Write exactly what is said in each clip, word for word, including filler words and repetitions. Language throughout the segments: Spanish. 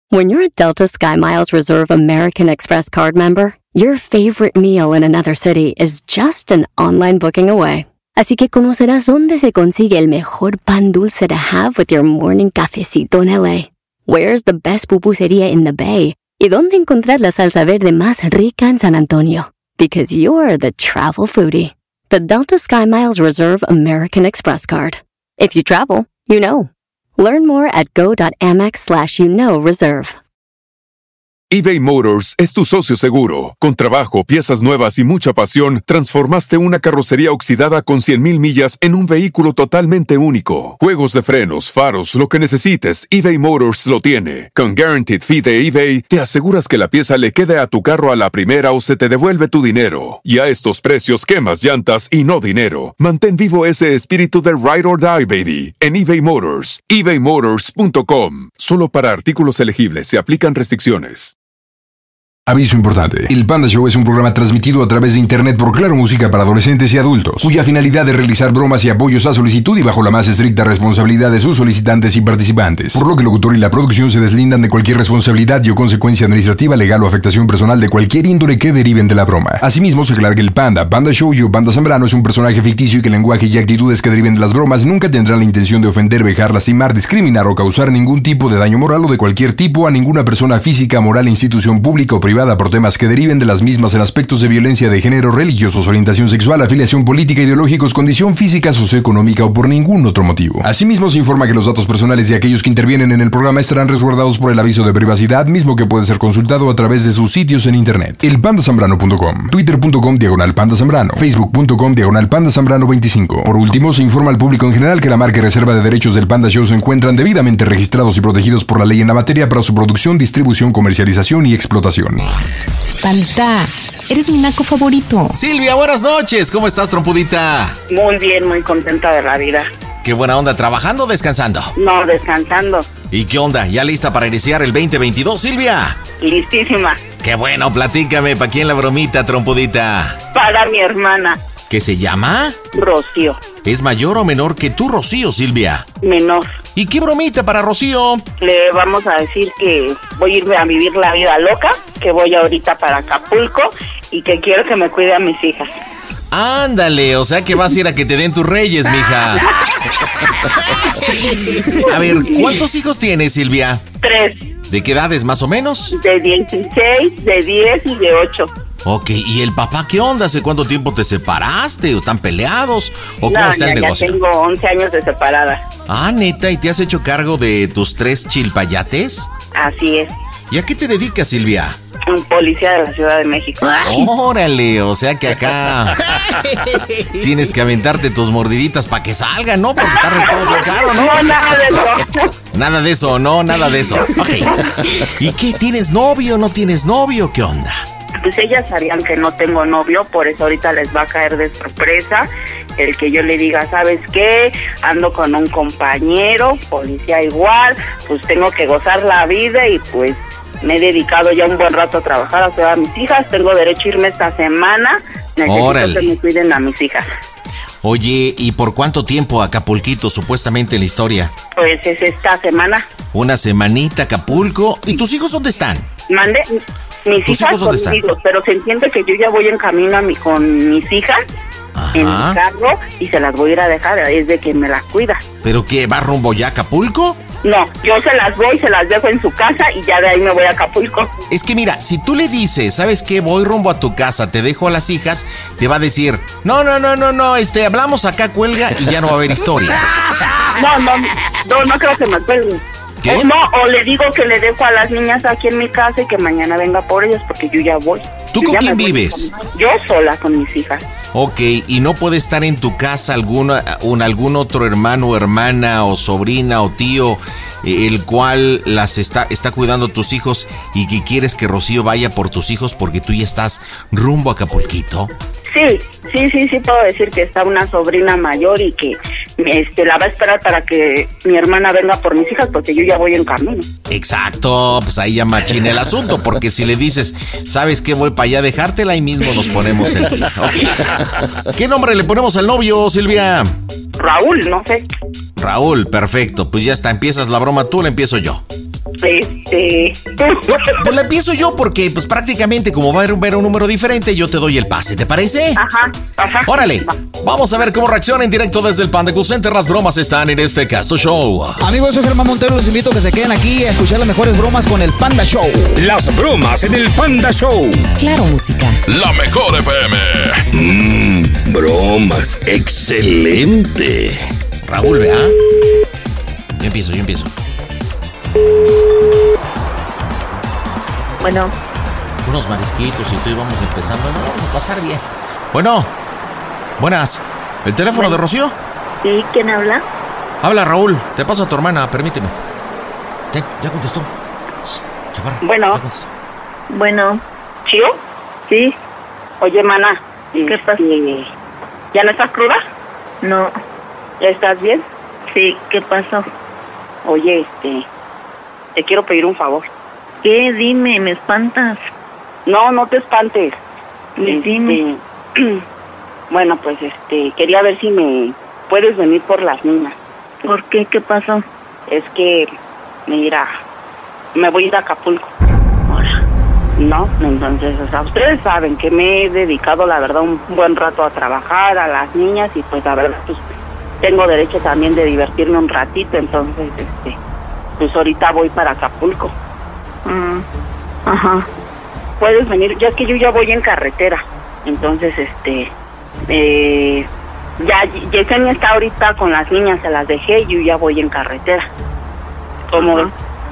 When you're a Delta SkyMiles Reserve American Express card member, your favorite meal in another city is just an online booking away. Así que conocerás dónde se consigue el mejor pan dulce to have with your morning cafecito en L A. Where's the best pupusería in the Bay? Y dónde encontrar la salsa verde más rica en San Antonio. Because you're the travel foodie. The Delta SkyMiles Reserve American Express card. If you travel, you know. Learn more at go.amex slash you know reserve. eBay Motors es tu socio seguro. Con trabajo, piezas nuevas y mucha pasión, transformaste una carrocería oxidada con cien mil millas en un vehículo totalmente único. Juegos de frenos, faros, lo que necesites, eBay Motors lo tiene. Con Guaranteed Fee de eBay, te aseguras que la pieza le quede a tu carro a la primera o se te devuelve tu dinero. Y a estos precios, quemas llantas y no dinero. Mantén vivo ese espíritu de Ride or Die, baby, en eBay Motors. ebay motors punto com. Solo para artículos elegibles se aplican restricciones. Aviso importante. El Panda Show es un programa transmitido a través de internet por Claro Música para adolescentes y adultos, cuya finalidad es realizar bromas y apoyos a solicitud y bajo la más estricta responsabilidad de sus solicitantes y participantes, por lo que el locutor y la producción se deslindan de cualquier responsabilidad y o consecuencia administrativa, legal o afectación personal de cualquier índole que deriven de la broma. Asimismo, se aclara que el Panda, Panda Show y o Panda Zambrano es un personaje ficticio y que el lenguaje y actitudes que deriven de las bromas nunca tendrán la intención de ofender, vejar, lastimar, discriminar o causar ningún tipo de daño moral o de cualquier tipo a ninguna persona física, moral, institución pública o privada por temas que deriven de las mismas en aspectos de violencia de género, religiosos, orientación sexual, afiliación política, ideológicos, condición física, socioeconómica o por ningún otro motivo. Asimismo, se informa que los datos personales de aquellos que intervienen en el programa estarán resguardados por el aviso de privacidad, mismo que puede ser consultado a través de sus sitios en internet. el panda zambrano punto com, twitter punto com diagonal panda zambrano, facebook punto com diagonal panda zambrano veinticinco. Por último, se informa al público en general que la marca y reserva de derechos del Panda Show se encuentran debidamente registrados y protegidos por la ley en la materia para su producción, distribución, comercialización y explotación. Panda, eres mi naco favorito. Silvia, buenas noches. ¿Cómo estás, trompudita? Muy bien, muy contenta de la vida. Qué buena onda, ¿trabajando o descansando? No, descansando. ¿Y qué onda? ¿Ya lista para iniciar el veinte veintidós, Silvia? Listísima. Qué bueno, platícame, ¿para quién la bromita, trompudita? Para mi hermana. ¿Qué se llama? Rocío. ¿Es mayor o menor que tú, Rocío, Silvia? Menor. ¿Y qué bromita para Rocío? Le vamos a decir que voy a irme a vivir la vida loca, que voy ahorita para Acapulco y que quiero que me cuide a mis hijas. Ándale, o sea que vas a ir a que te den tus reyes, mija. A ver, ¿cuántos hijos tienes, Silvia? Tres. ¿De qué edades, más o menos? De dieciséis, de diez y de ocho. Ok, ¿y el papá qué onda? ¿Hace cuánto tiempo te separaste? ¿O están peleados? ¿O cómo no, está ya, el negocio? Ya tengo once años de separada. Ah, neta, ¿y te has hecho cargo de tus tres chilpayates? Así es. ¿Y a qué te dedicas, Silvia? Un policía de la Ciudad de México. Órale, o sea que acá tienes que aventarte tus mordiditas para que salgan, ¿no? Porque está re todo bien caro, ¿no? No, nada de eso. Nada de eso, no, nada de eso. Ok. ¿Y qué? ¿Tienes novio? ¿No tienes novio? ¿Qué onda? Pues ellas sabían que no tengo novio, por eso ahorita les va a caer de sorpresa el que yo le diga, ¿sabes qué? Ando con un compañero, policía igual, pues tengo que gozar la vida y pues me he dedicado ya un buen rato a trabajar, a cuidar a mis hijas, tengo derecho a irme esta semana, necesito Órale. que me cuiden a mis hijas. Oye, ¿y por cuánto tiempo Acapulquito, supuestamente en la historia? Pues es esta semana. Una semanita Acapulco. ¿Y tus hijos dónde están? Mande, mis ¿Tus hijas hijos dónde conmigo, pero se entiende que yo ya voy en camino a mi, con mis hijas. Ajá. En mi carro y se las voy a ir a dejar, es de que me las cuida. ¿Pero qué, va rumbo ya a Acapulco? No, yo se las voy, se las dejo en su casa y ya de ahí me voy a Acapulco. Es que mira, si tú le dices, ¿sabes qué? Voy rumbo a tu casa, te dejo a las hijas, te va a decir, no, no, no, no, no, este, hablamos acá, cuelga y ya no va a haber historia. No, no, no, no creo que me cuelguen. ¿Qué? O no, o le digo que le dejo a las niñas aquí en mi casa y que mañana venga por ellas porque yo ya voy. ¿Tú yo con quién vives? Yo sola con mis hijas. Ok, ¿y no puede estar en tu casa alguna, un, algún otro hermano, hermana o sobrina o tío eh, el cual las está, está cuidando a tus hijos y que quieres que Rocío vaya por tus hijos porque tú ya estás rumbo a Acapulquito? Sí, sí, sí, sí puedo decir que está una sobrina mayor y que este la va a esperar para que mi hermana venga por mis hijas porque yo ya voy en camino. Exacto, pues ahí ya machina el asunto, porque si le dices, ¿sabes qué? Voy para allá a dejártela, ahí mismo nos ponemos el día. Okay. ¿Qué nombre le ponemos al novio, Silvia? Raúl, no sé. Raúl, perfecto, pues ya está, ¿empiezas la broma tú o la empiezo yo? Este... Pues la empiezo yo porque pues prácticamente como va a haber un número diferente, yo te doy el pase, ¿te parece? Ajá, ajá. Órale, vamos a ver cómo reacciona en directo desde el Panda Cool Center. Las bromas están en este Casto Show. Amigos, soy Germán Montero, los invito a que se queden aquí a escuchar las mejores bromas con el Panda Show. Las bromas en el Panda Show. Claro, música. La mejor F M. Mmm, bromas. Excelente. Raúl, ¿vea? Yo empiezo, yo empiezo. Bueno. Unos marisquitos y tú íbamos empezando. No, vamos a pasar bien. Bueno. Buenas. ¿El teléfono bueno. de Rocío? Sí, ¿quién habla? Habla Raúl. Te paso a tu hermana, permíteme. Ten, ya contestó. Chaparra, bueno. Ya contestó. Bueno. ¿Chío? Sí. Oye, mana. ¿Qué pasa? ¿Ya no estás cruda? No. ¿Ya estás bien? Sí, ¿qué pasó? Oye, este... te quiero pedir un favor. ¿Qué? Dime, me espantas. No, no te espantes. Este, dime. Bueno, pues, este, quería ver si me puedes venir por las niñas. ¿Por qué? ¿Qué pasó? Es que, mira, me voy a ir a Acapulco. Ahora. ¿No? Entonces, o sea, ustedes saben que me he dedicado, la verdad, un buen rato a trabajar, a las niñas, y pues, la verdad, pues, tengo derecho también de divertirme un ratito, entonces, este, pues ahorita voy para Acapulco. Mm, ajá. Puedes venir, ya es que yo ya voy en carretera, entonces, este, eh, ya Yesenia está ahorita con las niñas, se las dejé, y yo ya voy en carretera. ¿Cómo ves?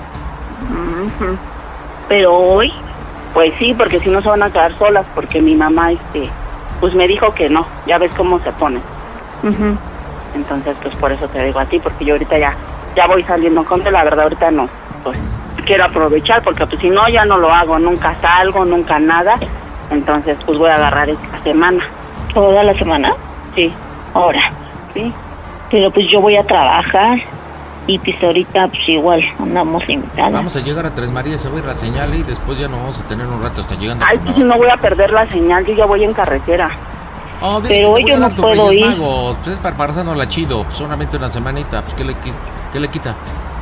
Uh-huh. Pero hoy, pues sí, porque si no se van a quedar solas, porque mi mamá, este, pues me dijo que no, ya ves cómo se pone. Uh-huh. Entonces, pues por eso te digo a ti, porque yo ahorita ya ya voy saliendo con la verdad, ahorita no, pues quiero aprovechar, porque pues si no, ya no lo hago, nunca salgo, nunca nada, entonces pues voy a agarrar esta semana. ¿Toda la semana? Sí. Ahora. Sí. Pero pues yo voy a trabajar, y pues ahorita pues igual andamos invitados. Vamos a llegar a Tres Marías, se va a ir la señal y después ya no vamos a tener un rato hasta llegando. Ay, pues no voy a perder la señal, yo ya voy en carretera. Oh, pero hoy yo no puedo ir. Magos. Pues es para pasarnos la chido, solamente una semanita, pues ¿qué le, qué le quita?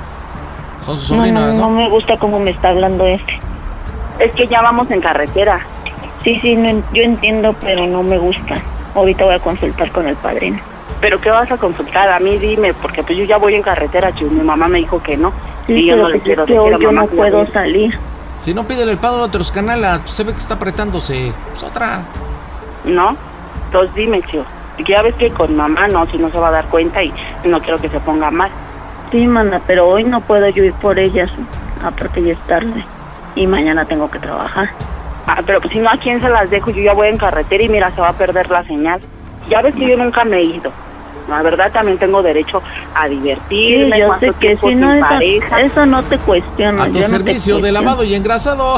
Son sus sobrinas, no, no, ¿no? No me gusta cómo me está hablando este. Es que ya vamos en carretera. Sí, sí, no, yo entiendo, pero no me gusta. Ahorita voy a consultar con el padrino. ¿Pero qué vas a consultar? A mí dime, porque pues yo ya voy en carretera, chido. Mi mamá me dijo que no. Sí, y yo no le quiero decir a mamá. Yo no puedo salir. Si no, pídele el padre a otros canales, se ve que está apretándose. Pues otra. ¿No? Entonces dime, tío, ya ves que con mamá no, si no se va a dar cuenta y no quiero que se ponga mal. Sí, mana, pero hoy no puedo yo ir por ellas, aparte ya es tarde, y mañana tengo que trabajar. Ah, pero pues si no, ¿a quién se las dejo? Yo ya voy en carretera y mira, se va a perder la señal. Ya ves que yo nunca me he ido. La verdad también tengo derecho a divertirme. Sí, yo sé que si no, eso, eso no te cuestiono. A tu yo servicio no de lavado y engrasado.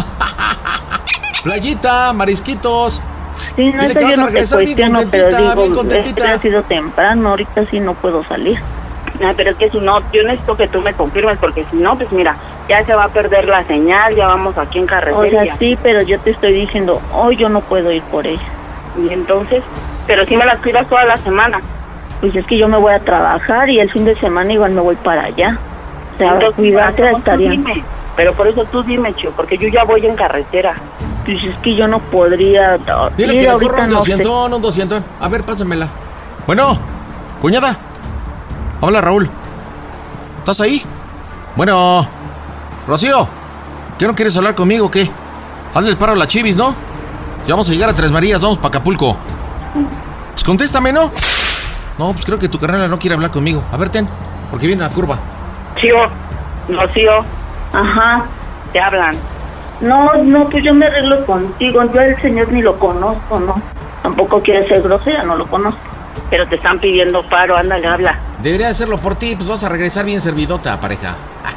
Playita, marisquitos. Sí, no, eso yo no te cuestiono, pero digo, este ha sido temprano, ahorita sí no puedo salir. Ah, pero es que si no, yo necesito que tú me confirmes, porque si no, pues mira, ya se va a perder la señal, ya vamos aquí en carretera. O sea, sí, pero yo te estoy diciendo, hoy yo no puedo ir por ella. Y entonces, pero si me las cuidas toda la semana. Pues es que yo me voy a trabajar y el fin de semana igual me voy para allá. O sea, entonces, cuidarte estaría. Pero por eso tú dime, Chio, porque yo ya voy en carretera. Pues es que yo no podría. Dile que le corro un doscientón, un doscientón. A ver, pásamela. Bueno, cuñada. Habla Raúl. ¿Estás ahí? Bueno, Rocío, ¿qué no quieres hablar conmigo o qué? Hazle el paro a la chivis, ¿no? Ya vamos a llegar a Tres Marías, vamos para Acapulco. Pues contéstame, ¿no? No, pues creo que tu carnala no quiere hablar conmigo. A ver, ten, porque viene la curva. Chío, Rocío. Ajá, te hablan. No, no, pues yo me arreglo contigo. Yo al señor ni lo conozco, ¿no? Tampoco quiere ser grosera, no lo conozco. Pero te están pidiendo paro, ándale, habla. Debería hacerlo por ti, pues vas a regresar bien servidota, pareja.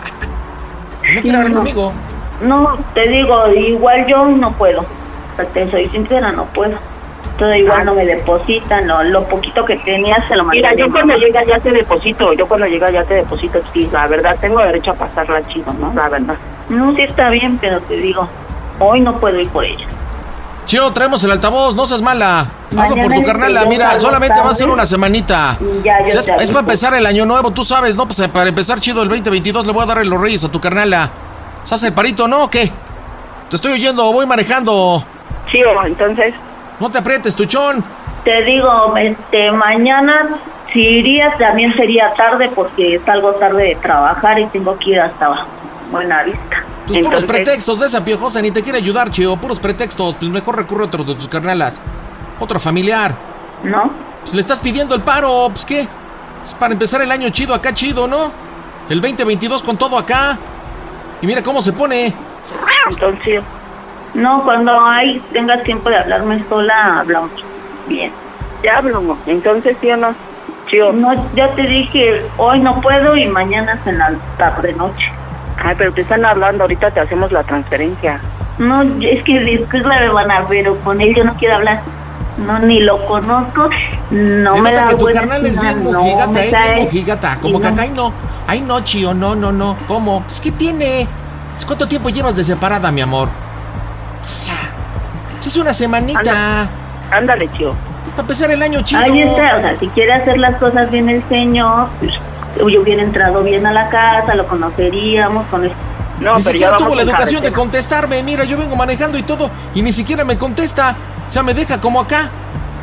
¿No sí, quiere hablar no. conmigo? No, te digo, igual yo no puedo. Te soy sincera, no puedo. Todo igual ah. no me depositan, lo, lo poquito que tenía se lo mandé. Mira, yo cuando llega ya te deposito, yo cuando llega ya te deposito, sí, la verdad, tengo derecho a pasarla chido, ¿no? La verdad. No, sí está bien, pero te digo, hoy no puedo ir por ella. Chío, traemos el altavoz, no seas mala. Hazlo por tu carnala, mira, solamente tarde. Va a ser una semanita. Ya, yo o sea, es, es para empezar el año nuevo, tú sabes, ¿no? Pues para empezar chido el veinte veintidós le voy a dar los reyes a tu carnala. ¿Se hace el parito, no, o qué? Te estoy oyendo, voy manejando. Chío, entonces... No te aprietes, tuchón. Te digo, este, mañana, si irías, también sería tarde porque salgo tarde de trabajar y tengo que ir hasta Buenavista. Pues entonces, puros pretextos de esa piojosa, ni te quiere ayudar, Chío, puros pretextos. Pues mejor recurre a otro de tus carnalas. Otro familiar. ¿No? Pues le estás pidiendo el paro, pues qué. Es para empezar el año chido acá, chido, ¿no? El veinte veintidós con todo acá. Y mira cómo se pone. Entonces, no, cuando hay, tengas tiempo de hablarme sola, hablamos bien. Ya hablo, entonces sí o no. Chío. No, ya te dije, hoy no puedo y mañana es en la tarde noche. Ay, pero te están hablando, ahorita te hacemos la transferencia. No, es que disculpa, me van a ver, pero con él yo no quiero hablar. No, ni lo conozco, no se me nota da que tu buena carnal es estima, bien no mojigata, me eh, cae. bien mojigata. Como Y que no. acá, ay no, ay no, Chío, no, no, no. ¿Cómo? Pues ¿qué tiene? Pues, ¿cuánto tiempo llevas de separada, mi amor? Pues, o sea, es una semanita. Ándale, ándale, Chío. Para empezar el año chido. Ahí está, o sea, si quiere hacer las cosas bien el señor, pues yo hubiera entrado bien a la casa, lo conoceríamos con el... No, ni pero siquiera ya tuvo vamos la en educación de carretera. contestarme. Mira, yo vengo manejando y todo, y ni siquiera me contesta. O sea, me deja como acá.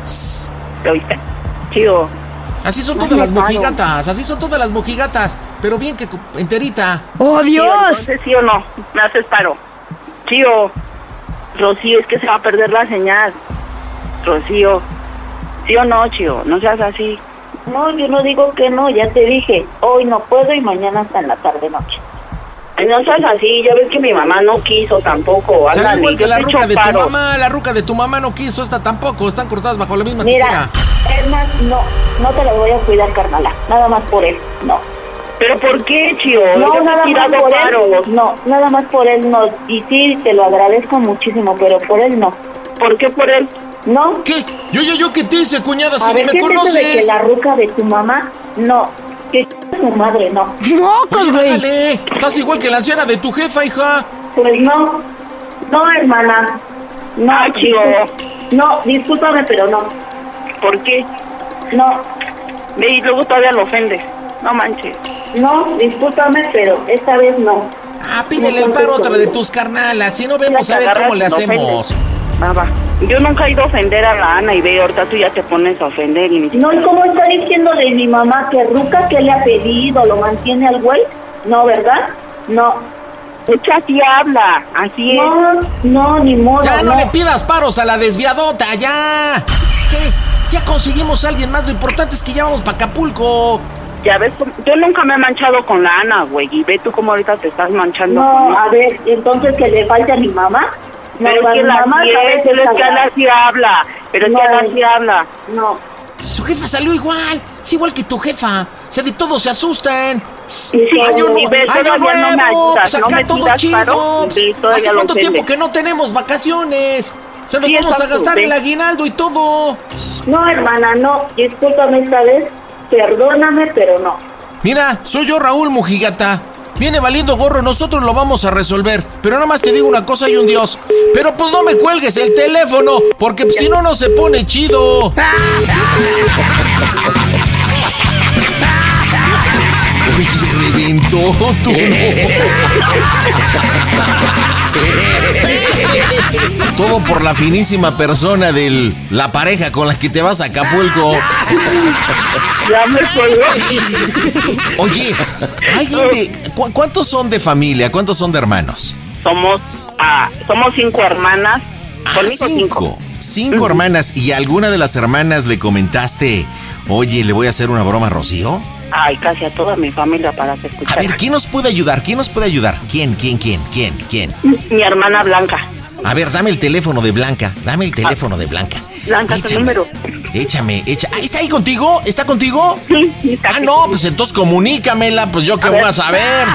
¿Te oíste? Chío. Así son No todas me las paro. mojigatas, así son todas las mojigatas. Pero bien que co- enterita. ¡Oh, Chío, Dios! entonces sí o no, me haces paro. Chío. Rocío, es que se va a perder la señal. Rocío. ¿Sí o no, Chío? No seas así. No, yo no digo que no, ya te dije, hoy no puedo y mañana hasta en la tarde noche. No seas así, ya ves que mi mamá no quiso tampoco. Salió Ándale, igual que yo la te ruca echo de tu paro. mamá. La ruca de tu mamá no quiso, esta tampoco. Están cortadas bajo la misma Mira, tijera. es más, no, no te la voy a cuidar, carnala, nada más por él, no. ¿Pero por qué, Chío? No, Yo te he nada más tirado por paro. él, no, nada más por él no, y sí, te lo agradezco muchísimo, pero por él no. ¿Por qué por él? ¿No? ¿Qué? Yo, yo, yo, ¿qué te hice, cuñada? A Si ni ver, me ¿qué es eso conoces. de que la ruca de tu mamá? No, que ch- su madre, no. ¡Mocos, Oye, güey! bájale. Estás igual que la anciana de tu jefa, hija. Pues no, no, hermana, no, Ay, Chío. no, discúlpame, pero no, ¿Por qué? no, Ve y luego todavía lo ofendes. No manches. no, discúlpame, pero esta vez no. Ah, pídele el paro a otra de tus carnalas. Si no vemos Ya a te ver cómo agarras le y lo hacemos. ofendes. Va, va. Yo nunca he ido a ofender a la Ana y ve, ahorita tú ya te pones a ofender y ni No, ¿y cómo está diciendo de mi mamá que ruca que le ha pedido, lo mantiene al güey? No, ¿verdad? No. Mucha así habla, así es. No, no, ni modo. Ya no, no. le pidas paros a la desviadota, ya. Es que ya conseguimos a alguien más. Lo importante es que ya vamos para Acapulco. Ya ves, cómo- yo nunca me he manchado con la Ana, güey, y ve tú cómo ahorita te estás manchando con No, ella. a ver, entonces que le falte a mi mamá. No, Pero es que mi la mamá así sabe es, que pero es está que Ana grave. sí habla, pero es No, que Ana sí habla. No. Su jefa salió igual. Es igual que tu jefa. O sea, de todos se asustan. Sí, Año, y ve, año todavía nuevo, no me ayudas, pues no acá me todo tiras chido. paro, y ve, todavía ¿Hace lo cuánto ofendes. tiempo que no tenemos vacaciones? Se nos Sí, vamos a exacto, gastar ve. el aguinaldo y todo. No, hermana, no. Discúlpame esta vez. Perdóname, pero no. Mira, soy yo, Raúl Mujigata. Viene valiendo gorro, nosotros lo vamos a resolver. Pero nada más te digo una cosa y un Dios. Pero pues no me cuelgues el teléfono, porque pues, si no, no se pone chido. Oye, reventó tú. Todo por la finísima persona de la pareja con la que te vas a Acapulco. Ya me colgué. Oye, ¿alguien de, cu- ¿cuántos son de familia? ¿Cuántos son de hermanos? Somos, ah, somos cinco hermanas. Ah, Conmigo cinco. Cinco hermanas. ¿Y a alguna de las hermanas le comentaste, oye, le voy a hacer una broma a Rocío? Ay, casi a toda mi familia para que A escuchar. ver, ¿quién nos puede ayudar? ¿Quién nos puede ayudar? ¿Quién, quién, quién, quién, quién? Mi hermana Blanca. A ver, dame el teléfono de Blanca. Dame el teléfono de Blanca. Blanca, tu número. Échame, échame. ¿Está ahí contigo? ¿Está contigo? Sí, sí, está Ah, aquí. no, pues entonces comunícamela, pues yo qué voy a saber.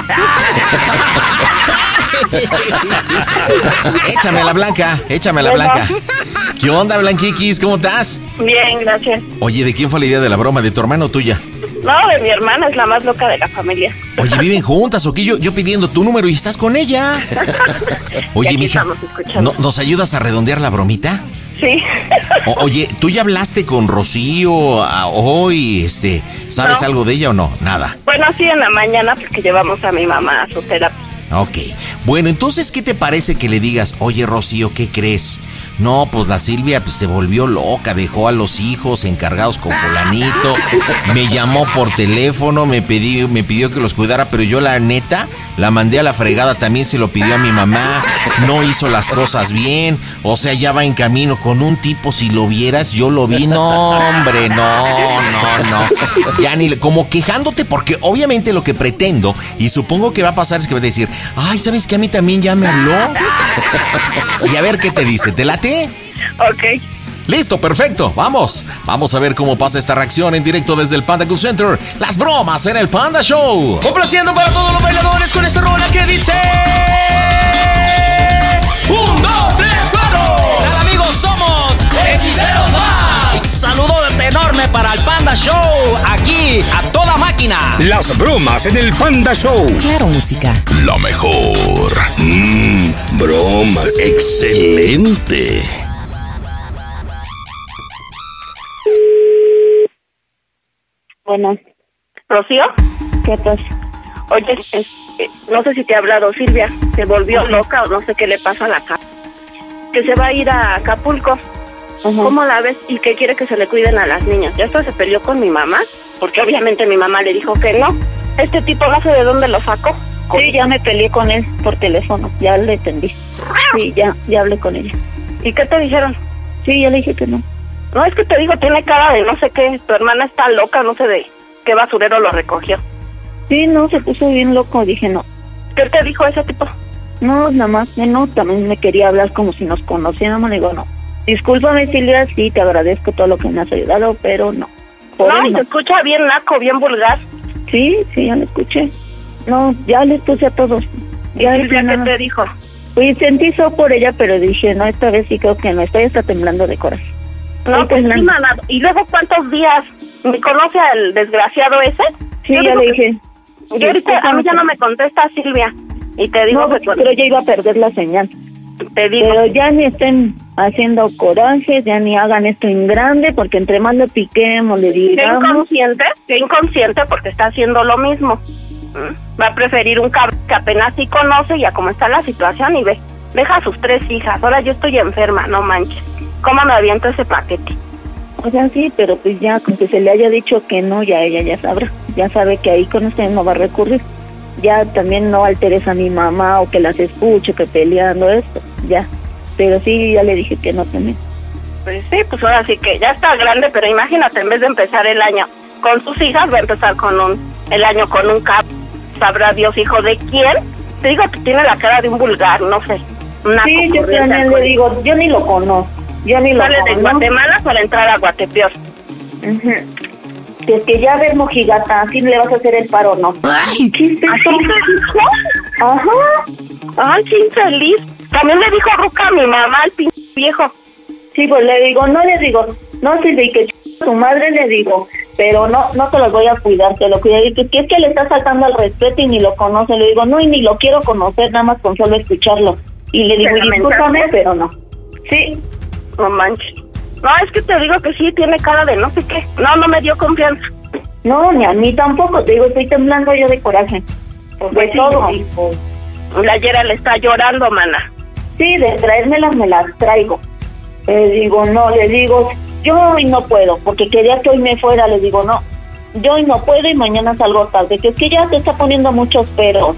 Échamela, Blanca, échamela, Blanca. ¿Qué onda, Blanquiquis? ¿Cómo estás? Bien, gracias. Oye, ¿de quién fue la idea de la broma? ¿De tu hermano o tuya? No, de mi hermana, es la más loca de la familia. Oye, ¿viven juntas o qué? Yo, yo pidiendo tu número y estás con ella. Oye, aquí mija, estamos escuchando. ¿no- ¿nos ayudas a redondear la bromita? Sí. O- oye, ¿tú ya hablaste con Rocío a- hoy? Este, ¿sabes No. algo de ella o no? Nada. Bueno, sí, en la mañana, porque llevamos a mi mamá a su terapia. Ok. Bueno, entonces, ¿qué te parece que le digas, oye, Rocío, ¿qué crees? No, pues la Silvia pues, se volvió loca, dejó a los hijos encargados con fulanito, me llamó por teléfono, me pidió, me pidió que los cuidara, pero yo la neta la mandé a la fregada, también se lo pidió a mi mamá, no hizo las cosas bien, o sea, ya va en camino con un tipo, si lo vieras, yo lo vi, no, hombre, no, no, no, ya ni, como quejándote, porque obviamente lo que pretendo, y supongo que va a pasar es que va a decir, ay, ¿sabes qué? A mí también ya me habló. Y a ver qué te dice, ¿te late? Ok. Listo, perfecto, vamos. Vamos a ver cómo pasa esta reacción en directo desde el Panda Cool Center. Las bromas en el Panda Show. Complaciendo para todos los bailadores con esta rola que dice... Un, dos, tres, cuatro. Hola amigos, somos Hechiceros Más. Saludo enorme para el Panda Show. Aquí, a toda máquina. Las bromas en el Panda Show. Claro, música. La mejor. Mmm, bromas. Excelente. Bueno. ¿Rocío? ¿Qué pasa? Oye, es, eh, no sé si te ha hablado Silvia. Se volvió loca o no sé qué le pasa a la casa. Que se va a ir a Acapulco. Uh-huh. ¿Cómo la ves? Y que quiere que se le cuiden a las niñas. Ya esto se peleó con mi mamá, porque obviamente mi mamá le dijo que no. Este tipo no sé de dónde lo sacó. Sí, ya me peleé con él por teléfono, ya le entendí. Sí, ya, ya hablé con ella. ¿Y qué te dijeron? Sí, ya le dije que no. No, es que te digo, tiene cara de no sé qué. Tu hermana está loca, no sé de qué basurero lo recogió. Sí, no, se puso bien loco, dije no. ¿Qué te dijo ese tipo? No, nada más, no, también me quería hablar como si nos conociéramos, le digo no. Discúlpame, Silvia, sí, te agradezco todo lo que me has ayudado, pero no. Por no, no, se escucha bien naco, bien vulgar. Sí, sí, ya lo escuché. No, ya le puse a todos. Ya Silvia, ¿qué te dijo? Pues sentí so por ella, pero dije, no, esta vez sí creo que no, estoy hasta temblando de corazón. No, pues sí, mamá. ¿Y luego cuántos días? ¿Me conoce al desgraciado ese? Sí, yo ya le dije. Yo ahorita, a mí ya no me contesta Silvia. Y te digo no, que... Pero yo iba a perder la señal. Te digo. Pero ya ni estén haciendo corajes, ya ni hagan esto en grande, porque entre más le piquemos, le digamos... Qué inconsciente, qué inconsciente, porque está haciendo lo mismo. Va a preferir un cabrón que apenas sí conoce ya cómo está la situación y ve. Deja a sus tres hijas, ahora yo estoy enferma, no manches. ¿Cómo me aviento ese paquete? O sea, sí, pero pues ya, con que se le haya dicho que no, ya ella ya sabrá. Ya sabe que ahí con usted no va a recurrir. Ya también no alteres a mi mamá o que las escuche, que peleando esto, ya. Pero sí, ya le dije que no también. Pues sí, pues ahora sí que ya está grande, pero imagínate, en vez de empezar el año con sus hijas, va a empezar con un el año con un cap. Sabrá Dios, hijo de quién. Te digo que tiene la cara de un vulgar, no sé. Una sí, yo también le digo, yo ni lo conozco. Yo ni lo Sale de Guatemala para entrar a Guatepeor. Uh-huh. Si es que ya ves, mojigata, así le vas a hacer el paro, ¿no? Ay, ¿qué te dijo? Ajá. Ay, qué infeliz. También le dijo ruca a mi mamá, al pinche viejo. Sí, pues le digo, no le digo, no sirve que ch... tu madre le digo, pero no no te los voy a cuidar, te lo cuidaré. Que, que es que le está faltando al respeto y ni lo conoce. Le digo, no, y ni lo quiero conocer, nada más con solo escucharlo. Y le digo, discúlpame, pero no. Sí. No manches. No, es que te digo que sí, tiene cara de no sé qué. No, no me dio confianza. No, ni a mí tampoco. Te digo, estoy temblando yo de coraje. Pues de sí, todo. Hijo. La Yera le está llorando, mana. Sí, de traérmelas me las traigo. Le digo, no, le digo, yo hoy no puedo, porque quería que hoy me fuera. Le digo, no, yo hoy no puedo y mañana salgo tarde. Que es que ya te está poniendo muchos peros.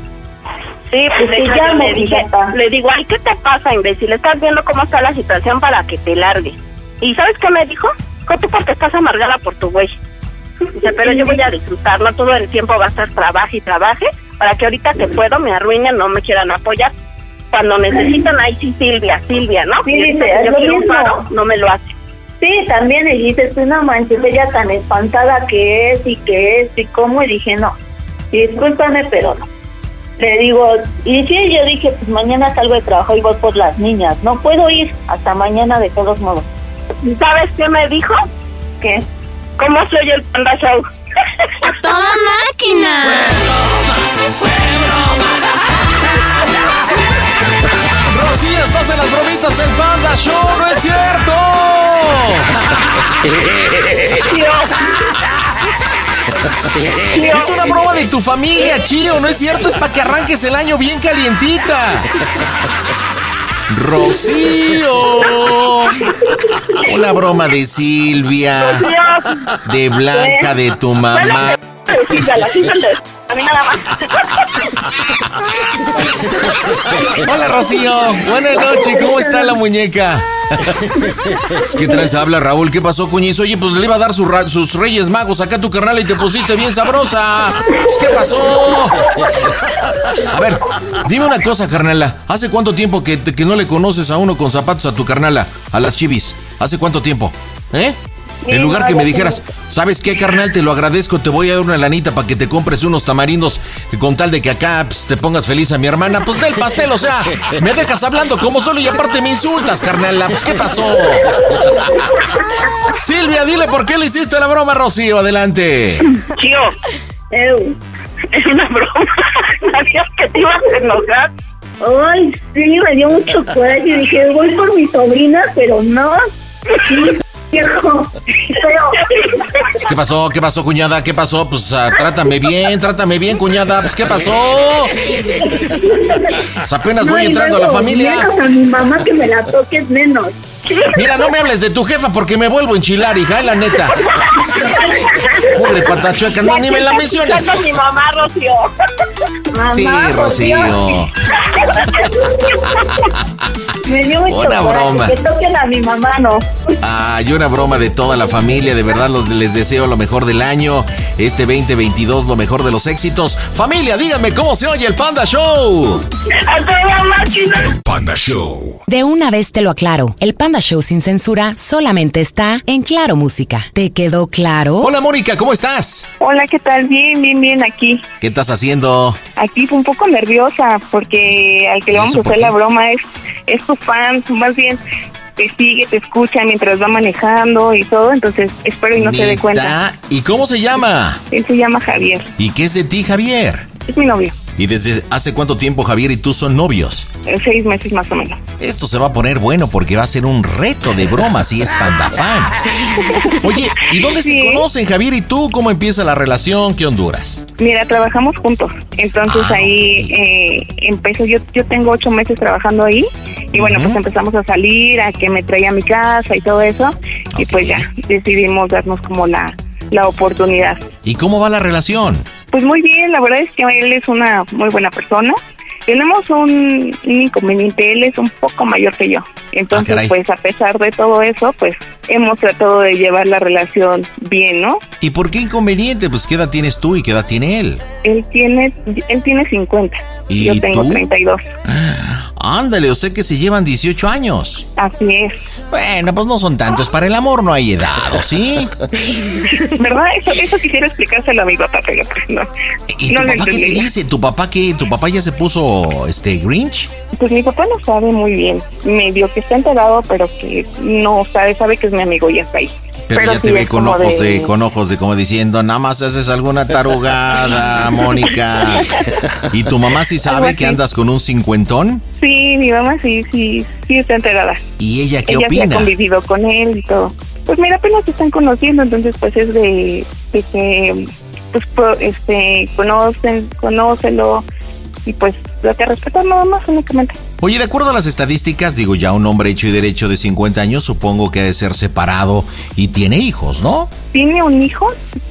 Sí, pues es que ya me dije, le digo, ay, ¿qué te pasa, imbécil? Estás viendo cómo está la situación para que te largue. ¿Y sabes qué me dijo? Que tú porque estás amargada por tu güey. Dice, pero yo voy a disfrutar, no todo el tiempo va a estar trabaje y trabaje, para que ahorita que puedo me arruinen, no me quieran apoyar. Cuando necesitan, ahí sí, Silvia, Silvia, ¿no? Sí, dice, yo quiero un paro, no me lo hace. Sí, también le dices, tú no manches, ella tan espantada que es y que es y cómo, y dije, no, discúlpame, pero no. Le digo, y sí, yo dije, pues mañana salgo de trabajo y voy por las niñas. No puedo ir hasta mañana de todos modos. ¿Sabes qué me dijo? ¿Qué? ¿Cómo se oye el Panda Show? ¡A toda máquina! ¡Fue broma! Rocío, estás en las bromitas del Panda Show, ¡no es cierto! Es una broma de tu familia, Chío, no es cierto, es para que arranques el año bien calientita. Rocío. Una broma de Silvia, de Blanca, de tu mamá. A mí nada más. Hola, Rocío. Buenas noches. ¿Cómo está la muñeca? ¿Qué tranza habla, Raúl? ¿Qué pasó, cuñizo? Oye, pues le iba a dar su ra- sus Reyes Magos acá a tu carnal y te pusiste bien sabrosa. ¿Qué pasó? A ver, dime una cosa, carnala. ¿Hace cuánto tiempo que, que no le conoces a uno con zapatos a tu carnala? A las chivis. ¿Hace cuánto tiempo? ¿Eh? En lugar que me dijeras, ¿sabes qué, carnal? Te lo agradezco, te voy a dar una lanita para que te compres unos tamarindos con tal de que acá pues, te pongas feliz a mi hermana. Pues del pastel, o sea, me dejas hablando como solo y aparte me insultas, carnal. Pues, ¿qué pasó? Silvia, dile por qué le hiciste la broma, Rocío. Adelante. Chío, Eu. es una broma. ¿Sabías que te ibas a enojar? Ay, sí, me dio mucho coraje y dije, voy por mi sobrina, pero no. Sí, viejo. ¿Qué pasó? ¿Qué pasó, cuñada? ¿Qué pasó? Pues uh, trátame bien, trátame bien, cuñada. Pues, ¿qué pasó? Pues apenas No, voy y entrando luego, a la familia. Menos a mi mamá que me la toques menos. Mira, no me hables de tu jefa porque me vuelvo a enchilar, hija, la neta. Pobre patachueca, no, ni me la menciones. Mi mamá, Rocío. Mamá, Sí, Rocío. Me dio mucho Una coraje, broma. que toquen a mi mamá, no. Ay, una broma de toda la familia, de verdad los, les deseo lo mejor del año, este veinte veintidós, lo mejor de los éxitos. Familia, díganme cómo se oye el Panda Show. A toda máquina. El Panda Show. De una vez te lo aclaro, el Panda Show sin censura solamente está en Claro Música. ¿Te quedó claro? Hola, Mónica, ¿cómo estás? Hola, ¿qué tal? Bien, bien, bien, aquí. ¿Qué estás haciendo? Aquí fue un poco nerviosa porque al que le vamos a hacer la broma es, es tu fan, más bien te sigue, te escucha mientras va manejando y todo, entonces espero y no se dé cuenta. ¿Neta? ¿Y cómo se llama? Él se llama Javier, ¿Y qué es de ti, Javier? es mi novio, ¿Y desde hace cuánto tiempo Javier y tú son novios? eh, seis meses más o menos. Esto se va a poner bueno porque va a ser un reto de bromas y es pandafán. Oye, ¿y dónde Sí. se conocen Javier y tú? ¿Cómo empieza la relación? ¿Qué Honduras? Mira, trabajamos juntos, entonces Ah, ahí ok. eh, empezó, yo, yo tengo ocho meses trabajando ahí y bueno, Ujú. pues empezamos a salir, a que me traía a mi casa y todo eso y Ok. pues ya decidimos darnos como la, la oportunidad. ¿Y cómo va la relación? Pues muy bien, la verdad es que él es una muy buena persona. Tenemos un, un inconveniente, él es un poco mayor que yo. Entonces, Ah, caray. pues a pesar de todo eso, pues hemos tratado de llevar la relación bien, ¿no? ¿Y por qué inconveniente? Pues ¿qué edad tienes tú y qué edad tiene él? Él tiene él tiene cincuenta, ¿Y yo tengo tú? treinta y dos. Ándale, o sea que se llevan dieciocho años. Así es. Bueno, pues no son tantos. Para el amor no hay edad, ¿o sí? ¿Verdad? Eso, eso quisiera explicárselo a mi papá, pero pues no. ¿Y no tu lo papá qué te entendería. dice? ¿Tu papá qué? ¿Tu papá ya se puso este Grinch? Pues mi papá no sabe muy bien. Medio que está enterado, pero que no sabe, sabe que es mi amigo y hasta ahí. Pero, ya sí te ve es con como ojos de... con ojos de como diciendo, nada más haces alguna tarugada, Mónica. ¿Y tu mamá sí Algo sabe así. que andas con un cincuentón? Sí, mi mamá sí, sí, sí está enterada. ¿Y ella qué Ella sí ha opina? convivido con él y todo. Pues mira, apenas se están conociendo, entonces pues es de, de que pues pro- este conocen, conócelo y pues lo que respetar nada más únicamente. Oye, de acuerdo a las estadísticas, digo, ya un hombre hecho y derecho de cincuenta años, supongo que ha de ser separado y tiene hijos, ¿no? Tiene un hijo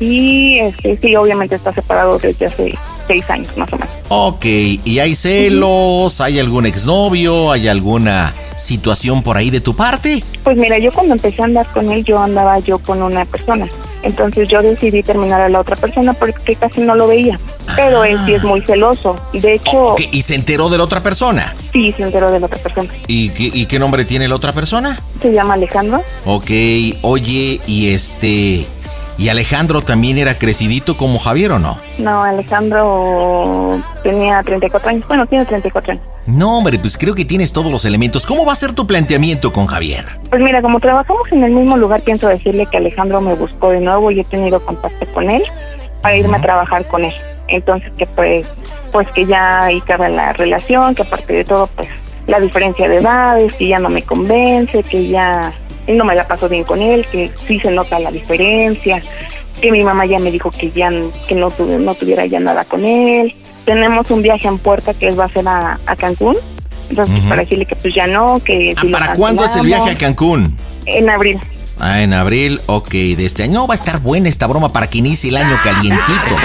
y este sí, obviamente está separado desde hace seis años más o menos. Ok, ¿y hay celos? ¿Hay algún exnovio? ¿Hay alguna situación por ahí de tu parte? Pues mira, yo cuando empecé a andar con él, yo andaba yo con una persona. Entonces yo decidí terminar a la otra persona porque casi no lo veía. Pero él sí es muy celoso. De hecho, Ok, ¿y se enteró de la otra persona? sí se enteró de la otra persona. ¿Y qué, y qué nombre tiene la otra persona? Se llama Alejandro. Ok, oye, y este... ¿Y Alejandro también era crecidito como Javier o no? No, Alejandro tenía treinta y cuatro años. Bueno, tiene treinta y cuatro años. No, hombre, pues creo que tienes todos los elementos. ¿Cómo va a ser tu planteamiento con Javier? Pues mira, como trabajamos en el mismo lugar, pienso decirle que Alejandro me buscó de nuevo y he tenido contacto con él para irme a trabajar con él. Entonces que pues, pues que ya ahí cabe la relación, que aparte de todo, pues la diferencia de edades, que ya no me convence, que ya no me la paso bien con él, que sí se nota la diferencia, que mi mamá ya me dijo que ya que no, tuve, no tuviera ya nada con él. Tenemos un viaje en puerta que él va a hacer a, a Cancún. Entonces, uh-huh. para decirle que pues ya no, que... Ah, si ¿para cuándo es el viaje a Cancún? En abril. Ah, en abril, ok, de este año. No, va a estar buena esta broma para que inicie el año calientito.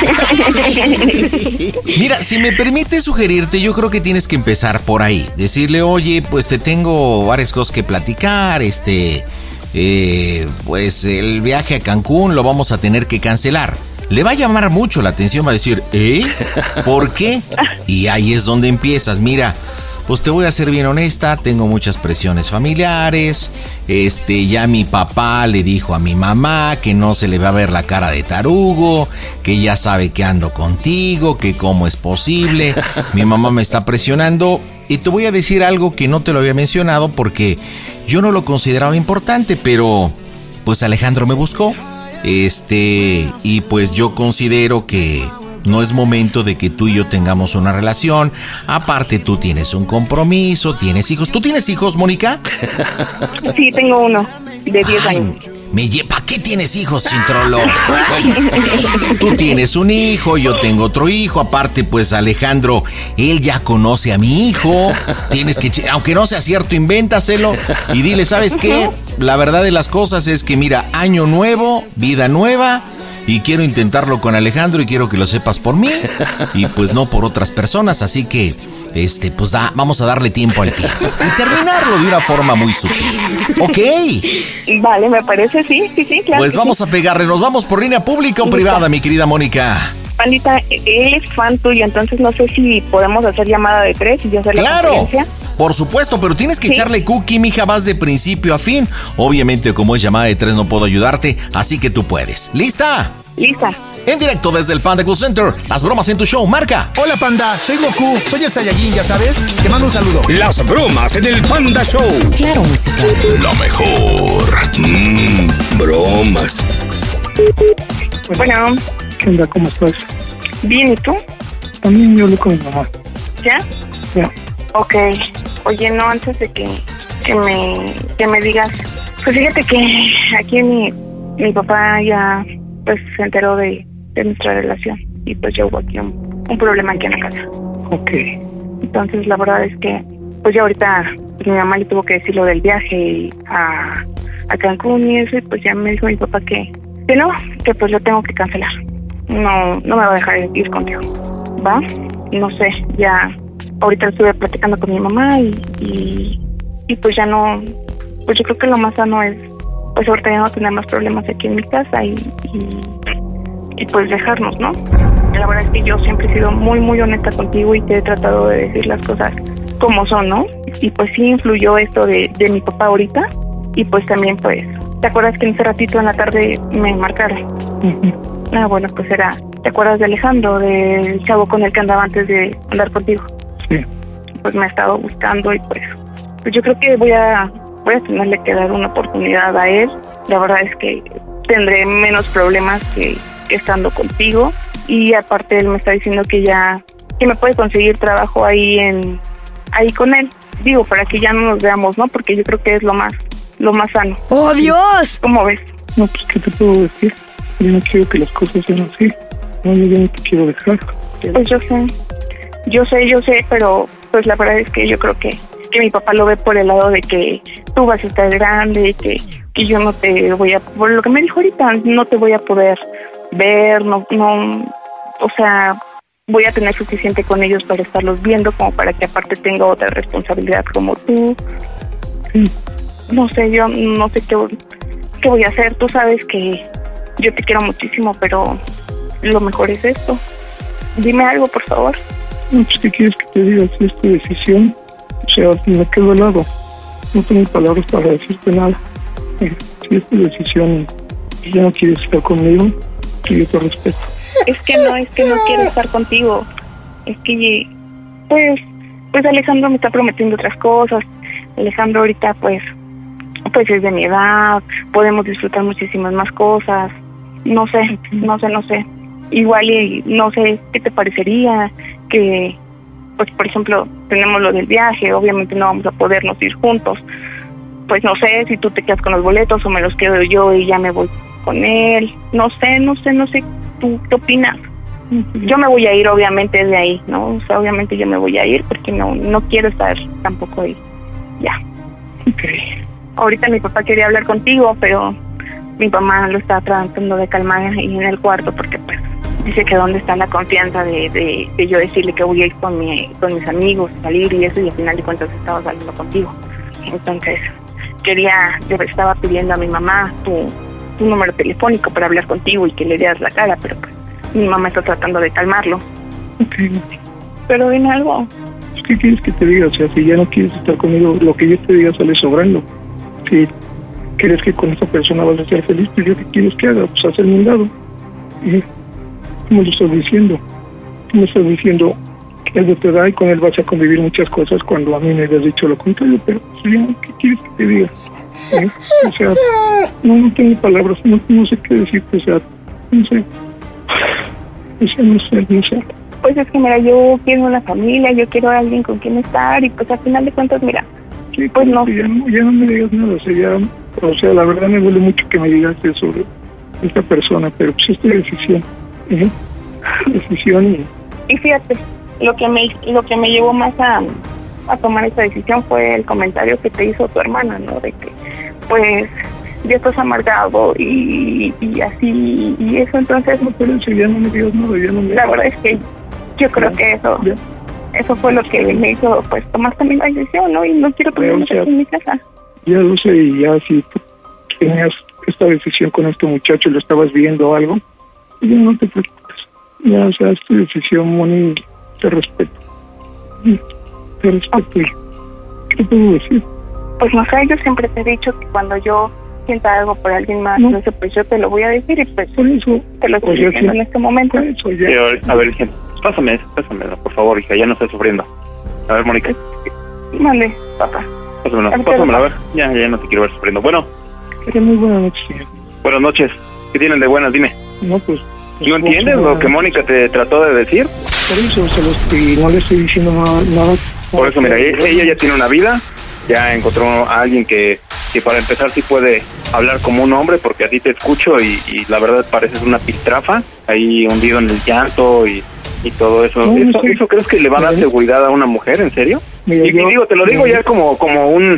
Mira, si me permite sugerirte, yo creo que tienes que empezar por ahí. Decirle, oye, pues te tengo varias cosas que platicar, este... Eh, pues el viaje a Cancún lo vamos a tener que cancelar. Le va a llamar mucho la atención, va a decir, ¿eh? ¿Por qué? Y ahí es donde empiezas, mira... Pues te voy a ser bien honesta, tengo muchas presiones familiares, este, ya mi papá le dijo a mi mamá que no se le va a ver la cara de tarugo, que ya sabe que ando contigo, que cómo es posible, mi mamá me está presionando y te voy a decir algo que no te lo había mencionado porque yo no lo consideraba importante, pero pues Alejandro me buscó, este, y pues yo considero que... no es momento de que tú y yo tengamos una relación. Aparte, tú tienes un compromiso, tienes hijos. ¿Tú tienes hijos, Mónica? Sí, tengo uno de diez años. Me lle- ¿Para qué tienes hijos, Chintrolo? Tú tienes un hijo, yo tengo otro hijo. Aparte, pues Alejandro, él ya conoce a mi hijo. Tienes que, aunque no sea cierto, invéntaselo y dile, ¿sabes qué? La verdad de las cosas es que, mira, año nuevo, vida nueva. Y quiero intentarlo con Alejandro y quiero que lo sepas por mí y pues no por otras personas, así que este pues da, vamos a darle tiempo al tiempo y terminarlo de una forma muy sutil. ¿Ok? Vale, me parece, sí, sí, sí, claro. Pues vamos sí. a pegarle, ¿nos vamos por línea pública o privada, mi querida Mónica? Pandita, él es fan tuyo, entonces no sé si podemos hacer llamada de tres y yo hacer la ¡claro! Conferencia. Por supuesto, pero tienes que ¿sí? echarle cookie, mija, vas de principio a fin. Obviamente, como es llamada de tres, no puedo ayudarte, así que tú puedes. ¿Lista? Lista. En directo desde el Panda Cool Center, las bromas en tu show, marca. Hola, Panda, soy Goku, soy el Saiyajin, ya sabes. Te mando un saludo. Las bromas en el Panda Show. Claro, música. Lo mejor. Mmm, bromas. Bueno. ¿Qué onda? ¿Cómo estás? Bien, ¿y tú? También yo hablo con mi mamá. ¿Ya? Ya. Ok. Oye, no, antes de que, que me que me digas, pues fíjate que aquí mi, mi papá ya pues se enteró de, de nuestra relación y pues ya hubo aquí un, un problema aquí en la casa. Ok. Entonces la verdad es que pues ya ahorita pues, mi mamá le tuvo que decir lo del viaje a, a Cancún y eso, y pues ya me dijo mi papá que, que no, que pues lo tengo que cancelar. No, no me va a dejar ir contigo. ¿Va? No sé, ya ahorita estuve platicando con mi mamá y, y, y pues ya no, pues yo creo que lo más sano es pues ahorita ya no tener más problemas aquí en mi casa y, y, y pues dejarnos, ¿no? La verdad es que yo siempre he sido muy, muy honesta contigo y te he tratado de decir las cosas como son, ¿no? Y pues sí influyó esto de, de mi papá ahorita y pues también pues, ¿te acuerdas que en ese ratito en la tarde me marcaron? Uh-huh. Ah, bueno, pues era, ¿te acuerdas de Alejandro, del chavo con el que andaba antes de andar contigo? Sí. Pues me ha estado buscando y pues, pues yo creo que voy a voy a tenerle que dar una oportunidad a él. La verdad es que tendré menos problemas que, que estando contigo y aparte él me está diciendo que ya que me puede conseguir trabajo ahí en ahí con él. Digo, para que ya no nos veamos, ¿no? Porque yo creo que es lo más lo más sano. ¡Oh, Dios! ¿Cómo ves? No, pues, ¿qué te puedo decir? Yo no quiero que las cosas sean así. No, yo no te quiero dejar. Pues yo sé, yo sé, yo sé, pero pues la verdad es que yo creo que, que mi papá lo ve por el lado de que tú vas a estar grande, que, que yo no te voy a, por lo que me dijo ahorita, no te voy a poder ver, no, no, o sea, voy a tener suficiente con ellos para estarlos viendo, como para que aparte tenga otra responsabilidad como tú. Sí. No sé, yo no sé qué, qué voy a hacer, tú sabes que yo te quiero muchísimo, pero lo mejor es esto. Dime algo, por favor. No, pues, ¿qué quieres que te diga? Si es tu decisión, o sea, me quedo al lado. No tengo palabras para decirte nada. Eh, si es tu decisión y ya no quieres estar conmigo, que yo te respeto. Es que no, es que no quiero estar contigo. Es que, pues, pues Alejandro me está prometiendo otras cosas. Alejandro ahorita, pues, pues es de mi edad, podemos disfrutar muchísimas más cosas. No sé, no sé, no sé. Igual y no sé qué te parecería que, pues por ejemplo, tenemos lo del viaje, obviamente no vamos a podernos ir juntos. Pues no sé si tú te quedas con los boletos o me los quedo yo y ya me voy con él, no sé, no sé, no sé, ¿tú qué opinas? Yo me voy a ir obviamente de ahí, ¿no? O sea, obviamente yo me voy a ir porque no no quiero estar tampoco ahí, ya. Okay. Ahorita mi papá quería hablar contigo, pero mi mamá lo está tratando de calmar ahí en el cuarto porque pues dice que dónde está la confianza de, de, de yo decirle que voy a ir con mi con mis amigos, salir y eso, y al final de cuentas estaba saliendo contigo. Entonces quería, yo estaba pidiendo a mi mamá tu, tu número telefónico para hablar contigo y que le dieras la cara, pero pues mi mamá está tratando de calmarlo. Okay. Pero dime algo. ¿Qué quieres que te diga? O sea, si ya no quieres estar conmigo, lo que yo te diga sale sobrando. Si crees que con esta persona vas a ser feliz, pues yo qué quieres que haga, pues hacerme un lado. Y tú me lo estás diciendo. Tú me estás diciendo que él te da y con él vas a convivir muchas cosas cuando a mí me habías dicho lo contrario, pero pues ya, ¿qué quieres que te diga? ¿Eh? O sea, no, no tengo palabras, no, no sé qué decirte, o sea, no sé. O sea, no sé, no sé. Pues es que mira, yo quiero una familia, yo quiero a alguien con quien estar y pues al final de cuentas, mira, sí, pues no. Ya, no. ya no me digas nada, o sea, ya, o sea, la verdad me duele mucho que me digas eso sobre esta persona, pero pues esta es decisión, ¿eh? Decisión y... Y fíjate, lo que me lo que me llevó más a, a tomar esta decisión fue el comentario que te hizo tu hermana, ¿no? De que, pues, ya estás amargado y, y así, y eso, entonces... No, pero eso ya no me digas nada, ya no me... La verdad es que yo creo ya, que eso ya. eso fue lo que me hizo, pues, tomar también la decisión, ¿no? Y no quiero problemas o sea, en mi casa. Ya lo sé, y ya si tú tenías esta decisión con este muchacho y lo estabas viendo o algo, ya no te preocupes. Ya, o sea, es tu decisión, Moni, te respeto. Te respeto. ¿Y qué puedo decir? Pues no sé, yo siempre te he dicho que cuando yo sienta algo por alguien más, no sé, pues yo te lo voy a decir y pues por eso te lo estoy diciendo en este momento. Eso, ya. Sí, a ver, hija, pásame, pásamelo, por favor, hija, ya no estoy sufriendo. A ver, Mónica. Vale, papá. Pásamelo, pásamelo, a ver, ya, ya no te quiero ver sufriendo. Bueno. Que muy buenas noches, señor. Buenas noches. ¿Qué tienen de buenas? Dime. No, pues... ¿No entiendes lo que Mónica te trató de decir? Por eso, se lo estoy, no le estoy diciendo nada. nada por eso, mira, ella, ella ya tiene una vida, ya encontró a alguien que, que para empezar sí puede hablar como un hombre, porque a ti te escucho y, y la verdad pareces una piltrafa, ahí hundido en el llanto y, y todo eso. No, ¿Eso, no ¿Eso crees que le va a dar seguridad a una mujer, en serio? Mira, y, yo, y digo, te lo digo ya como como un...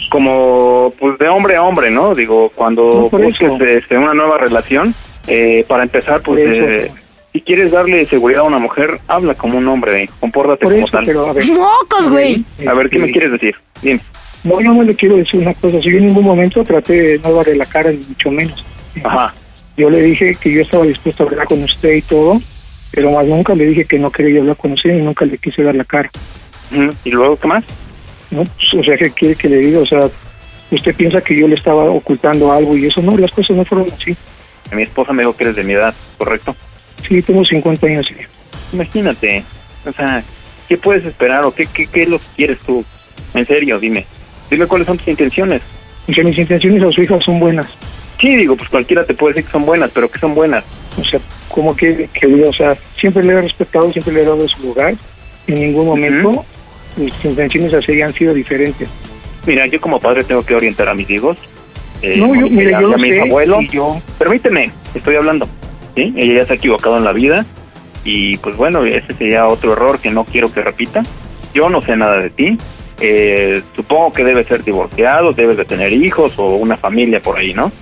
como pues de hombre a hombre, ¿no? Digo, cuando no, busques este, una nueva relación, eh, para empezar, pues, eh, si quieres darle seguridad a una mujer, habla como un hombre, compórtate como tal. ¡Mocos, güey! A ver, ¿qué me quieres decir? Dime. No, yo no le quiero decir una cosa. Si yo en ningún momento traté de no darle la cara, ni mucho menos. Ajá. Yo le dije que yo estaba dispuesto a hablar con usted y todo, pero más nunca le dije que no quería hablar con usted y nunca le quise dar la cara. ¿Y luego qué más? No, pues, o sea, ¿qué quiere que le diga? O sea, usted piensa que yo le estaba ocultando algo y eso no, las cosas no fueron así. Mi esposa me dijo que eres de mi edad, ¿correcto? Sí, tengo cincuenta años. Sí. Imagínate, o sea, ¿qué puedes esperar o qué, qué, qué es lo que quieres tú? En serio, dime. Dime cuáles son tus intenciones. O sea, mis intenciones a su hija son buenas. Sí, digo, pues cualquiera te puede decir que son buenas, pero que son buenas. O sea, como que, que o sea, siempre le he respetado, siempre le he dado su lugar. En ningún momento uh-huh. mis intenciones así han sido diferentes. Mira, yo como padre tengo que orientar a mis hijos. Eh, no, yo, mira, yo a mis sé, abuelos. Yo... Permíteme, estoy hablando. ¿Sí? Ella ya se ha equivocado en la vida y pues bueno, ese sería otro error que no quiero que repita. Yo no sé nada de ti. Eh, supongo que debes ser divorciado, debes de tener hijos o una familia por ahí, ¿no?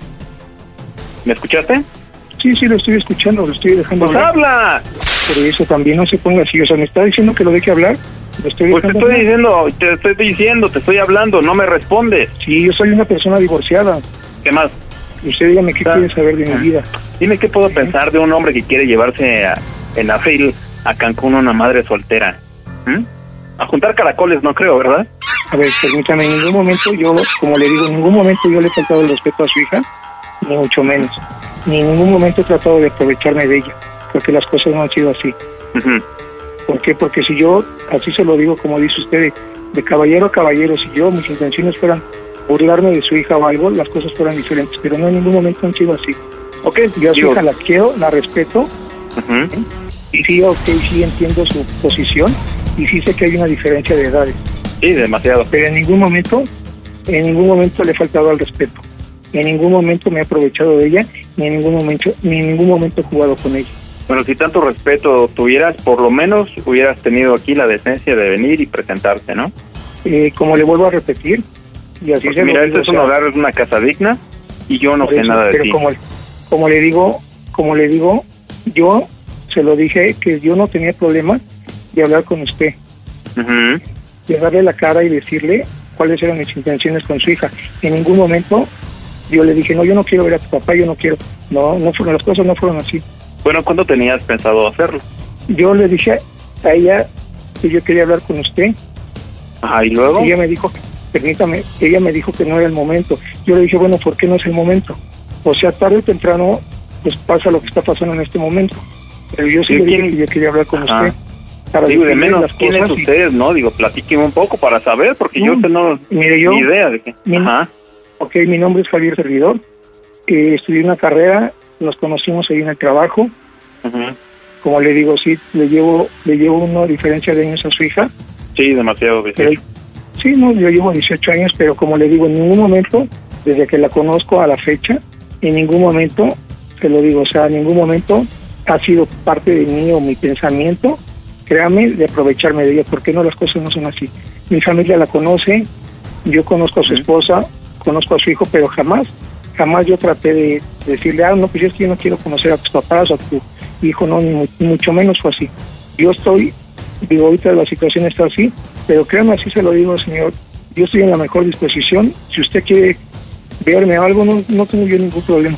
¿Me escuchaste? Sí, sí, lo estoy escuchando, lo estoy dejando ¡Pues hablar. habla! Pero eso también no se ponga así, o sea, me está diciendo que lo deje hablar. Lo estoy pues te estoy hablar. diciendo, te estoy diciendo, te estoy hablando, no me respondes. Sí, yo soy una persona divorciada. ¿Qué más? Usted dígame qué ah. quiere saber de mi vida. Dime qué puedo ¿Sí? pensar de un hombre que quiere llevarse a, en abril a Cancún una madre soltera. ¿Mm? A juntar caracoles no creo, ¿verdad? A ver, permítame, en ningún momento yo, como le digo, en ningún momento yo le he faltado el respeto a su hija, ni mucho menos. Ni en ningún momento he tratado de aprovecharme de ella, porque las cosas no han sido así. Uh-huh. ¿Por qué? Porque si yo, así se lo digo, como dice usted, de, de caballero a caballero, si yo, mis intenciones fueran burlarme de su hija o algo, las cosas fueran diferentes, pero no en ningún momento han sido así. Ok, yo a su hija la quiero, la respeto, uh-huh. ¿sí? Y sí, ok, sí entiendo su posición, y sí sé que hay una diferencia de edades. Sí, demasiado. Pero en ningún momento, en ningún momento le he faltado al respeto. En ningún momento me he aprovechado de ella ni en ningún momento, ni en ningún momento he jugado con ella. Bueno, si tanto respeto tuvieras, por lo menos hubieras tenido aquí la decencia de venir y presentarte, ¿no? Eh, como le vuelvo a repetir, y así Porque se mira, lo este digo, es un o sea, hogar, es una casa digna, y yo no por sé eso, nada de pero ti. como, como le digo, como le digo, yo se lo dije que yo no tenía problema de hablar con usted, Uh-huh. de darle la cara y decirle cuáles eran mis intenciones con su hija. En ningún momento yo le dije, no, yo no quiero ver a tu papá, yo no quiero. No, no fueron, las cosas no fueron así. Bueno, ¿cuándo tenías pensado hacerlo? Yo le dije a ella que yo quería hablar con usted. Ajá, ¿y luego? Ella me dijo, permítame, ella me dijo que no era el momento. Yo le dije, bueno, ¿por qué no es el momento? O sea, tarde o temprano, pues pasa lo que está pasando en este momento. Pero yo sí, ¿Y le dije quién? que yo quería hablar con Ajá. usted. Para Digo, de decirle menos, las ¿quién es cosas y- ustedes, no? Digo, platíqueme un poco para saber, porque yo Mm, usted no mire, yo- ni idea de qué. Mi- Ajá. Ok, mi nombre es Javier Servidor. Eh, estudié una carrera, nos conocimos ahí en el trabajo. Ujú. Como le digo, sí, le llevo le llevo una diferencia de años a su hija. Sí, demasiado. Pero, sí, no, yo llevo dieciocho años, pero como le digo, en ningún momento, desde que la conozco a la fecha, en ningún momento, te lo digo, o sea, en ningún momento ha sido parte de mí o mi pensamiento, créame, de aprovecharme de ella, porque no, las cosas no son así. Mi familia la conoce, yo conozco a su esposa, conozco a su hijo, pero jamás, jamás yo traté de decirle, ah, no, pues es que yo no quiero conocer a tus papás o a tu hijo, no, ni, mu- ni mucho menos fue así. Yo estoy, digo, ahorita la situación está así, pero créame, así se lo digo, señor, yo estoy en la mejor disposición. Si usted quiere verme o algo, no, no tengo yo ningún problema.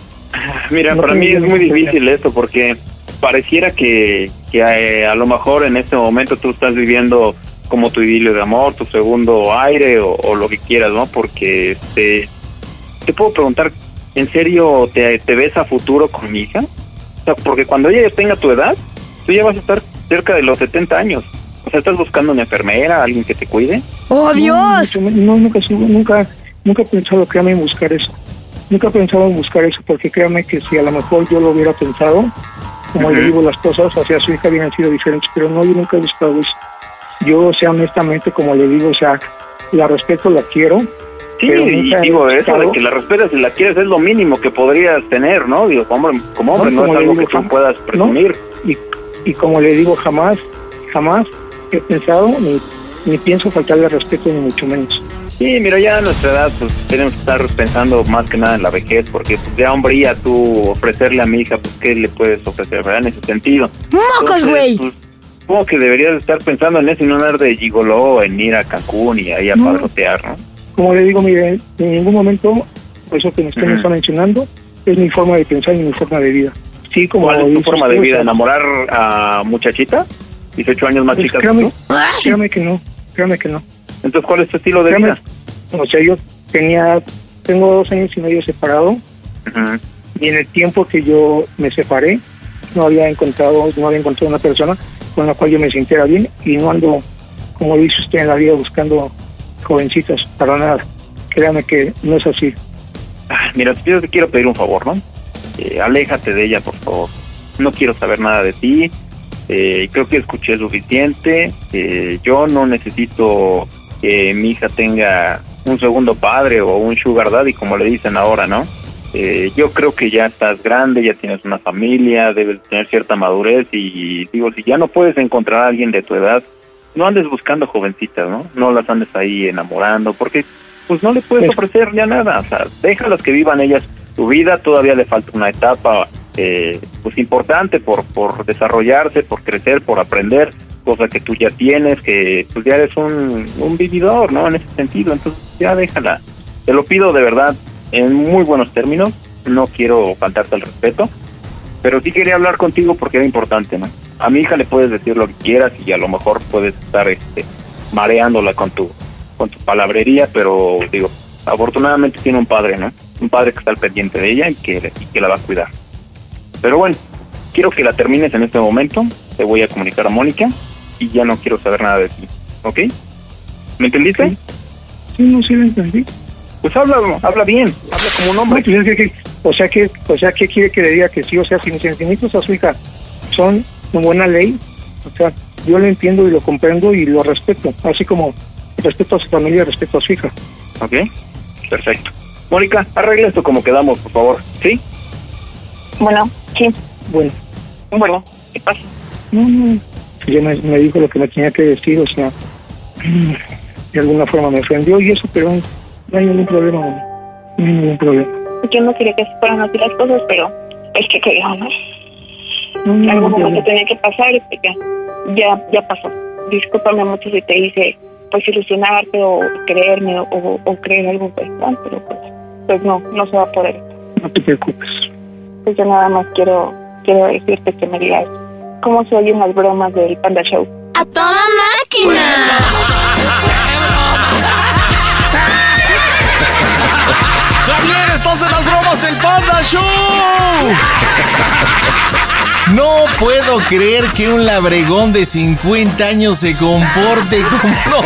Mira, No para tengo mí es ningún muy problema. difícil esto, porque pareciera que, que eh, a lo mejor en este momento tú estás viviendo como tu idilio de amor, tu segundo aire o, o lo que quieras, ¿no? Porque este, te puedo preguntar, ¿en serio te, te ves a futuro con mi hija? O sea, porque cuando ella ya tenga tu edad, tú ya vas a estar cerca de los setenta años. O sea, ¿estás buscando una enfermera, alguien que te cuide? ¡Oh, Dios! No, no, nunca, subo- nunca, nunca he pensado, créame, en buscar eso. Nunca he pensado en buscar eso, porque créame que si a lo mejor yo lo hubiera pensado, como Ujú. le digo, las cosas hacia su hija hubieran sido diferentes, pero no, yo nunca he buscado eso. Yo, o sea, honestamente, como le digo, o sea, la respeto, la quiero. Sí, pero y nunca he digo, eso de buscado- que la respetas y la quieres es lo mínimo que podrías tener, ¿no? Digo, como hombre, como hombre no, como es le algo digo, que tú jam- puedas ¿no? presumir. Y, y como le digo, jamás, jamás he pensado ni, ni pienso faltarle al respeto, ni mucho menos. Sí, mira, ya a nuestra edad pues tenemos que estar pensando más que nada en la vejez, porque pues ya hombría tú ofrecerle a mi hija, pues ¿qué le puedes ofrecer, verdad? En ese sentido. ¡Mocos, Entonces, güey! pues, supongo que deberías estar pensando en eso y no andar de gigoló, en ir a Cancún y ahí a No. padrotear, ¿no? Como le digo, mire, en ningún momento, eso que usted me está mencionando, es mi forma de pensar y mi forma de vida. Sí, como ¿Cuál es tu dice forma usted, de o vida? sea, ¿Enamorar a muchachita? dieciocho años más pues, chicas que créame, tú. créame que no, créame que no. Entonces, ¿cuál es tu estilo de Créame, vida? o sea, yo tenía, tengo dos años y medio separado, Ujú. y en el tiempo que yo me separé, no había encontrado, no había encontrado una persona con la cual yo me sintiera bien, y no ando, como dice usted, en la vida buscando jovencitas, para nada. Créame que no es así. Ah, Mira, yo te quiero pedir un favor, ¿no? Eh, aléjate de ella, por favor. No quiero saber nada de ti. Eh, creo que escuché suficiente. Eh, yo no necesito que mi hija tenga un segundo padre o un sugar daddy, como le dicen ahora, ¿no? Eh, yo creo que ya estás grande, ya tienes una familia, debes tener cierta madurez y digo, si ya no puedes encontrar a alguien de tu edad, no andes buscando jovencitas, ¿no? No las andes ahí enamorando, porque pues no le puedes ofrecer ya nada, o sea, déjalas que vivan ellas su vida, todavía le falta una etapa eh, pues importante por, por desarrollarse, por crecer, por aprender, cosa que tú ya tienes, que pues ya eres un, un vividor, ¿no? En ese sentido, entonces ya déjala, te lo pido de verdad, en muy buenos términos, no quiero faltarte el respeto, pero sí quería hablar contigo porque era importante, ¿no? A mi hija le puedes decir lo que quieras y a lo mejor puedes estar este mareándola con tu con tu palabrería, pero digo, afortunadamente tiene un padre, ¿no? Un padre que está al pendiente de ella y que, y que la va a cuidar. Pero bueno, quiero que la termines en este momento, te voy a comunicar a Mónica y ya no quiero saber nada de ti, ¿ok? ¿Me entendiste? Sí, sí, no, sí lo entendí. Pues habla, habla bien, habla como un hombre. No, pues es que- que- o sea que, o sea, ¿qué quiere que le diga que sí? O sea, si mis sentimientos a su hija son en buena ley, o sea, yo lo entiendo y lo comprendo y lo respeto, así como respeto a su familia, respeto a su hija. Ok, perfecto. Mónica, arregla esto como quedamos, por favor, ¿sí? Bueno, sí. Bueno. Bueno, ¿qué pasa? No, no. Ella me, me dijo lo que me tenía que decir, o sea, de alguna forma me ofendió y eso, pero no hay ningún problema, no hay ningún problema. Yo no quería que se fueran así las cosas, pero es que quería, ¿no? No, no, Algo no, como no. que tenía que pasar y pues ya, ya, ya pasó. Discúlpame mucho si te hice, pues, ilusionarte o creerme o, o, o creer algo, pues, ¿no? Pero pues, pues no, no se va a poder. No te preocupes. Pues yo nada más quiero, quiero decirte que me digas cómo se oyen las bromas del Panda Show. ¡A toda máquina! ¡Javier, estás en las bromas del Panda Show! No puedo creer que un labregón de cincuenta años se comporte como... No.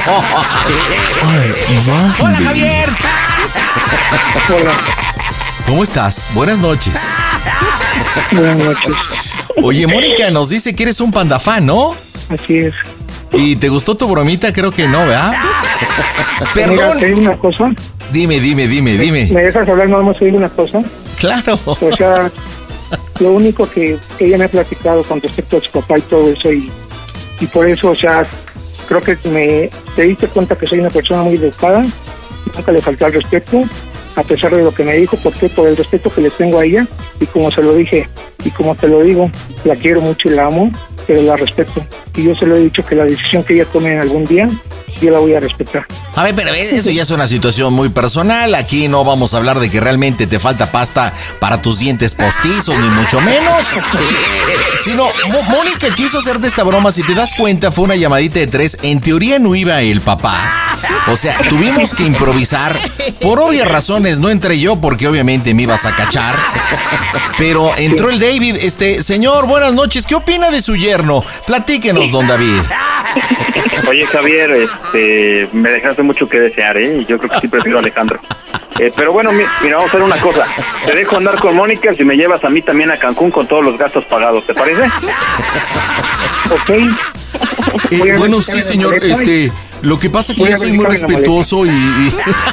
¡Hola, Javier! Hola. ¿Cómo estás? Buenas noches. Buenas noches. Oye, Mónica nos dice que eres un panda fan, ¿no? Así es. ¿Y te gustó tu bromita? Creo que no, ¿verdad? Perdón. Mira, te digo una cosa. Dime, dime, dime, dime. ¿Me dejas hablar nada más? Te digo una cosa. Claro. O sea, lo único que, que ella me ha platicado con respecto a su papá y todo eso, y, y por eso, o sea, creo que me te diste cuenta que soy una persona muy educada, nunca le falté al respeto, a pesar de lo que me dijo, porque por el respeto que le tengo a ella, y como se lo dije, y como te lo digo, la quiero mucho y la amo, pero la respeto. Y yo se lo he dicho que la decisión que ella tome en algún día, yo la voy a respetar. A ver, pero eso ya es una situación muy personal. Aquí no vamos a hablar de que realmente te falta pasta para tus dientes postizos, ni mucho menos. Sino, Mo- Mónica quiso hacerte esta broma. Si te das cuenta, fue una llamadita de tres. En teoría no iba el papá. O sea, tuvimos que improvisar. Por obvias razones no entré yo, porque obviamente me ibas a cachar. Pero entró el David. Este, señor, buenas noches. ¿Qué opina de su yerno? Platíquenos, don David. Oye, Javier, este, me dejaste mucho que desear, ¿eh? Y yo creo que sí prefiero a Alejandro. Eh, pero bueno, mi- mira, vamos a hacer una cosa. Te dejo andar con Mónica si me llevas a mí también a Cancún con todos los gastos pagados, ¿te parece? Ok. Eh, bueno, sí, señor. Este, lo que pasa es que yo soy muy respetuoso y... y...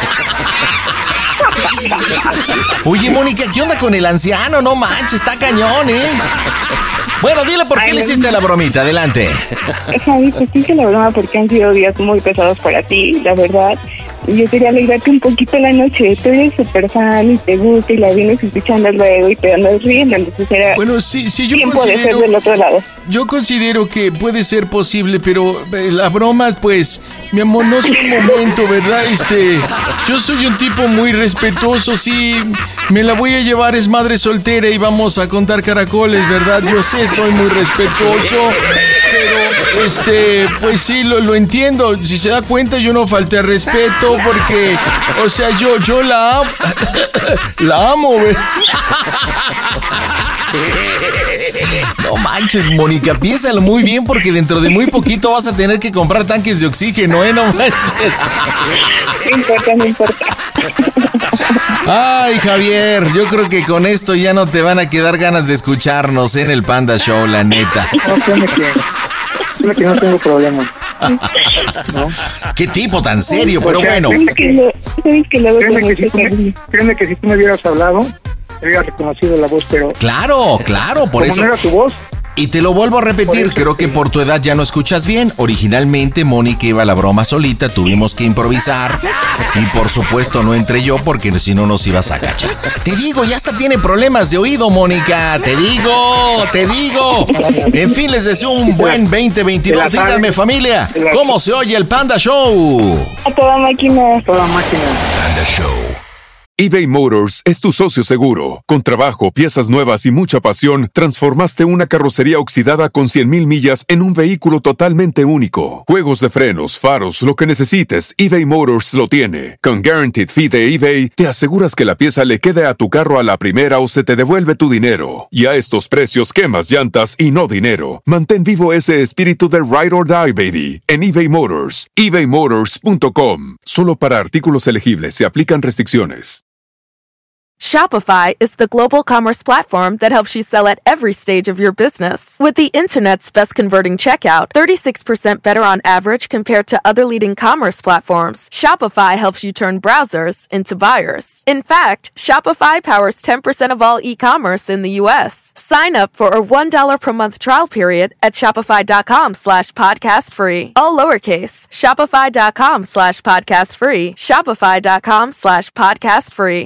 Oye, Mónica, ¿qué onda con el anciano? No manches, está cañón, ¿eh? Bueno, dile por qué Ay, le no. hiciste la bromita. Adelante. Javi, pues sí que la broma porque han sido días muy pesados para ti, la verdad. Y yo quería alegrarte un poquito la noche. Tú eres súper fan y te gusta y la vienes escuchando luego y te andas riendo. Entonces era Bueno, sí, sí, yo tiempo de ser considero... del otro lado. Yo considero que puede ser posible, pero eh, la broma, pues, mi amor, no es un momento, ¿verdad? Este, yo soy un tipo muy respetuoso, sí, me la voy a llevar, es madre soltera y vamos a contar caracoles, ¿verdad? Yo sé, soy muy respetuoso, pero, este, pues sí, lo, lo entiendo. Si se da cuenta, yo no falté al respeto porque, o sea, yo, yo la amo, la amo, ¿verdad? No manches, Mónica, piénsalo muy bien porque dentro de muy poquito vas a tener que comprar tanques de oxígeno, ¿eh? No manches. No importa, no importa. Ay, Javier, yo creo que con esto ya no te van a quedar ganas de escucharnos en el Panda Show, la neta. No, créeme que, créeme que no tengo problema. ¿No? Qué tipo tan serio, pero O sea, bueno. Créeme que, Sabes que luego créeme con que si mucho tú me, cariño. créeme que si tú me hubieras hablado, te hubiera reconocido la voz, pero Claro, claro, por como eso. no era tu voz, Y te lo vuelvo a repetir, creo que por tu edad ya no escuchas bien. Originalmente Mónica iba a la broma solita, tuvimos que improvisar. Y por supuesto no entré yo porque si no nos ibas a cachar. Te digo, ya hasta tiene problemas de oído, Mónica. Te digo, te digo. En fin, les deseo un buen veinte veintidós. Díganme, familia, ¿cómo se oye el Panda Show? A toda máquina. A toda máquina. Panda Show. eBay Motors es tu socio seguro. Con trabajo, piezas nuevas y mucha pasión, transformaste una carrocería oxidada con cien mil millas en un vehículo totalmente único. Juegos de frenos, faros, lo que necesites, eBay Motors lo tiene. Con Guaranteed Fee de eBay, te aseguras que la pieza le quede a tu carro a la primera o se te devuelve tu dinero. Y a estos precios, quemas llantas y no dinero. Mantén vivo ese espíritu de Ride or Die, baby, en eBay Motors. ebay motors punto com. Solo para artículos elegibles se aplican restricciones. Shopify is the global commerce platform that helps you sell at every stage of your business. With the internet's best converting checkout, thirty-six percent better on average compared to other leading commerce platforms, Shopify helps you turn browsers into buyers. In fact, Shopify powers ten percent of all e-commerce in the U S. Sign up for a one dollar per month trial period at shopify.com slash podcast free. All lowercase, shopify.com slash podcast free, shopify.com slash podcast free.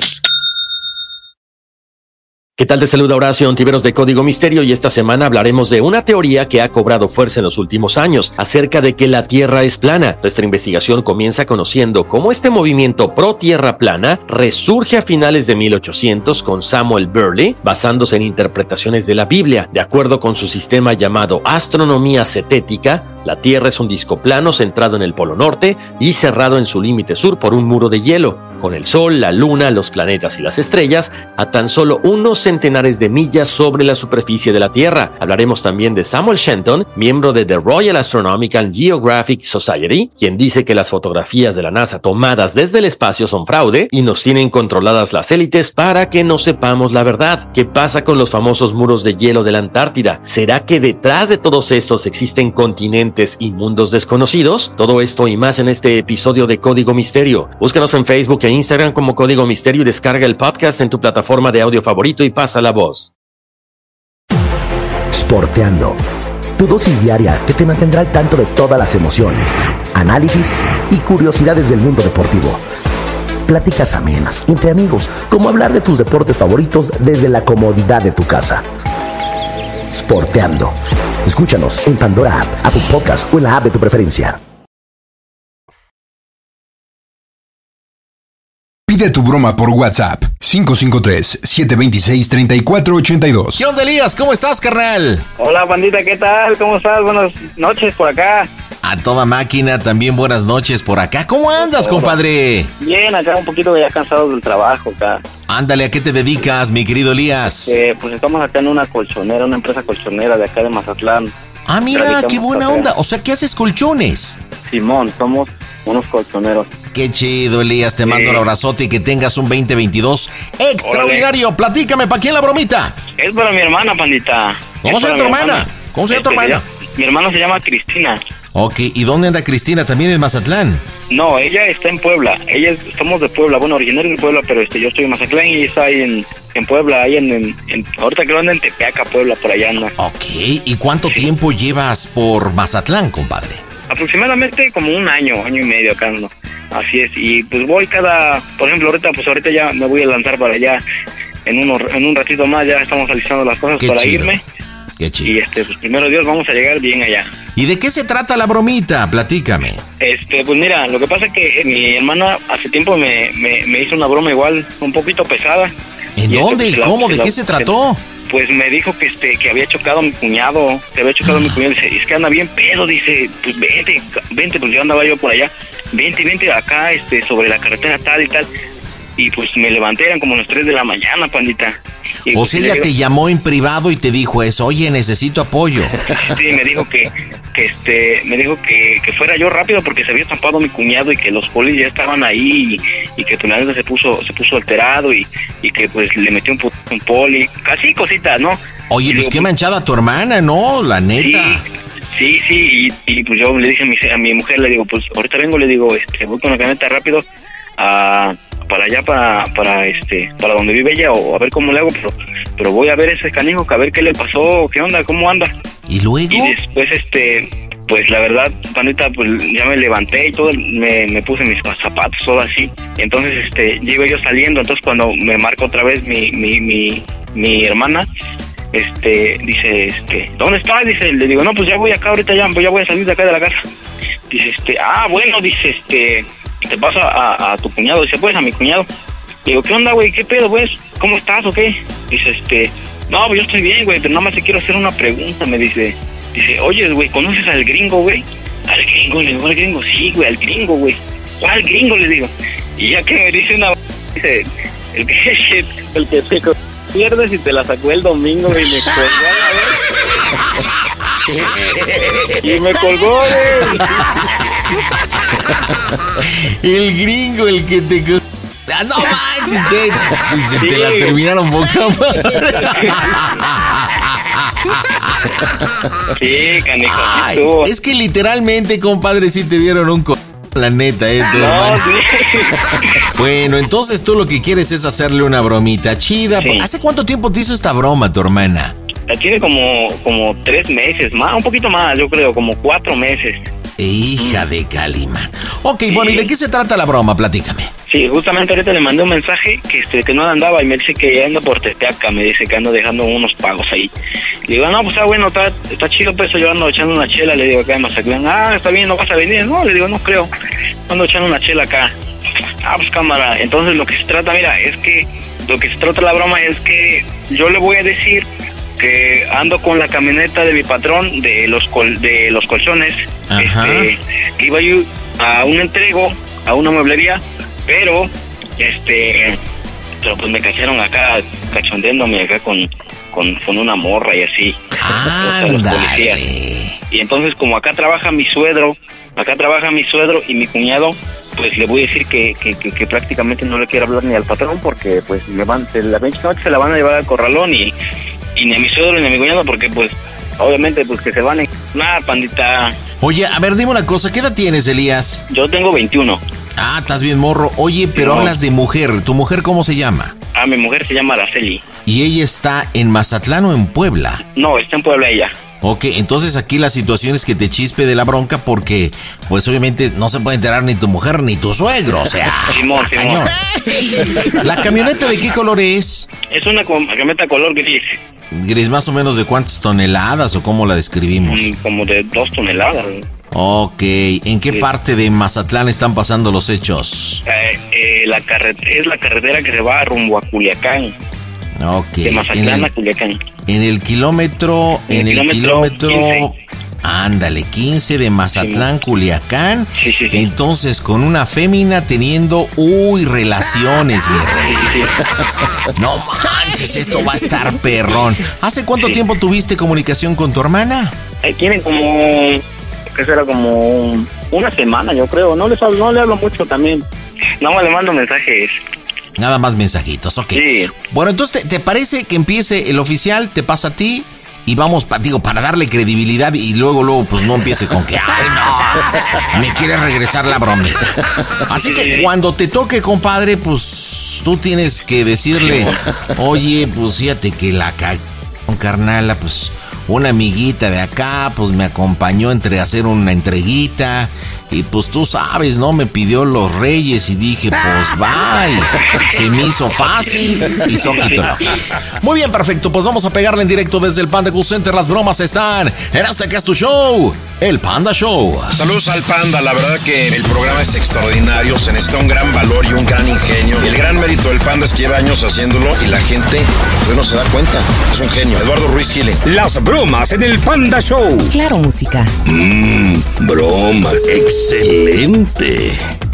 ¿Qué tal? Te saluda Horacio Ontiveros de Código Misterio y esta semana hablaremos de una teoría que ha cobrado fuerza en los últimos años acerca de que la Tierra es plana. Nuestra investigación comienza conociendo cómo este movimiento pro Tierra plana resurge a finales de mil ochocientos con Samuel Burley, basándose en interpretaciones de la Biblia. De acuerdo con su sistema llamado astronomía cetética, la Tierra es un disco plano centrado en el polo norte y cerrado en su límite sur por un muro de hielo, con el Sol, la Luna, los planetas y las estrellas a tan solo unos centenares de millas sobre la superficie de la Tierra. Hablaremos también de Samuel Shenton, miembro de The Royal Astronomical and Geographic Society, quien dice que las fotografías de la NASA tomadas desde el espacio son fraude y nos tienen controladas las élites para que no sepamos la verdad. ¿Qué pasa con los famosos muros de hielo de la Antártida? ¿Será que detrás de todos estos existen continentes y mundos desconocidos? Todo esto y más en este episodio de Código Misterio. Búscanos en Facebook e Instagram como Código Misterio y descarga el podcast en tu plataforma de audio favorito y pasa la voz. Sporteando, tu dosis diaria que te mantendrá al tanto de todas las emociones, análisis y curiosidades del mundo deportivo. Pláticas amenas entre amigos, como hablar de tus deportes favoritos desde la comodidad de tu casa. Sporteando. Escúchanos en Pandora App, Apple Podcast o en la app de tu preferencia. Pide tu broma por WhatsApp cinco cinco tres, siete dos seis, tres cuatro ocho dos. ¿Qué onda, Elías? ¿Cómo estás, carnal? Hola, bandita, ¿qué tal? ¿Cómo estás? Buenas noches por acá. A toda máquina, también buenas noches por acá. ¿Cómo andas, compadre? Bien, acá un poquito ya cansado del trabajo acá. Ándale, ¿a qué te dedicas, mi querido Elías? Eh, pues estamos acá en una colchonera, una empresa colchonera de acá de Mazatlán. Ah, mira, qué buena onda. O sea, ¿qué haces colchones? Simón, somos unos colchoneros. Qué chido, Elías. Te sí. mando un abrazote y que tengas un veinte veintidós extraordinario. Órale. Platícame, ¿para quién la bromita? Es para mi hermana, pandita. ¿Cómo se llama tu hermana? hermana? ¿Cómo se llama tu hermana? Mi hermana se llama Cristina. Ok, ¿y dónde anda Cristina? ¿También en Mazatlán? No, ella está en Puebla. Ella es, somos de Puebla, bueno, originarios de Puebla, pero este, yo estoy en Mazatlán y ella está ahí en, en Puebla, ahí en, en, en, ahorita creo anda en Tepeaca, Puebla, por allá anda. Ok, ¿y cuánto sí. tiempo llevas por Mazatlán, compadre? Aproximadamente como un año, año y medio acá ando. Así es, y pues voy cada, por ejemplo, ahorita, pues ahorita ya me voy a lanzar para allá, en, uno, en un ratito más ya estamos alistando las cosas Qué para chido. irme. Qué chido. Y este, pues primero Dios, vamos a llegar bien allá. ¿Y de qué se trata la bromita? Platícame. Este, pues mira, lo que pasa es que mi hermana hace tiempo me, me, me hizo una broma igual, un poquito pesada. ¿En y dónde? Este, ¿Y cómo? ¿De la, qué se trató? Pues me dijo que este que había chocado a mi cuñado, que había chocado ah. a mi cuñado. Dice, es que anda bien pedo, dice, pues vente, vente, pues yo andaba yo por allá. Vente, vente acá, este, sobre la carretera tal y tal. Y pues me levanté, eran como las tres de la mañana, pandita. Y o sea, ella te llamó en privado y te dijo eso, oye, necesito apoyo. Sí, me dijo que, que este, me dijo que, que fuera yo rápido porque se había estampado mi cuñado y que los polis ya estaban ahí y, y que tu nariz se puso, se puso alterado y, y que pues le metió un, un poli, casi cositas, ¿no? Oye, pues digo, qué manchada a tu hermana, ¿no? La neta. Sí, sí, sí, y, y pues yo le dije a mi, a mi mujer, le digo, pues ahorita vengo, le digo, este, voy con la camioneta rápido a... para allá, para para este para donde vive ella o a ver cómo le hago, pero pero voy a ver ese canijo, a ver qué le pasó, qué onda, cómo anda. ¿Y luego? Y después, este, pues la verdad, pandita, pues ya me levanté y todo, me, me puse mis zapatos, todo así. Y entonces, este, ya iba yo saliendo, entonces cuando me marca otra vez mi mi mi, mi hermana, este, dice, este, ¿dónde estás? Dice, le digo, no, pues ya voy acá, ahorita ya, ya voy a salir de acá de la casa. Dice, este, ah, bueno, dice, este... te paso a, a tu cuñado, dice, pues, a mi cuñado. Digo, ¿qué onda, güey? ¿Qué pedo, pues? ¿Cómo estás o qué? Dice, este, no, pues yo estoy bien, güey, pero nada más te quiero hacer una pregunta, me dice. Dice, oye, güey, ¿conoces al gringo, güey? ¿Al gringo? Le digo, ¿al gringo? Sí, güey, al gringo, güey. ¿Cuál gringo? Le digo. Y ya que me dice una... Dice, el que, el que te pierdes y te la sacó el domingo, güey, y me colgó a la vez. Y me colgó, güey. El gringo, el que te... No manches, que se te la terminaron boca madre. Sí, canijo. Ay, es que literalmente, compadre, sí te dieron un co... planeta, eh, tu No, hermano. sí. Bueno, entonces tú lo que quieres es hacerle una bromita chida. Sí. ¿Hace cuánto tiempo te hizo esta broma tu hermana? Tiene como, como tres meses, más, un poquito más, yo creo, como cuatro meses. Hija de Calimán. Ok, bueno, ¿y de qué se trata la broma? Platícame. Sí, justamente ahorita le mandé un mensaje que este que no andaba y me dice que ando por Tepeaca, me dice que ando dejando unos pagos ahí. Le digo, no, pues está bueno, está, está chido, pues yo ando echando una chela, le digo acá en Mazatlán. Ah, está bien, ¿no vas a venir? No, le digo, no creo, ando echando una chela acá. Ah, pues cámara. Entonces lo que se trata, mira, es que lo que se trata la broma es que yo le voy a decir que ando con la camioneta de mi patrón de los col, de los colchones. Ajá. Este, que iba yo a un entrego, a una mueblería, pero este pero pues me cacharon acá cachondeándome acá con, con, con una morra y así. O sea, los policías. Y entonces como acá trabaja mi suegro, acá trabaja mi suegro y mi cuñado, pues le voy a decir que, que, que, que prácticamente no le quiero hablar ni al patrón porque pues me van, se la, se la van a llevar al corralón y y ni a mi suegro ni a mi cuñado porque pues obviamente pues que se van en nada, pandita. Oye, a ver, dime una cosa, ¿qué edad tienes, Elías? Yo tengo veintiuno. Ah, estás bien morro. Oye, pero No. hablas de mujer. ¿Tu mujer cómo se llama? Ah, mi mujer se llama Araceli. ¿Y ella está en Mazatlán o en Puebla? No, está en Puebla ella. Ok, entonces aquí la situación es que te chispe de la bronca porque, pues obviamente no se puede enterar ni tu mujer ni tu suegro, o sea. Simón, Simón. Cañón. ¿La camioneta de qué color es? Es una com- camioneta color gris, Gris, más o menos de cuántas toneladas o cómo la describimos. mm, como de dos toneladas. Ok, ¿en qué Sí. parte de Mazatlán están pasando los hechos? Eh, eh, la carret- es la carretera que se va rumbo a Culiacán, Ok. de En Mazatlán a el, Culiacán. en el kilómetro, en En el el kilómetro, kilómetro ándale, quince de Mazatlán, Culiacán. Sí, sí, sí. Entonces, con una fémina teniendo, uy, relaciones, mi rey. No manches, esto va a estar perrón. ¿Hace cuánto Sí. tiempo tuviste comunicación con tu hermana? Eh, tienen como, ¿qué será? Como una semana, yo creo. No les hablo, no le hablo mucho también. No, me le mando mensajes. Nada más mensajitos, ok. Sí. Bueno, entonces, ¿te, te parece que empiece el oficial? ¿Te pasa a ti? Y vamos, pa- digo, para darle credibilidad y luego, luego, pues no empiece con que, ay, no, me quiere regresar la bromita. Así que cuando te toque, compadre, pues tú tienes que decirle, oye, pues fíjate que la ca... carnala, pues una amiguita de acá, pues me acompañó entre hacer una entreguita. Y pues tú sabes, ¿no? Me pidió los Reyes y dije, pues bye. Se me hizo fácil y soquito no. Muy bien, perfecto. Pues vamos a pegarle en directo desde el Panda Cool Center. Las bromas están en este que es tu show, el Panda Show. Saludos al Panda, la verdad que el programa es extraordinario, se necesita un gran valor y un gran ingenio. El gran mérito del Panda es que lleva años haciéndolo y la gente pues no se da cuenta. Es un genio. Eduardo Ruiz Gile. Las bromas en el Panda Show. Claro, música. Mmm, bromas. Excelente.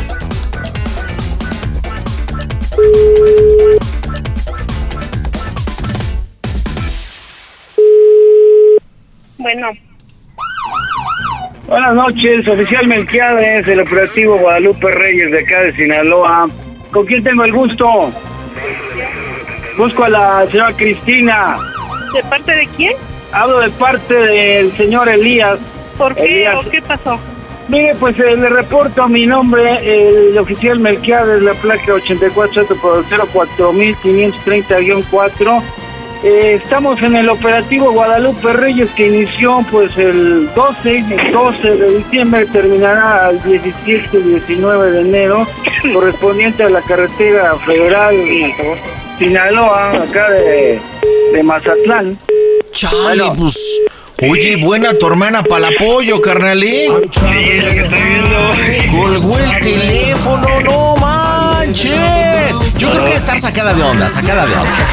Bueno, Buenas noches, oficial Melquiades, el operativo Guadalupe Reyes de acá de Sinaloa. ¿Con quién tengo el gusto? Busco a la señora Cristina. ¿de parte de quién? Hablo de parte del señor Elías. ¿Por qué Elías. o qué pasó? Mire, pues eh, le reporto mi nombre, el oficial Melquiades, la placa ochenta y cuatro por cero cuatro mil quinientos treinta guión cuatro. Eh, estamos en el operativo Guadalupe Reyes que inició pues el doce, el doce de diciembre, terminará el diecisiete y diecinueve de enero, correspondiente a la carretera federal Sinaloa, acá de, de Mazatlán. Chale, pues. Oye, buena tu hermana para el apoyo, carnal, ¿eh? Sí, es lo que estoy viendo. Colgó el teléfono, no manches. Yo creo Debe estar sacada de onda, sacada de onda.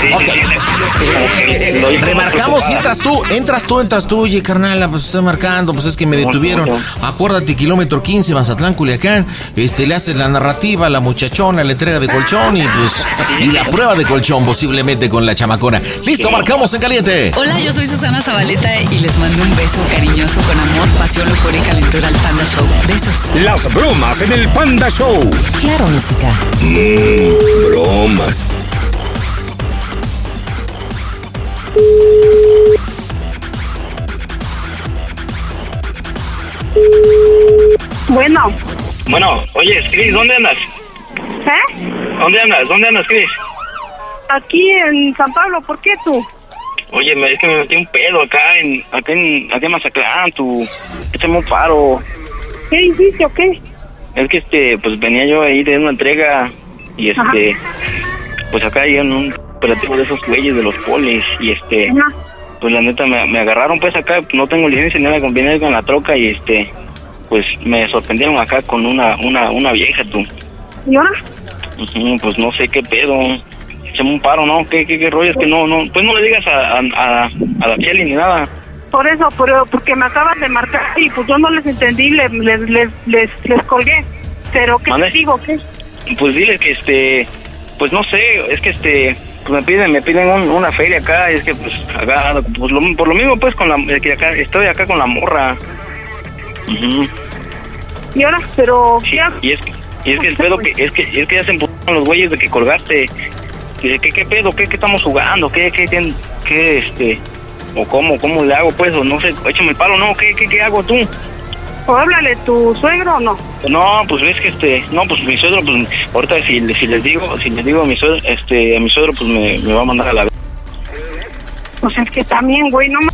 Ok. Remarcamos y entras tú, entras tú, entras tú. Oye, carnal, pues estoy marcando, pues es que me detuvieron. Acuérdate, kilómetro quince, Mazatlán, Culiacán. Este, le haces la narrativa, la muchachona, la entrega de colchón y pues, y la prueba de colchón posiblemente con la chamacona. Listo, marcamos en caliente. Hola, yo soy Susana Zabaleta y les mando un beso cariñoso con amor, pasión, locura y calentura al Panda Show. Besos. Las bromas en el Panda Show. Claro, música. Mmm, bromas. Bueno. Bueno, oye, Cris, ¿dónde andas? ¿Eh? ¿Dónde andas? ¿Dónde andas, Cris? Aquí en San Pablo, ¿por qué tú? Oye, me, es que me metí un pedo acá en, acá en, acá en Mazatlán, tú, échame un paro. ¿Qué hiciste o qué? Es que este, pues venía yo ahí de una entrega y este, Ajá. pues acá hay en un operativo de esos güeyes de los polis y este, Ajá. pues la neta me, me agarraron pues acá, no tengo licencia ni nada, conviene con la troca y este, pues me sorprendieron acá con una, una, una vieja, tú. ¿Y ahora? Uh-huh, pues no sé qué pedo. Échame un paro, ¿no? ¿Qué, qué, qué rollo? Es que no, no, pues no le digas a, a, a, a la Cheli ni nada. Por eso, pero porque me acaban de marcar y pues yo no les entendí, les, les, les, les, les colgué. Pero ¿qué te digo? ¿Qué? Pues dile que este, pues no sé, es que este, pues me piden, me piden un, una feria acá, es que pues acá, pues lo, por lo mismo pues con la, que acá, estoy acá con la morra. Uh-huh. ¿Y ahora? Pero sí, y es que, y es que el pedo que, es que, es que ya se emputaron los güeyes de que colgaste. Dice, ¿qué, qué pedo? ¿Qué, qué estamos jugando? ¿Qué, qué, qué, qué, este, o cómo, cómo le hago pues? O no sé, échame el palo, ¿no? ¿Qué, qué, qué hago tú? ¿O háblale tu suegro o no? No, pues ves que este, no, pues mi suegro, pues, ahorita si, si les digo, si les digo a mi suegro, este, a mi suegro, pues me, me va a mandar a la... Pues es que también, güey, no me...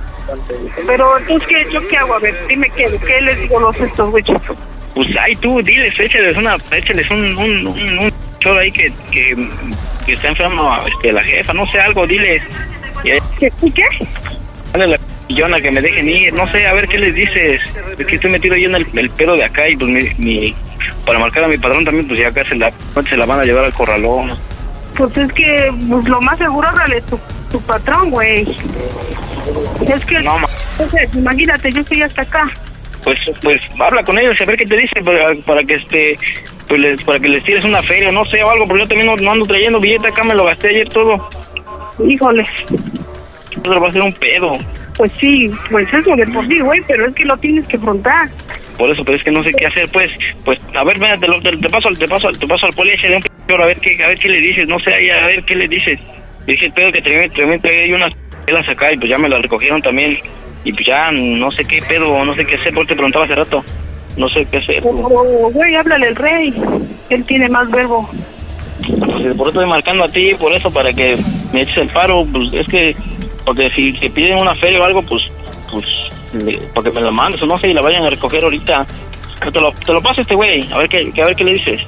Pero, entonces, ¿qué, yo qué hago? A ver, dime qué, ¿qué les digo a los estos güeyes? Pues, ay, tú, diles, échales una, échales un, un, un, un choro ahí que, que, que está enfermo, este, la jefa, no sé, algo, diles. ¿Qué? ¿Y qué? Dale la p***ona que me dejen ir, no sé, a ver qué les dices. Es que estoy metido yo en el, el pedo de acá y pues mi, mi, para marcar a mi padrón también, pues ya acá se la, se la van a llevar al corralón. Pues es que, pues lo más seguro, háblale tu, tu patrón, güey. Es que, no, ma- entonces, imagínate, yo estoy hasta acá. Pues, pues, habla con ellos y a ver qué te dicen para, para que este, pues les, para que les tires una feria, no sé, o algo, porque yo también no, no ando trayendo billete acá, me lo gasté ayer todo. Híjoles. Eso va a ser un pedo. Pues sí, pues eso de por sí, güey, pero es que lo tienes que afrontar. Por eso, pero es que no sé qué hacer, pues, pues, a ver, venga, te, lo, te, te paso, te paso, te paso al poli, échale un p***, a ver qué, a ver qué le dices, no sé, a ver qué le dices. Y dije, el pedo que también traí unas pelas acá y pues ya me las recogieron también. Y pues ya no sé qué pedo, no sé qué hacer, porque te preguntaba hace rato. No sé qué hacer. Oh, güey, háblale al rey. Él tiene más verbo. Pues por eso estoy marcando a ti, por eso, para que me eches el paro. Pues es que, porque si te piden una feria o algo, pues, pues, le, para que me la mandes o no sé, y la vayan a recoger ahorita. Te lo, te lo paso a este güey, a ver qué, a ver qué le dices.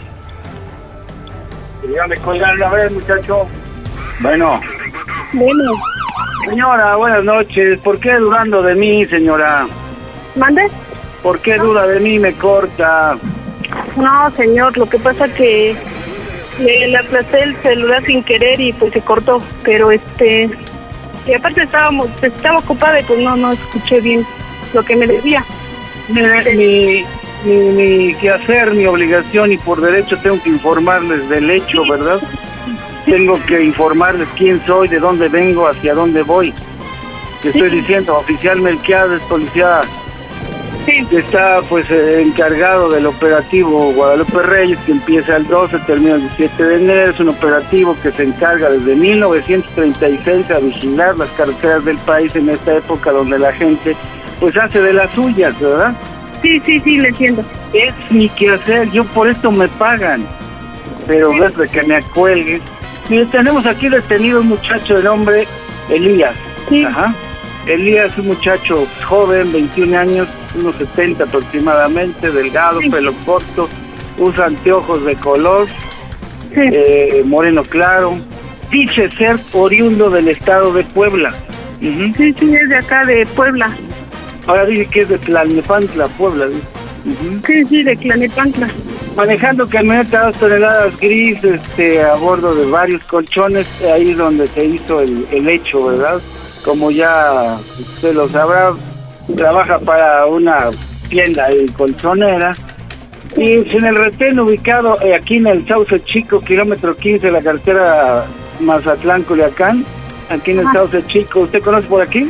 Dígame, colgarle a ver, muchacho. Bueno. Bueno. Señora, buenas noches. ¿Por qué dudando de mí, señora? ¿Mande? ¿Por qué duda de mí, me corta? No, señor, lo que pasa que le, le aplasté el celular sin querer y pues se cortó. Pero este... Y aparte estábamos, estaba ocupada y pues no, no escuché bien lo que me decía. Mire, mi, mi, mi quehacer, mi obligación y por derecho tengo que informarles del hecho, ¿verdad? Tengo que informarles quién soy, de dónde vengo, hacia dónde voy. Te estoy sí. diciendo, oficial Melquiades, policía, sí. que está pues eh, encargado del operativo Guadalupe Reyes, que empieza el doce, termina el diecisiete de enero. Es un operativo que se encarga desde mil novecientos treinta y seis a vigilar las carreteras del país en esta época donde la gente pues hace de las suyas, ¿verdad? Sí, sí, sí, le entiendo. Es mi quehacer, yo por esto me pagan. Pero sí. desde que me acuelgue. Mire, tenemos aquí detenido un muchacho de nombre Elías. Sí. Ajá. Elías es un muchacho joven, veintiún años, unos setenta aproximadamente, delgado, sí. pelo corto, usa anteojos de color, sí. eh, moreno claro. Dice ser oriundo del estado de Puebla. Uh-huh. Sí, sí, es de acá, de Puebla. Ahora dice que es de Tlalnepantla, Puebla. Uh-huh. Sí, sí, de Tlalnepantla. manejando camioneta dos toneladas gris, este, a bordo de varios colchones, ahí es donde se hizo el, el hecho, ¿verdad? Como ya usted lo sabrá, trabaja para una tienda de colchonera, y en el retén ubicado eh, aquí en el Sauce Chico, kilómetro quince, la carretera Mazatlán-Culiacán, aquí en el ah. Sauce Chico. ¿Usted conoce por aquí?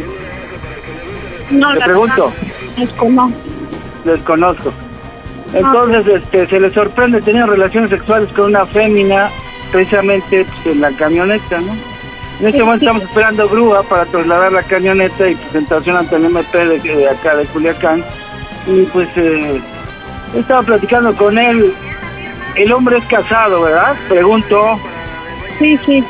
No, le pregunto. Desconozco. Desconozco. Entonces, ah. este, se le sorprende tener relaciones sexuales con una fémina, precisamente pues, en la camioneta, ¿no? En este sí, momento sí. Estamos esperando grúa para trasladar la camioneta y presentación ante el M P de, de acá de Culiacán. Y pues eh, he estado platicando con él. El hombre es casado, ¿verdad? Pregunto. Sí, sí.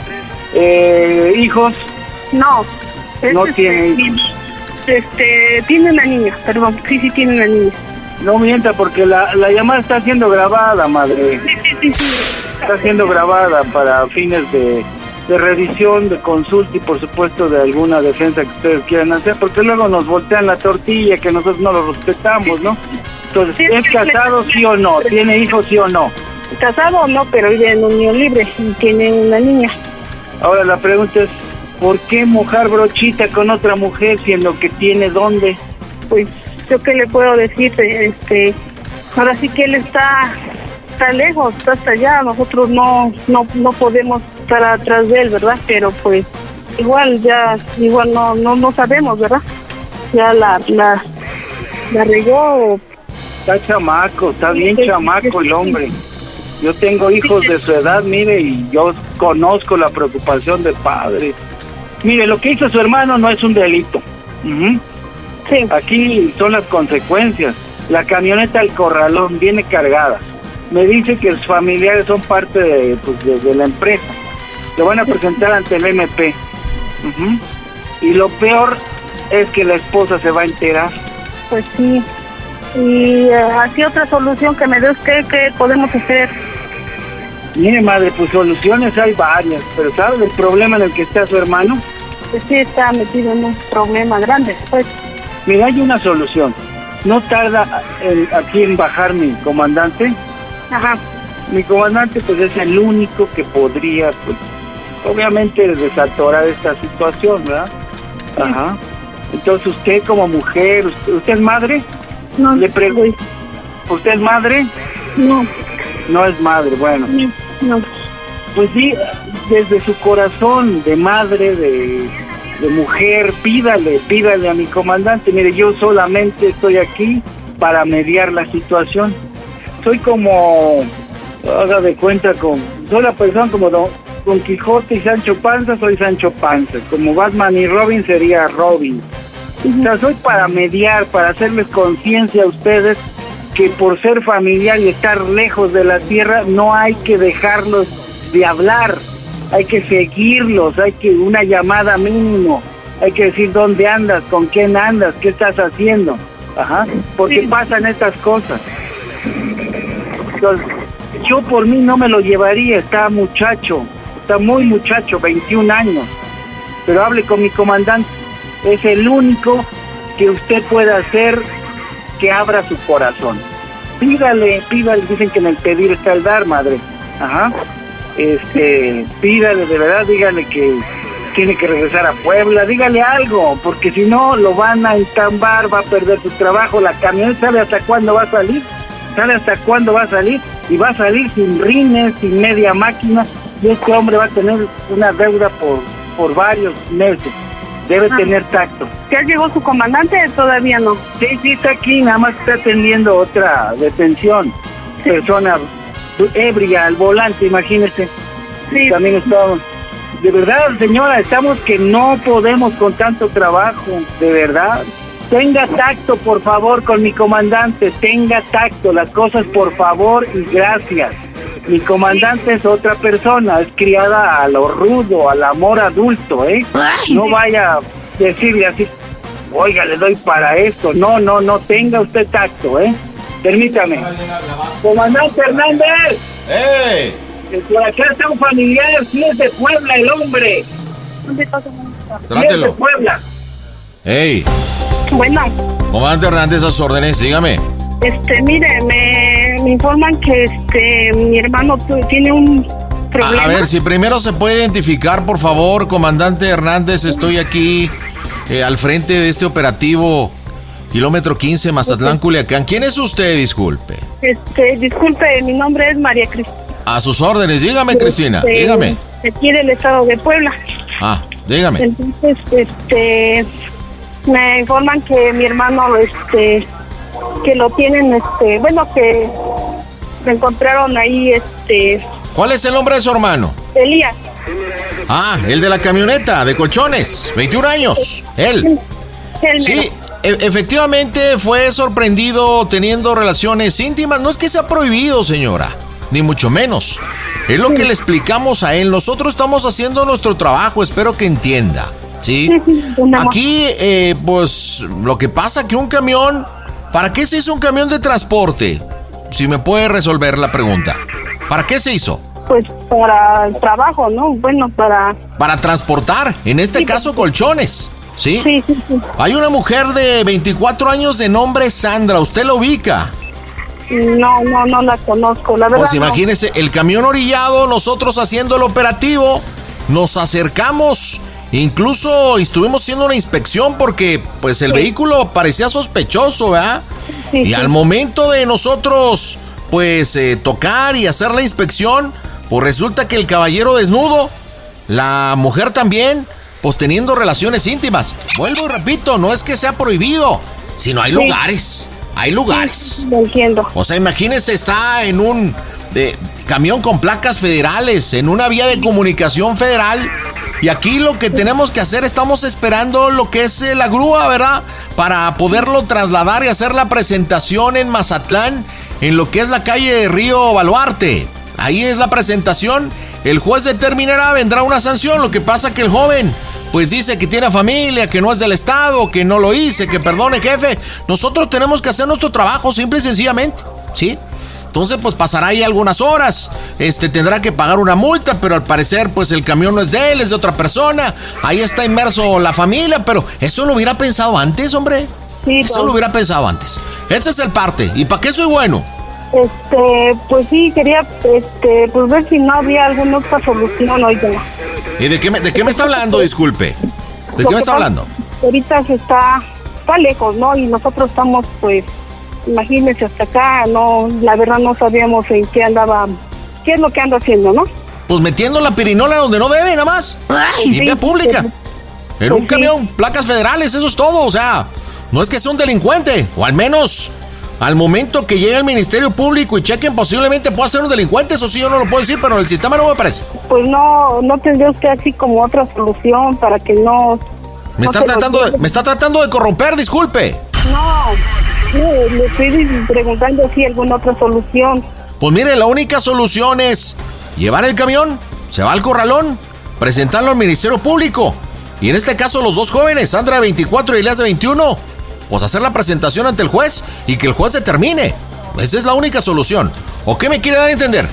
Eh, ¿Hijos? No. No tiene hijos. Este, tiene una niña, perdón. Sí, sí, tiene una niña. No mienta, porque la, la llamada está siendo grabada, madre. Sí, sí, sí, sí. Está siendo grabada para fines de, de revisión, de consulta y por supuesto de alguna defensa que ustedes quieran hacer, porque luego nos voltean la tortilla, que nosotros no lo respetamos, ¿no? Entonces, sí, ¿es sí, casado sí o no? ¿Tiene hijos sí o no? Casado o no, pero vive en unión libre y tiene una niña. Ahora la pregunta es, ¿por qué mojar brochita con otra mujer siendo que tiene dónde? Pues, ¿yo qué le puedo decir? Este, ahora sí que él está, está lejos, está hasta allá, nosotros no, no, no podemos estar atrás de él, ¿verdad? Pero pues, igual ya, igual no, no, no sabemos, ¿verdad? Ya la, la, la regó. Está chamaco, está bien sí, chamaco el hombre. Yo tengo hijos de su edad, mire, y yo conozco la preocupación de padres. Mire, lo que hizo su hermano no es un delito. Uh-huh. Sí. Aquí son las consecuencias. La camioneta al corralón viene cargada. Me dice que sus familiares son parte de, pues, de, de la empresa. Lo van a presentar ante el M P. Uh-huh. Y lo peor es que la esposa se va a enterar. Pues sí. Y uh, aquí otra solución que me des, ¿qué, qué podemos hacer? Mire, madre, pues soluciones hay varias, pero ¿sabes el problema en el que está su hermano? Pues sí, está metido en un problema grande, pues. Mira, hay una solución. No tarda el, aquí en bajar mi comandante. Ajá. Mi comandante, pues, es el único que podría, pues, obviamente desatorar esta situación, ¿verdad? Sí. Ajá. Entonces, usted como mujer, ¿usted, usted es madre? No, Le pregunto. ¿Usted es madre? No. No es madre, bueno. No, no. Pues sí, desde su corazón de madre, de, de mujer, pídale, pídale a mi comandante. Mire, yo solamente estoy aquí para mediar la situación. Soy como, haga de cuenta, con, soy la persona como Don, Don Quijote y Sancho Panza, soy Sancho Panza. Como Batman y Robin sería Robin. Uh-huh. O sea, soy para mediar, para hacerles conciencia a ustedes que por ser familiar y estar lejos de la tierra no hay que dejarlos de hablar, hay que seguirlos, hay que una llamada mínimo, hay que decir dónde andas, con quién andas, qué estás haciendo, ajá, porque sí. Pasan estas cosas. Entonces, yo por mí no me lo llevaría, está muchacho, está muy muchacho, veintiún años, pero hable con mi comandante, es el único que usted puede hacer que abra su corazón. Pídale, pídale, dicen que en el pedir está el dar, madre. Ajá. Este, pídale, de verdad, dígale que tiene que regresar a Puebla, dígale algo, porque si no lo van a entambar, va a perder su trabajo, la camioneta sabe hasta cuándo va a salir, sabe hasta cuándo va a salir, y va a salir sin rines, sin media máquina, y este hombre va a tener una deuda por, por varios meses. Debe ah. tener tacto. ¿Ya llegó su comandante? Todavía no. Sí, sí, está aquí, nada más está atendiendo otra detención. Sí. Persona ebria al volante, imagínese. Sí. También estamos. De verdad, señora, estamos que no podemos con tanto trabajo, de verdad. Tenga tacto, por favor, con mi comandante, tenga tacto, las cosas por favor y gracias. Mi comandante es otra persona, es criada a lo rudo, al amor adulto, ¿eh? Ay. No vaya a decirle así, oiga, le doy para esto. No, no, no, tenga usted tacto, ¿eh? Permítame. Comandante Hernández. ¡Eh! Por acá está un familiar, si es de Puebla el hombre. ¿Dónde pasa? Trátelo. Si es de Puebla. ¡Ey! Bueno. Comandante Hernández, a sus órdenes, dígame. Este, mire, me, me informan que este mi hermano tiene un problema. A, a ver, si primero se puede identificar, por favor, comandante Hernández, estoy aquí eh, al frente de este operativo kilómetro quince, Mazatlán, Culiacán. ¿Quién es usted, disculpe? Este, disculpe, mi nombre es María Cristina. A sus órdenes, dígame, Cristina, este, dígame. Aquí del estado de Puebla. Ah, dígame. Entonces, este, me informan que mi hermano, este, que lo tienen, este, bueno, que me encontraron ahí, este. ¿Cuál es el nombre de su hermano? Elías. Ah, el de la camioneta, de colchones, veintiún años, él. Él sí, e- efectivamente fue sorprendido teniendo relaciones íntimas. No es que sea prohibido, señora, ni mucho menos. Es lo que le explicamos a él. Nosotros estamos haciendo nuestro trabajo, espero que entienda, ¿sí? Aquí, eh, pues, lo que pasa que un camión... ¿Para qué se hizo un camión de transporte? Si me puede resolver la pregunta. ¿Para qué se hizo? Pues para el trabajo, ¿no? Bueno, para... Para transportar, en este sí, caso, colchones, ¿sí? Sí, sí, sí. Hay una mujer de veinticuatro años de nombre Sandra, ¿usted la ubica? No, no, no la conozco, la verdad. Pues imagínese, no. El camión orillado, nosotros haciendo el operativo, nos acercamos, incluso estuvimos haciendo una inspección porque pues el sí. vehículo parecía sospechoso, ¿verdad? Sí, y sí. Al momento de nosotros pues eh, tocar y hacer la inspección, pues resulta que el caballero desnudo, la mujer también, pues teniendo relaciones íntimas. Vuelvo y repito, no es que sea prohibido, sino hay sí. lugares. Hay lugares. Sí, lo entiendo. O sea, imagínense, está en un de, camión con placas federales, en una vía de comunicación federal. Y aquí lo que tenemos que hacer, estamos esperando lo que es eh, la grúa, ¿verdad? Para poderlo trasladar y hacer la presentación en Mazatlán, en lo que es la calle de Río Baluarte. Ahí es la presentación. El juez determinará, vendrá una sanción. Lo que pasa que el joven... pues dice que tiene familia, que no es del estado, que no lo hice, que perdone, jefe. Nosotros tenemos que hacer nuestro trabajo, simple y sencillamente, ¿sí? Entonces, pues pasará ahí algunas horas, este, tendrá que pagar una multa, pero al parecer, pues el camión no es de él, es de otra persona. Ahí está inmerso la familia, pero eso lo hubiera pensado antes, hombre. Sí, eso pues. lo hubiera pensado antes. Ese es el parte. ¿Y para qué soy bueno? Este, pues sí, quería, este, pues ver si no había alguna otra solución, oiga. ¿Y de qué me, de qué me está hablando, disculpe? ¿De qué me está hablando? Ahorita se está, está lejos, ¿no? Y nosotros estamos, pues, imagínense, hasta acá, no, la verdad no sabíamos en qué andaba, qué es lo que anda haciendo, ¿no? Pues metiendo la pirinola donde no debe, nada más. Ay, vía sí, pública. Sí, en pues un camión, sí. placas federales, eso es todo, o sea, no es que sea un delincuente, o al menos... al momento que llegue el Ministerio Público y chequen, posiblemente pueda ser un delincuente, eso sí yo no lo puedo decir, pero el sistema no me parece. Pues no, no tendría usted así como otra solución para que no... Me, no está, tratando de, me está tratando de corromper, disculpe. No, no, le estoy preguntando si hay alguna otra solución. Pues mire, la única solución es llevar el camión, se va al corralón, presentarlo al Ministerio Público. Y en este caso los dos jóvenes, Sandra de veinticuatro y Elías de veintiuno, pues hacer la presentación ante el juez y que el juez determine. Esa es la única solución. ¿O qué me quiere dar a entender?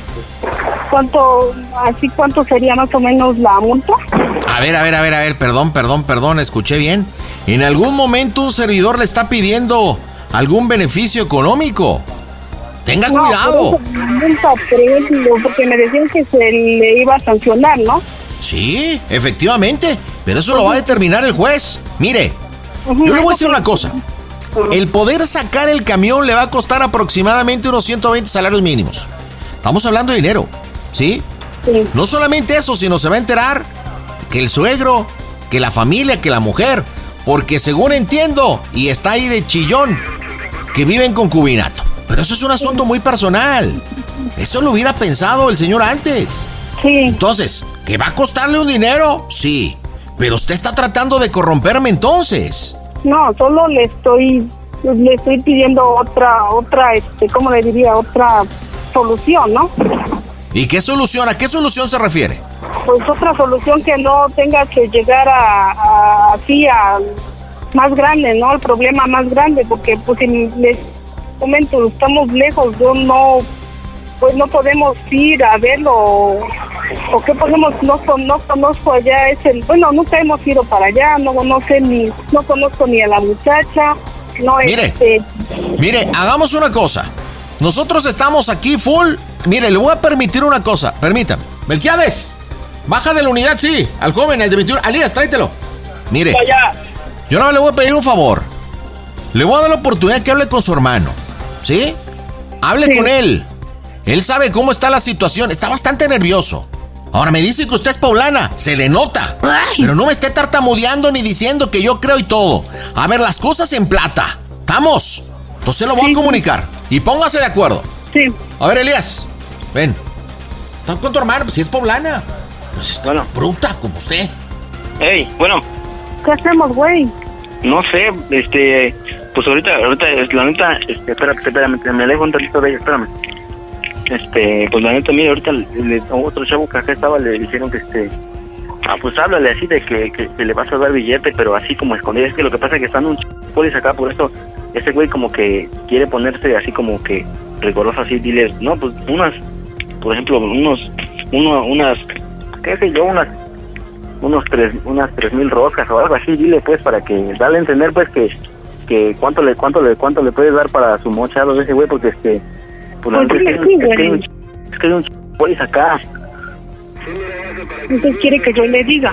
¿Cuánto, así cuánto sería más o menos la multa? A ver, a ver, a ver, a ver, perdón, perdón, perdón, escuché bien. En algún momento un servidor le está pidiendo algún beneficio económico. Tenga no, cuidado. Multa tres, porque me decían que se le iba a sancionar, ¿no? Sí, efectivamente, pero eso lo va a determinar el juez. Mire, yo le voy a decir una cosa. El poder sacar el camión le va a costar aproximadamente unos ciento veinte salarios mínimos. Estamos hablando de dinero, ¿sí? Sí. No solamente eso, sino se va a enterar que el suegro, que la familia, que la mujer, porque según entiendo, y está ahí de chillón, que vive en concubinato. Pero eso es un asunto muy personal. Eso lo hubiera pensado el señor antes. Sí. Entonces, ¿que va a costarle un dinero? Sí. Pero usted está tratando de corromperme entonces. No, solo le estoy le estoy pidiendo otra, otra, este, ¿cómo le diría? Otra solución, ¿no? ¿Y qué solución? ¿A qué solución se refiere? Pues otra solución que no tenga que llegar a, a así a más grande, ¿no? El problema más grande, porque pues en les comento, estamos lejos, yo no, pues no podemos ir a verlo, o, o qué podemos, no, no conozco allá, es el, bueno, nunca hemos ido para allá, no, no sé ni, no conozco ni a la muchacha, no mire, este... Mire, hagamos una cosa, Nosotros estamos aquí full. Mire, le voy a permitir una cosa. Permítame. Melquiades, baja de la unidad, sí. Al joven, al de veintiuno. Alías, tráetelo. Mire, yo no le voy a pedir un favor. Le voy a dar la oportunidad que hable con su hermano. ¿Sí? Hable sí. con él. Él sabe cómo está la situación. Está bastante nervioso. Ahora me dice que usted es poblana. Se le nota. Ay. Pero no me esté tartamudeando ni diciendo que yo creo y todo. A ver, las cosas en plata. ¿Estamos? Entonces lo voy sí. a comunicar. Y póngase de acuerdo. Sí. A ver, Elías. Ven. ¿Estás con tu hermano? Pues si es poblana. Pues está bueno. bruta como usted. Ey, bueno. ¿Qué hacemos, güey? No sé, este... Pues ahorita, ahorita, la neta... Este, espérame, espérame, me alejo un ratito de ella, espérame. Este, pues la neta, mira, ahorita le, le, otro chavo que acá estaba le dijeron que este... Ah, pues háblale así de que, que, que le vas a dar billete, pero así como escondido. Es que lo que pasa es que están un ch... polis acá, por eso... Ese güey como que quiere ponerse así como que... Rigoroso así, dile... No, pues unas... Por ejemplo, unos... Uno, unas... ¿Qué sé yo? Unas... Unos tres... Unas tres mil roscas o algo así, dile pues, para que... Dale a entender pues que... Que cuánto le... Cuánto le... Cuánto le puedes dar para su mochado de ese güey, porque es que... Pues, pues es, que, sí, es, que hay un, es que hay un ch... polis acá. Entonces quiere que yo le diga.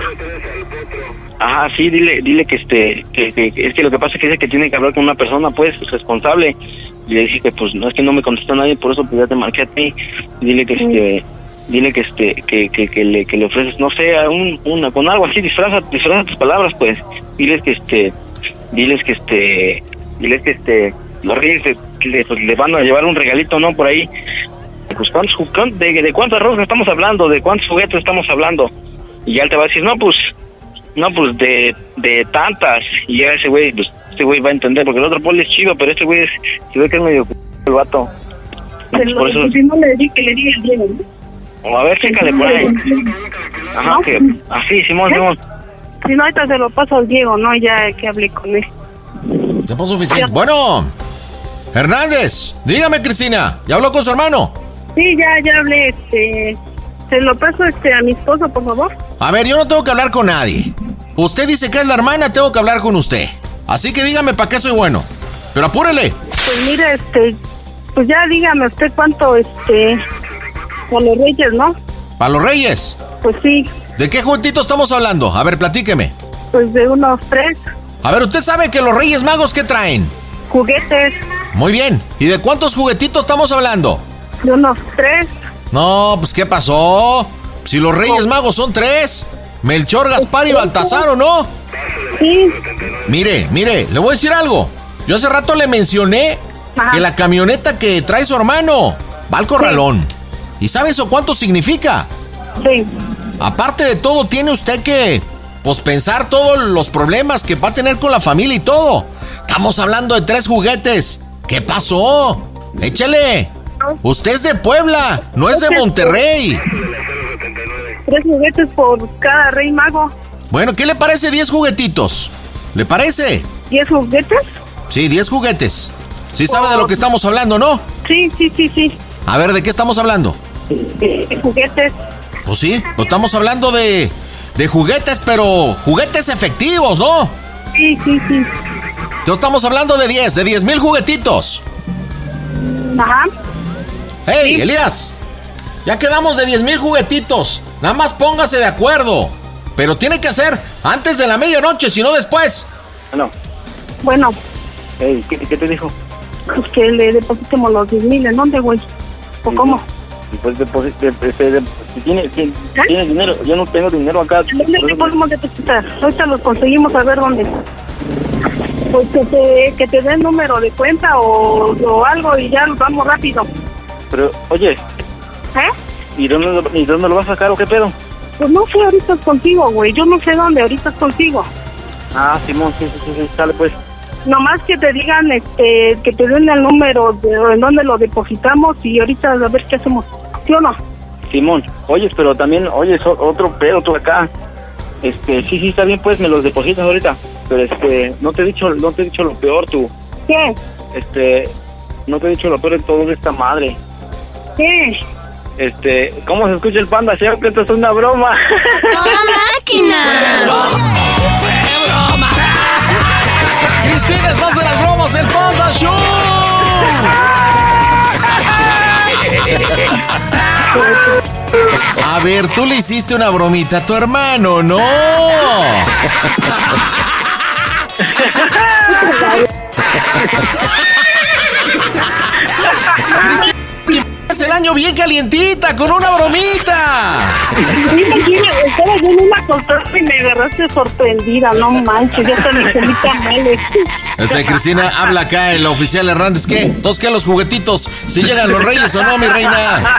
Ajá, sí, dile, dile que este, que, que, que es que lo que pasa es que dice que tiene que hablar con una persona, pues, responsable. Y le dije que, pues, no es que no me contestó nadie, por eso pues ya te marqué a ti. Y dile que este, mm. dile que este, que, que, que le, que le ofreces, no sé, un, una, con algo así, disfraza, disfraza tus palabras, pues. Diles que este, diles que este, diles que este, los reyes le, pues, le van a llevar un regalito, ¿no? Por ahí. Pues, ¿cuántos, de, de cuántas rosas estamos hablando? ¿De cuántos juguetes estamos hablando? Y ya él te va a decir, no, pues, no, pues, de, de tantas. Y ya ese güey, pues, este güey va a entender, porque el otro poli es chido, pero este güey es, se ve que es medio c... el vato. Pero por eso... si no le di que le diga el Diego, ¿no? O a ver, chécale por ahí. Ajá, ¿no? Que, así, Simón, Simón. Si no, ahorita se lo paso al Diego, ¿no? Ya que hablé con él. Ya fue suficiente. Bueno, Hernández, dígame, Cristina, ¿ya habló con su hermano? Sí, ya, ya hablé, este... Se lo paso este, a mi esposo, por favor. A ver, yo no tengo que hablar con nadie. Usted dice que es la hermana, tengo que hablar con usted. Así que dígame para qué soy bueno. Pero apúrele. Pues mire, este... Pues ya dígame usted cuánto, este... Para los Reyes, ¿no? ¿Para los Reyes? Pues sí. ¿De qué juguetito estamos hablando? A ver, platíqueme. Pues de unos tres. A ver, ¿usted sabe que los Reyes Magos qué traen? Juguetes. Muy bien. ¿Y de cuántos juguetitos estamos hablando? De unos tres. No, pues ¿qué pasó? Si los Reyes Magos son tres. Melchor, Gaspar y Baltasar, ¿o no? Sí. Mire, mire, le voy a decir algo. Yo hace rato le mencioné Ajá. que la camioneta que trae su hermano va al corralón. Sí. ¿Y sabe eso cuánto significa? Sí. Aparte de todo, tiene usted que, pues, pensar todos los problemas que va a tener con la familia y todo. Estamos hablando de tres juguetes. ¿Qué pasó? Échale. Usted es de Puebla, no es de Monterrey. Tres juguetes por cada rey mago. Bueno, ¿qué le parece diez juguetitos? ¿Le parece? ¿Diez juguetes? Sí, diez juguetes. Sí sabe de lo que estamos hablando, ¿no? Sí, sí, sí, sí. A ver, ¿de qué estamos hablando? De juguetes. Pues sí, pues estamos hablando de, de juguetes, pero juguetes efectivos, ¿no? Sí, sí, sí. Entonces estamos hablando de diez, de diez mil juguetitos. Ajá. ¡Hey, sí. Elías! Ya quedamos de diez mil juguetitos. Nada más póngase de acuerdo. Pero tiene que ser antes de la medianoche, si no después. Bueno. Bueno. Hey, ¿qué, ¿qué te dijo? Pues que le depositemos los diez mil. ¿En dónde, güey? ¿O sí, cómo? Pues deposite, de, si tiene, si, ¿Eh? tiene dinero. Yo no tengo dinero acá. ¿Dónde le podemos depositar? Ahorita los conseguimos a ver dónde. Pues que te, que te dé el número de cuenta o, o algo y ya nos vamos rápido. Pero, oye. ¿Eh? ¿Y dónde, ¿Y dónde lo vas a sacar o qué pedo? Pues no sé, ahorita es contigo, güey. Yo no sé dónde, ahorita es contigo. Ah, Simón, sí, sí, sí, sí, sale pues. Nomás que te digan, este, que te den el número de en dónde lo depositamos y ahorita a ver qué hacemos. ¿Sí o no? Simón, oyes, pero también, oyes, otro pedo tú acá. Este, sí, sí, está bien, pues, me los depositas ahorita. Pero, este, no te he dicho, no te he dicho lo peor, tú. ¿Qué? Este, no te he dicho lo peor de todo de esta madre. ¿Qué? Este, ¿cómo se escucha el Panda Show? Que esto es una broma. ¡Toda máquina! ¡Fue broma! Cristina, estás en las bromas del Panda Show. A ver, tú le hiciste una bromita a tu hermano, ¿no? Cristina, que es el año bien calientita, con una bromita. Estaba yo en una consulta y me agarraste sorprendida, no manches, ya hasta me sentí tan mal. Este, Cristina, habla acá el oficial Hernández. ¿Qué? ¿Todos qué los juguetitos? ¿Si llegan los reyes o no, mi reina?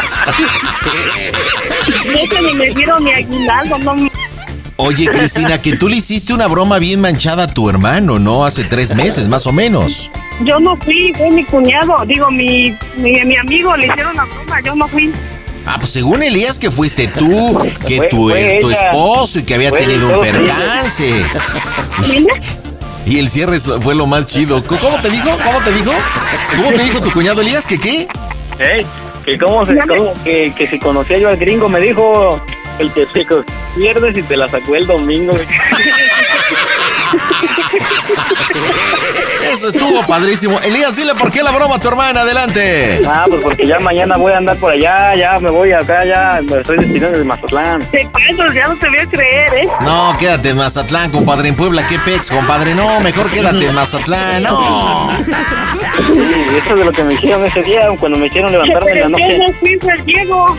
Neta, ni me dieron mi aguinaldo, no. Oye, Cristina, que tú le hiciste una broma bien manchada a tu hermano, ¿no? Hace tres meses, más o menos. Yo no fui, fue mi cuñado, digo, mi, mi, mi amigo, le hicieron la broma, yo no fui. Ah, pues según Elías que fuiste tú, que Fue- tu, fue tu ella. esposo y que había Fue tenido un todo percance. Y el cierre fue lo más chido. ¿Cómo te dijo? ¿Cómo te dijo? ¿Cómo te dijo tu cuñado Elías? ¿Que qué? Ey, que cómo se, cómo, que, que si conocía yo al gringo, me dijo el que se co- pierdes y te la sacó el domingo. Eso estuvo padrísimo. Elías, dile por qué la broma a tu hermana. Adelante. Ah, pues porque ya mañana voy a andar por allá, ya me voy acá, ya me estoy destinando de Mazatlán. Te paso, ya no te voy a creer, ¿eh? No, quédate en Mazatlán, compadre. En Puebla, qué pex, compadre. No, mejor quédate en Mazatlán. No. Sí, eso es de lo que me hicieron ese día, cuando me hicieron levantarme en la noche. no fui, fue el Diego.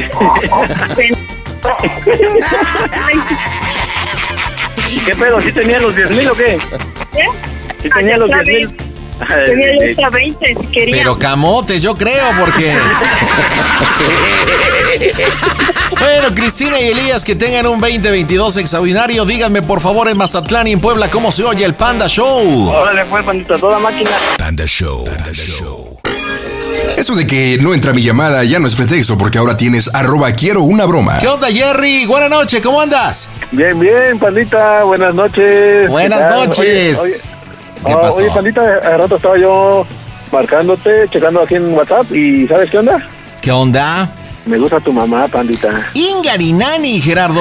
¿Qué pedo? ¿Sí tenía los diez mil o qué? ¿Eh? ¿Sí tenía los diez mil? Tenía yo hasta veinte, si quería. Pero camotes, yo creo, porque... Bueno, Cristina y Elías, que tengan un veinte veintidós extraordinario. Díganme, por favor, en Mazatlán y en Puebla, ¿cómo se oye el Panda Show? Órale, pues, pandita, toda máquina. Panda Show. Panda Show. Eso de que no entra mi llamada ya no es pretexto porque ahora tienes arroba quiero una broma. ¿Qué onda, Jerry? Buenas noches, ¿cómo andas? Bien, bien, pandita, buenas noches. Buenas ¿Qué tal? noches. Oye, oye, ¿Qué ah, pasó? Oye, pandita, hace rato estaba yo marcándote, checando aquí en WhatsApp y ¿sabes qué onda? ¿Qué onda? Me gusta tu mamá, pandita. Ingarinani, Gerardo.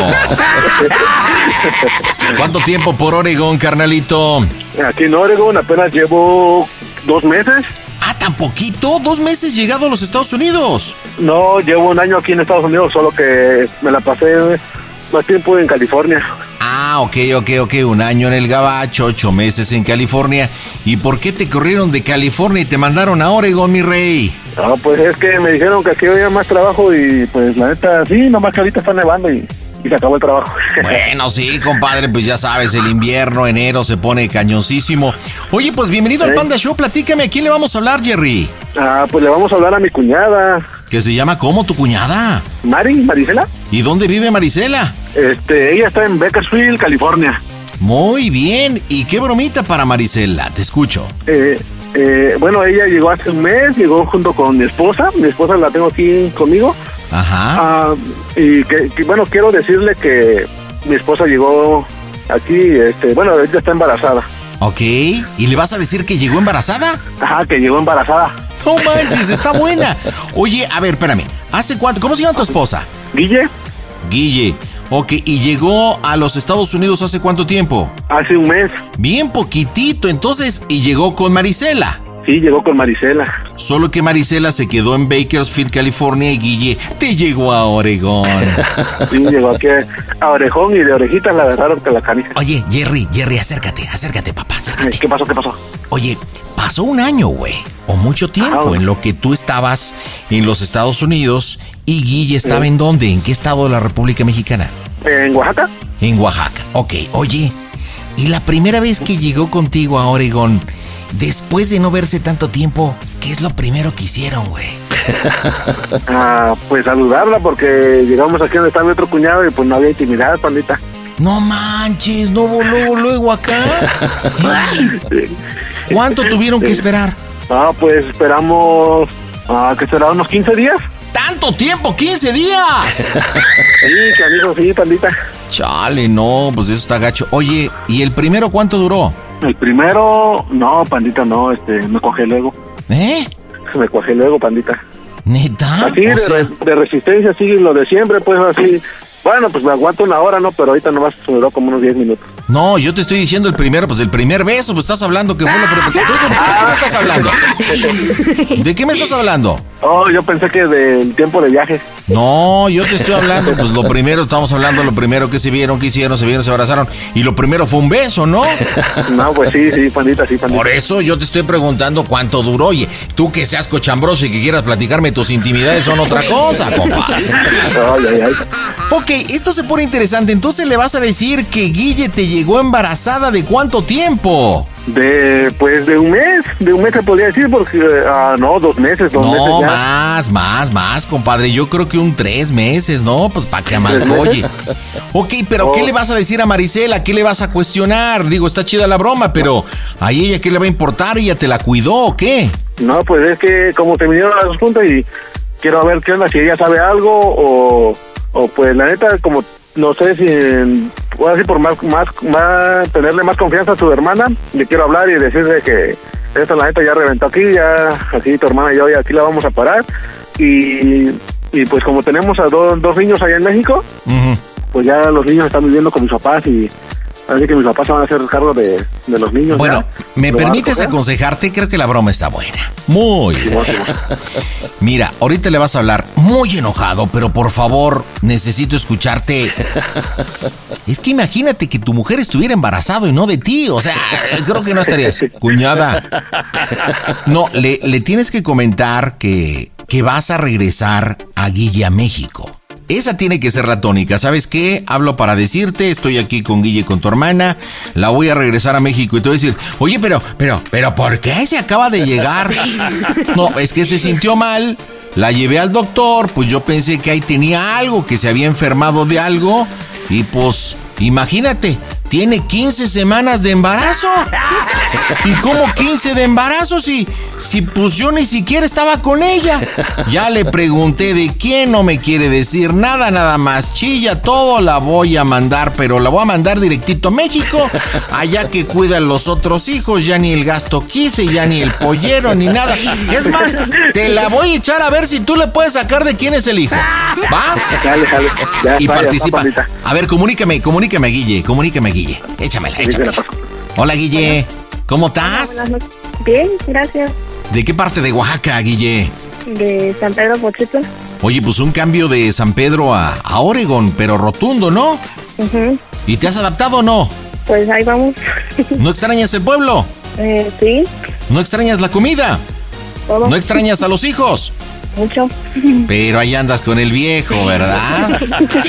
¿Cuánto tiempo por Oregón, carnalito? Aquí en Oregon apenas llevo dos meses. Ah, ¿tan poquito? ¿Dos meses llegado a los Estados Unidos? No, llevo un año aquí en Estados Unidos, solo que me la pasé más tiempo en California. Ah, ok, ok, ok. Un año en el Gabacho, ocho meses en California. ¿Y por qué te corrieron de California y te mandaron a Oregón, mi rey? No, pues es que me dijeron que aquí había más trabajo y pues la neta, sí, nomás que ahorita está nevando y, y se acabó el trabajo. Bueno, sí, compadre, pues ya sabes, el invierno, enero se pone cañoncísimo. Oye, pues bienvenido al Panda Show, platícame, ¿a quién le vamos a hablar, Jerry? Ah, pues le vamos a hablar a mi cuñada. ¿Que se llama cómo tu cuñada? Mari, Marisela. ¿Y dónde vive Marisela? Este, ella está en Bakersfield, California. Muy bien, ¿y qué bromita para Marisela? Te escucho. Eh, eh, bueno, ella llegó hace un mes, llegó junto con mi esposa. Mi esposa la tengo aquí conmigo. Ajá. Ah, y que, que, bueno, quiero decirle que mi esposa llegó aquí, este, bueno, ella está embarazada. Ok, ¿y le vas a decir que llegó embarazada? Ajá, que llegó embarazada. No manches, está buena. Oye, a ver, espérame, ¿hace cuánto? ¿Cómo se llama tu esposa? Guille. Guille. Ok, ¿y llegó a los Estados Unidos hace cuánto tiempo? Hace un mes. Bien poquitito, entonces, ¿y llegó con Marisela? Sí, llegó con Marisela. Solo que Marisela se quedó en Bakersfield, California, y Guille te llegó a Oregón. Sí, llegó aquí a Orejón y de orejitas la agarraron que la canija. Oye, Jerry, Jerry, acércate, acércate, papá, acércate. ¿Qué pasó, qué pasó? Oye, pasó un año, güey, o mucho tiempo en lo que tú estabas en los Estados Unidos y Guille estaba Sí. en dónde, ¿en qué estado de la República Mexicana? ¿En Oaxaca? En Oaxaca, ok. Oye, y la primera vez que llegó contigo a Oregón, después de no verse tanto tiempo, ¿qué es lo primero que hicieron, güey? Ah, pues saludarla porque llegamos aquí donde está mi otro cuñado y pues no había intimidad, pandita. No manches, no voló luego acá. ¿Cuánto tuvieron que esperar? Ah, pues esperamos, ah, que será unos quince días. ¡Tanto tiempo! ¡quince días! Sí, canijo, sí, pandita. Chale, no, pues eso está gacho. Oye, ¿y el primero cuánto duró? El primero, no, pandita, no, este, me cuajé luego. ¿Eh? Me cuajé luego, pandita. ¿Neta? Así, O de, sea- re- de resistencia, así, lo de siempre, pues así, Bueno, pues me aguanto una hora, ¿no? Pero ahorita nomás me duró como unos diez minutos. No, yo te estoy diciendo el primero, pues el primer beso, pues estás hablando que fue la primera. ¿De qué me estás hablando? ¿De qué me estás hablando? Oh, yo pensé que del tiempo de viaje. No, yo te estoy hablando, pues lo primero, estamos hablando lo primero que se vieron, que hicieron, se vieron, se abrazaron, y lo primero fue un beso, ¿no? No, pues sí, sí, pandita, sí, pandita. Por eso yo te estoy preguntando cuánto duró. Oye, tú que seas cochambroso y que quieras platicarme tus intimidades son otra cosa, compa. Ay, ay, ay. Ok, esto se pone interesante. Entonces le vas a decir que Guille te llegó embarazada ¿de cuánto tiempo? De, pues, de un mes, de un mes se podría decir, porque, ah, uh, no, dos meses, dos no, meses ya. No, más, más, más, compadre, yo creo que un tres meses, ¿no? Pues para que amalcoye. Ok, pero oh. ¿qué le vas a decir a Marisela? ¿Qué le vas a cuestionar? Digo, está chida la broma, pero ¿a ella qué le va a importar? ¿Ella te la cuidó o qué? No, pues es que como se vinieron las dos juntas y quiero ver qué onda, si ella sabe algo o, o pues la neta, como no sé si puedo decir por más, más, más, tenerle más confianza a su hermana, le quiero hablar y decirle que esta la neta ya reventó aquí, ya aquí tu hermana y yo, y aquí la vamos a parar. Y, y pues como tenemos a do, dos niños allá en México, uh-huh. pues ya los niños están viviendo con mis papás y así que mis papás se van a hacer cargo de, de los niños. Bueno, ya. ¿me permites aconsejarte? Creo que la broma está buena. Muy buena. Mira, ahorita le vas a hablar muy enojado, pero por favor, necesito escucharte. Es que imagínate que tu mujer estuviera embarazada y no de ti. O sea, creo que no estarías. Cuñada. No, le, le tienes que comentar que, que vas a regresar a Guille a México. Esa tiene que ser la tónica. ¿Sabes qué? Hablo para decirte, estoy aquí con Guille, con tu hermana, la voy a regresar a México y te voy a decir, oye, pero, pero, pero, ¿por qué se acaba de llegar? No, es que se sintió mal, la llevé al doctor, pues yo pensé que ahí tenía algo, que se había enfermado de algo y pues, imagínate, tiene quince semanas de embarazo. ¿Y cómo quince de embarazo si, si pues yo ni siquiera estaba con ella? Ya le pregunté de quién, no me quiere decir nada, nada más chilla todo, la voy a mandar, pero la voy a mandar directito a México, allá que cuidan los otros hijos, ya ni el gasto quise, ya ni el pollero, ni nada. Es más, te la voy a echar a ver si tú le puedes sacar de quién es el hijo. ¿Va? Dale, dale. Ya, y vaya, participa. Va, a ver, comunícame, comunícame, Guille, comunícame, Guille. Échamela, échamela. Hola, Guille. ¿Cómo estás? Hola, bien, gracias. ¿De qué parte de Oaxaca, Guille? De San Pedro Pochito. Oye, pues un cambio de San Pedro a, a Oregón, pero rotundo, ¿no? Uh-huh. ¿Y te has adaptado o no? Pues ahí vamos. ¿No extrañas el pueblo? Eh, sí. ¿No extrañas la comida? Todo. ¿No extrañas a los hijos? Mucho. Pero ahí andas con el viejo, ¿verdad?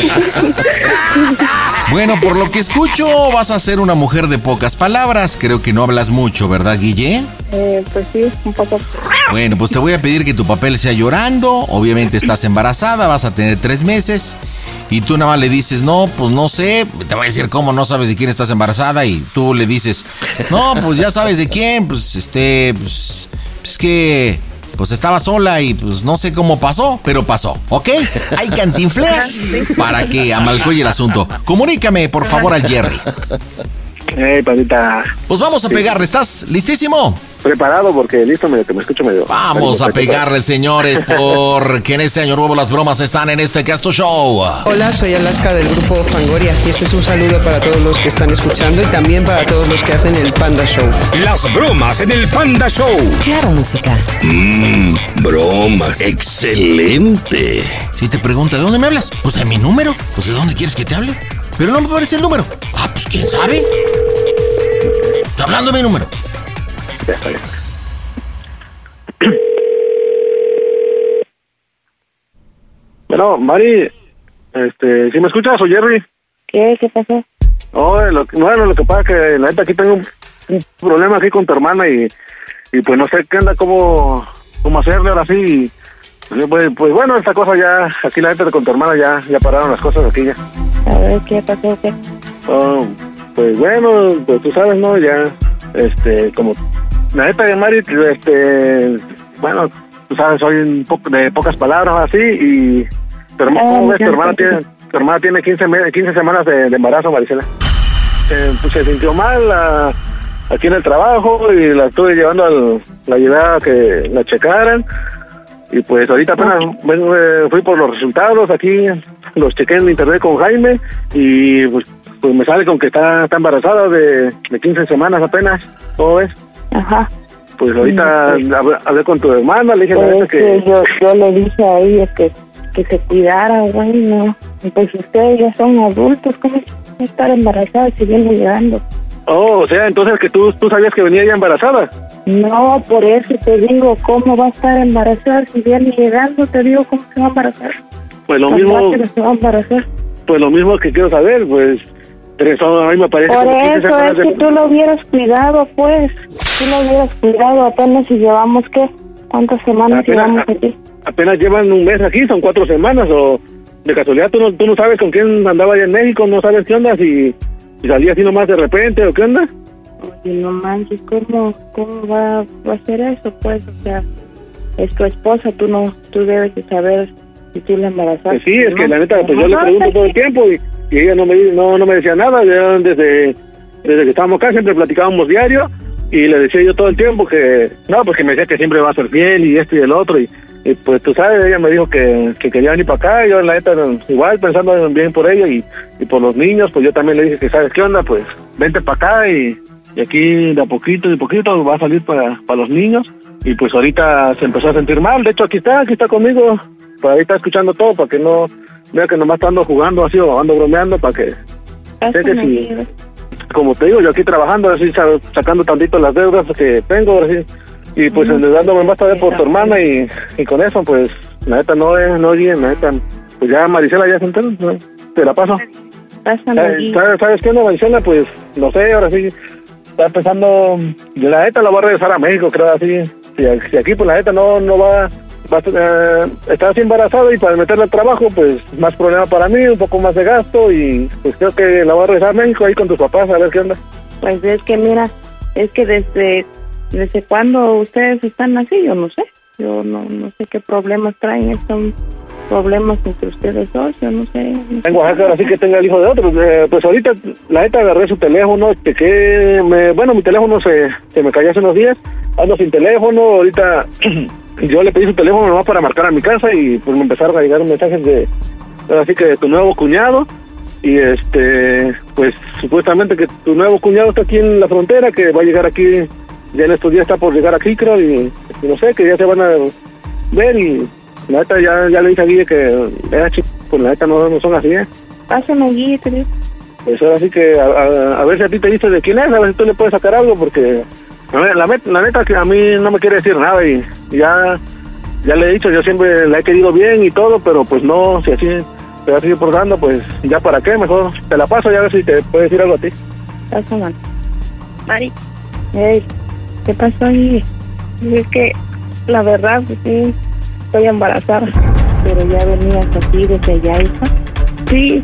Bueno, por lo que escucho, vas a ser una mujer de pocas palabras. Creo que no hablas mucho, ¿verdad, Guille? Eh, pues sí, un poco. Bueno, pues te voy a pedir que tu papel sea llorando. Obviamente estás embarazada, vas a tener tres meses. Y tú nada más le dices, no, pues no sé. Te voy a decir cómo no sabes de quién estás embarazada. Y tú le dices, no, pues ya sabes de quién. Pues este, pues, es que... pues estaba sola y pues no sé cómo pasó, pero pasó, ¿ok? Hay cantinfleas para que amalcoye el asunto. Comunícame, por favor, al Jerry. Hey, padita. Pues vamos a pegarle, ¿estás listísimo? Preparado porque listo, medio que me escucho medio. Vamos a pegarle, señores, porque en este año nuevo las bromas están en este Casto Show. Hola, soy Alaska del grupo Fangoria y este es un saludo para todos los que están escuchando y también para todos los que hacen el Panda Show. Las bromas en el Panda Show. Claro, música. Mmm, bromas. Excelente. Si te pregunta, ¿de dónde me hablas? Pues de mi número. Pues ¿de dónde quieres que te hable? Pero no me aparece el número. Ah, pues ¿quién sabe? Estoy hablando de mi número. Bueno, Mari, este, ¿sí me escuchas o Jerry? ¿Qué? ¿Qué pasó? Oh, lo, bueno, lo que pasa es que la neta aquí tengo un, un problema aquí con tu hermana y, y pues no sé qué anda, cómo, cómo hacerle ahora sí. Pues, pues bueno, esta cosa ya, aquí la neta con tu hermana ya, ya pararon las cosas aquí ya. A ver, ¿qué pasó? ¿Qué? Oh, pues bueno, pues tú sabes, ¿no? Ya, este, como la neta de Mari, este, bueno, tú sabes, soy un poco de pocas palabras así y tu hermana, ¿cómo ves? Tu hermana tiene, tu hermana tiene quince, quince semanas de, de embarazo, Marisela. Se, pues, se sintió mal la, aquí en el trabajo y la estuve llevando al, la llevé a que la checaran y pues ahorita apenas bueno, fui por los resultados aquí los chequé en internet con Jaime y pues, pues me sale con que está, está embarazada de, de quince semanas apenas. ¿Cómo ves? Ajá. Pues ahorita Sí, pues. hablé, hablé con tu hermana, le dije la Pues neta es que que... yo, yo le dije a ella que, que se cuidara, güey, no. Y pues ustedes ya son adultos, ¿cómo estar embarazada si viene llegando? Oh, o sea, entonces que tú, tú sabías que venía ya embarazada. No, por eso te digo, ¿cómo va a estar embarazada si viene llegando? Te digo, ¿cómo se va a embarazar? Pues lo ¿Tan mismo, rápido se va a embarazar? pues lo mismo que quiero saber, pues... Pero eso a mí me parece Por como quince eso semanas es de- que tú lo hubieras cuidado, pues. Tú lo hubieras cuidado apenas si llevamos, ¿qué? ¿Cuántas semanas Apenas- llevamos aquí? apenas llevan un mes aquí, son cuatro semanas, o de casualidad tú no, tú no sabes con quién andaba allá en México, no sabes qué onda, si, si salía así nomás de repente o qué onda. Oye, no manches, ¿cómo, cómo va, va a ser eso, pues? O sea, es tu esposa, tú no, tú debes de saber si tú la embarazaste. Pues sí, es que ¿no? la neta, pues yo le No, pregunto no, todo el tiempo y, y ella no me, no, no me decía nada, ya desde, desde que estábamos acá siempre platicábamos diario y le decía yo todo el tiempo que, no, pues que me decía que siempre va a ser fiel y esto y el otro y, y pues tú sabes, ella me dijo que, que quería venir para acá y yo la neta igual pensando bien por ella y, y por los niños, pues yo también le dije que sabes qué onda, pues vente para acá y, y aquí de a poquito, de poquito va a salir para, para los niños y pues ahorita se empezó a sentir mal, de hecho aquí está, aquí está conmigo, para ahí está escuchando todo, para que no vea que nomás ando jugando así o ando bromeando, para que sé que si, como te digo, yo aquí trabajando, así sa- sacando tantito las deudas que tengo, así, y pues Ujú. dándome más tarde por tu hermana y, y con eso, pues, la neta no es, no es bien, la neta, pues ya Marisela ya se enteró, ¿no? Te la paso. Pásame ¿Sabes, allí. sabes, ¿Sabes qué onda, Marisela? Pues, no sé, ahora sí, estaba pensando, yo la neta la voy a regresar a México, creo, así, si, si aquí, pues la neta no, no va... Va a eh, estar así embarazada y para meterle al trabajo, pues más problema para mí, un poco más de gasto y pues creo que la voy a regresar a México ahí con tus papás a ver qué onda. Pues es que mira, es que desde desde cuándo ustedes están así, yo no sé. Yo no no sé qué problemas traen, son problemas entre ustedes dos, yo no sé. No En sé. Oaxaca ahora sí que tenga el hijo de otro, eh, pues ahorita la neta agarré su teléfono, chequé, me, bueno mi teléfono se, se me cayó hace unos días, ando sin teléfono, ahorita yo le pedí su teléfono nomás para marcar a mi casa y pues me empezaron a llegar mensajes de, así que de tu nuevo cuñado y este, pues supuestamente que tu nuevo cuñado está aquí en la frontera, que va a llegar aquí, ya en estos días está por llegar aquí creo y, y no sé, que ya se van a ver y la neta ya, ya le dije a Guille que era chico, pues la neta no, no son así, ¿eh? Pásame allí, te digo. Pues ahora sí que a, a, a ver si a ti te dice de quién es, a ver si tú le puedes sacar algo, porque a ver, la, met- la neta que a mí no me quiere decir nada y ya ya le he dicho, yo siempre la he querido bien y todo, pero pues no, si así te va a seguir portando, pues ya para qué, mejor te la paso y a ver si te puede decir algo a ti. Pásame. Mari. Ey, ¿qué pasó ahí? Es que la verdad, pues, sí, estoy embarazada. Pero ya venías aquí desde allá, hija. Sí.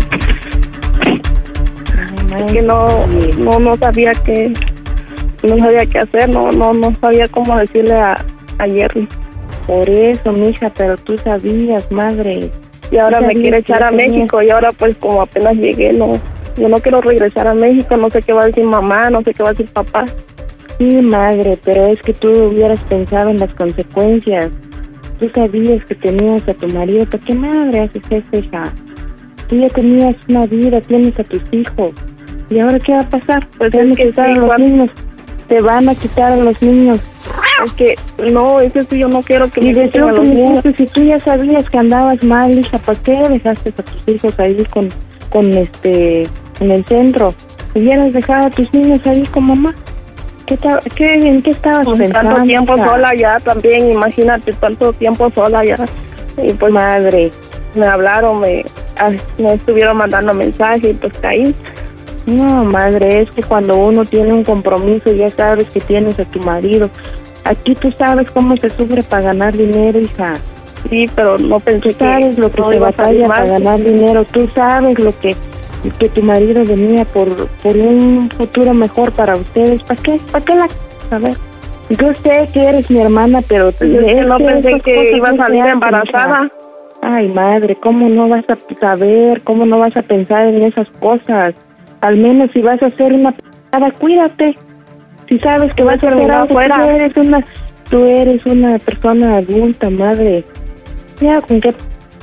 Es que no, no, no sabía qué, no sabía qué hacer, no, no, no sabía cómo decirle a, a Jerry. Por eso, mija, pero tú sabías, madre. Y ahora me quiere echar a México y ahora pues como apenas llegué, no, yo no quiero regresar a México, no sé qué va a decir mamá, no sé qué va a decir papá. Sí, madre, pero es que tú hubieras pensado en las consecuencias. Tú sabías que tenías a tu marido, ¿para qué madre haces eso, hija? Tú ya tenías una vida, tienes a tus hijos. ¿Y ahora qué va a pasar? Pues te van a quitar a los niños. Te van a quitar a los niños. Es que, no, es que yo no quiero que me quiten a los niños. Si tú ya sabías que andabas mal, hija, ¿para qué dejaste a tus hijos ahí con, con este, en el centro? ¿Hubieras dejado a tus niños ahí con mamá? ¿Qué, ta- qué, ¿En qué estabas Pues pensando? tanto tiempo hija? sola ya también, imagínate, tanto tiempo sola ya. Y pues madre, me hablaron, me, ah, me estuvieron mandando mensajes y pues caí. No, madre, es que cuando uno tiene un compromiso ya sabes que tienes a tu marido. Aquí tú sabes cómo se sufre para ganar dinero, hija. Sí, pero no pensé Tú sabes que lo que no se iba a salir batalla para mal. ganar dinero. Tú sabes lo que que tu marido venía por por un futuro mejor para ustedes. ¿Para qué? ¿Para qué la? A ver. Yo sé que eres mi hermana, pero Pues es que no pensé esas que cosas iba a no se salir hacen, embarazada. hija. Ay, madre, ¿cómo no vas a saber? ¿Cómo no vas a pensar en esas cosas? Al menos si vas a hacer una p***ada, cuídate. Si sabes que vas a hacer terminado algo, fuera. tú eres una, tú eres una persona adulta, madre. Ya, ¿con qué p-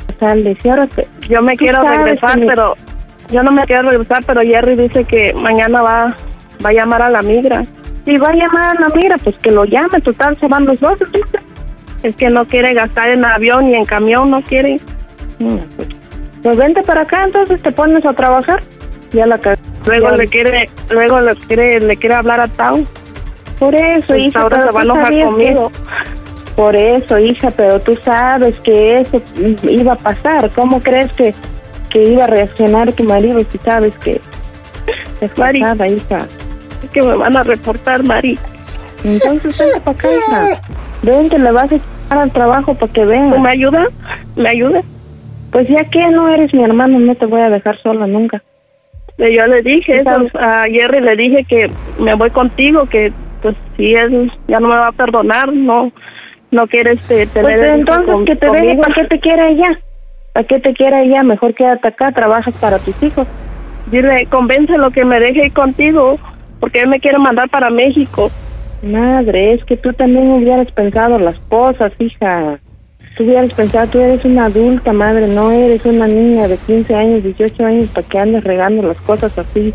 sales y ahora te, yo me quiero regresar, me... pero yo no me quiero regresar, pero Jerry dice que mañana va, va a llamar a la migra. Si va a llamar a la migra, pues que lo llame, total, se van los dos. ¿Sí? Es que no quiere gastar en avión y en camión, no quiere. No, pues, pues vente para acá, entonces te pones a trabajar. Ya la cag... Luego ya... le quiere, luego le quiere, le quiere hablar a Tao. Por eso, hija, ahora se va a enojar conmigo. Que... Por eso, hija, pero tú sabes que eso iba a pasar. ¿Cómo crees que, que iba a reaccionar tu marido si sabes que es casada, hija? Es que me van a reportar, Mari. Entonces vente para acá, hija. Vente, le vas a echar al trabajo para que vean. ¿Tú me ayudas? ¿Me ayudas? Pues ya que no eres mi hermano, no te voy a dejar sola nunca. Yo le dije eso a Jerry, le dije que me voy contigo, que pues si él ya no me va a perdonar, no no quiere este, tener... Pues entonces con, que te conmigo. deje, ¿para qué te quiere ella? ¿Para qué te quiere ella? Mejor quédate acá, trabajas para tus hijos. Dile, convéncelo que me deje ir contigo, porque él me quiere mandar para México. Madre, es que tú también hubieras pensado las cosas, hija. Tú hubieras pensado, tú eres una adulta, madre, no eres una niña de quince años, dieciocho años, para que andes regando las cosas así.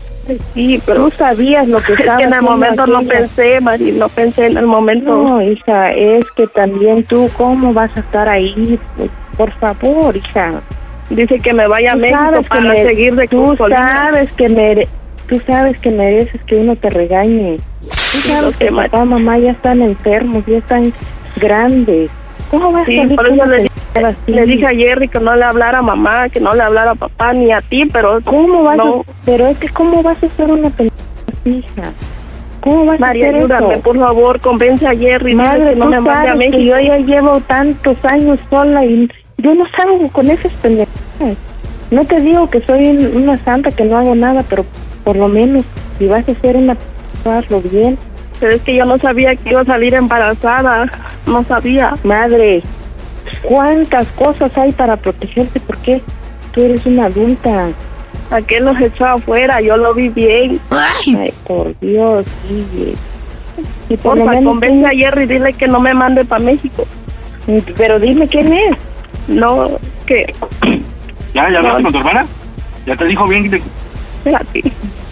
Sí, pero tú sabías lo que estaba es que en el momento aquella. no pensé, Mari, no pensé en el momento. No, hija, es que también tú, ¿cómo vas a estar ahí? Pues, por favor, hija. Dice que me vaya a México para me, seguir de Tú Colina. sabes que mere, tú sabes que mereces que uno te regañe. Tú sabes que papá, mamá ya están enfermos, ya están grandes. ¿Cómo vas sí, a salir por eso le, así? le dije a Jerry que no le hablara a mamá, que no le hablara a papá ni a ti, pero ¿cómo vas no. a, pero es que cómo vas a ser una pendeja, hija? ¿Cómo vas María, a hacer ayúdame, eso? por favor, convence a Jerry. Madre, que no tú me mande a sabes México. que yo ya llevo tantos años sola y yo no salgo con esas pendejadas. No te digo que soy una santa, que no hago nada, pero por lo menos si vas a hacer una pendeja, hazlo bien. Pero es que yo no sabía que iba a salir embarazada, no sabía. Madre, ¿cuántas cosas hay para protegerte? ¿Por qué? Tú eres una adulta. ¿A qué los echó afuera? Yo lo vi bien. Ay, Ay por Dios, sí. Y por favor, convence a Jerry, dile que no me mande para México. Pero dime quién es. No, que... ¿Ya, ya hablaste no. con tu hermana? ¿Ya te dijo bien? Que te... Espérate.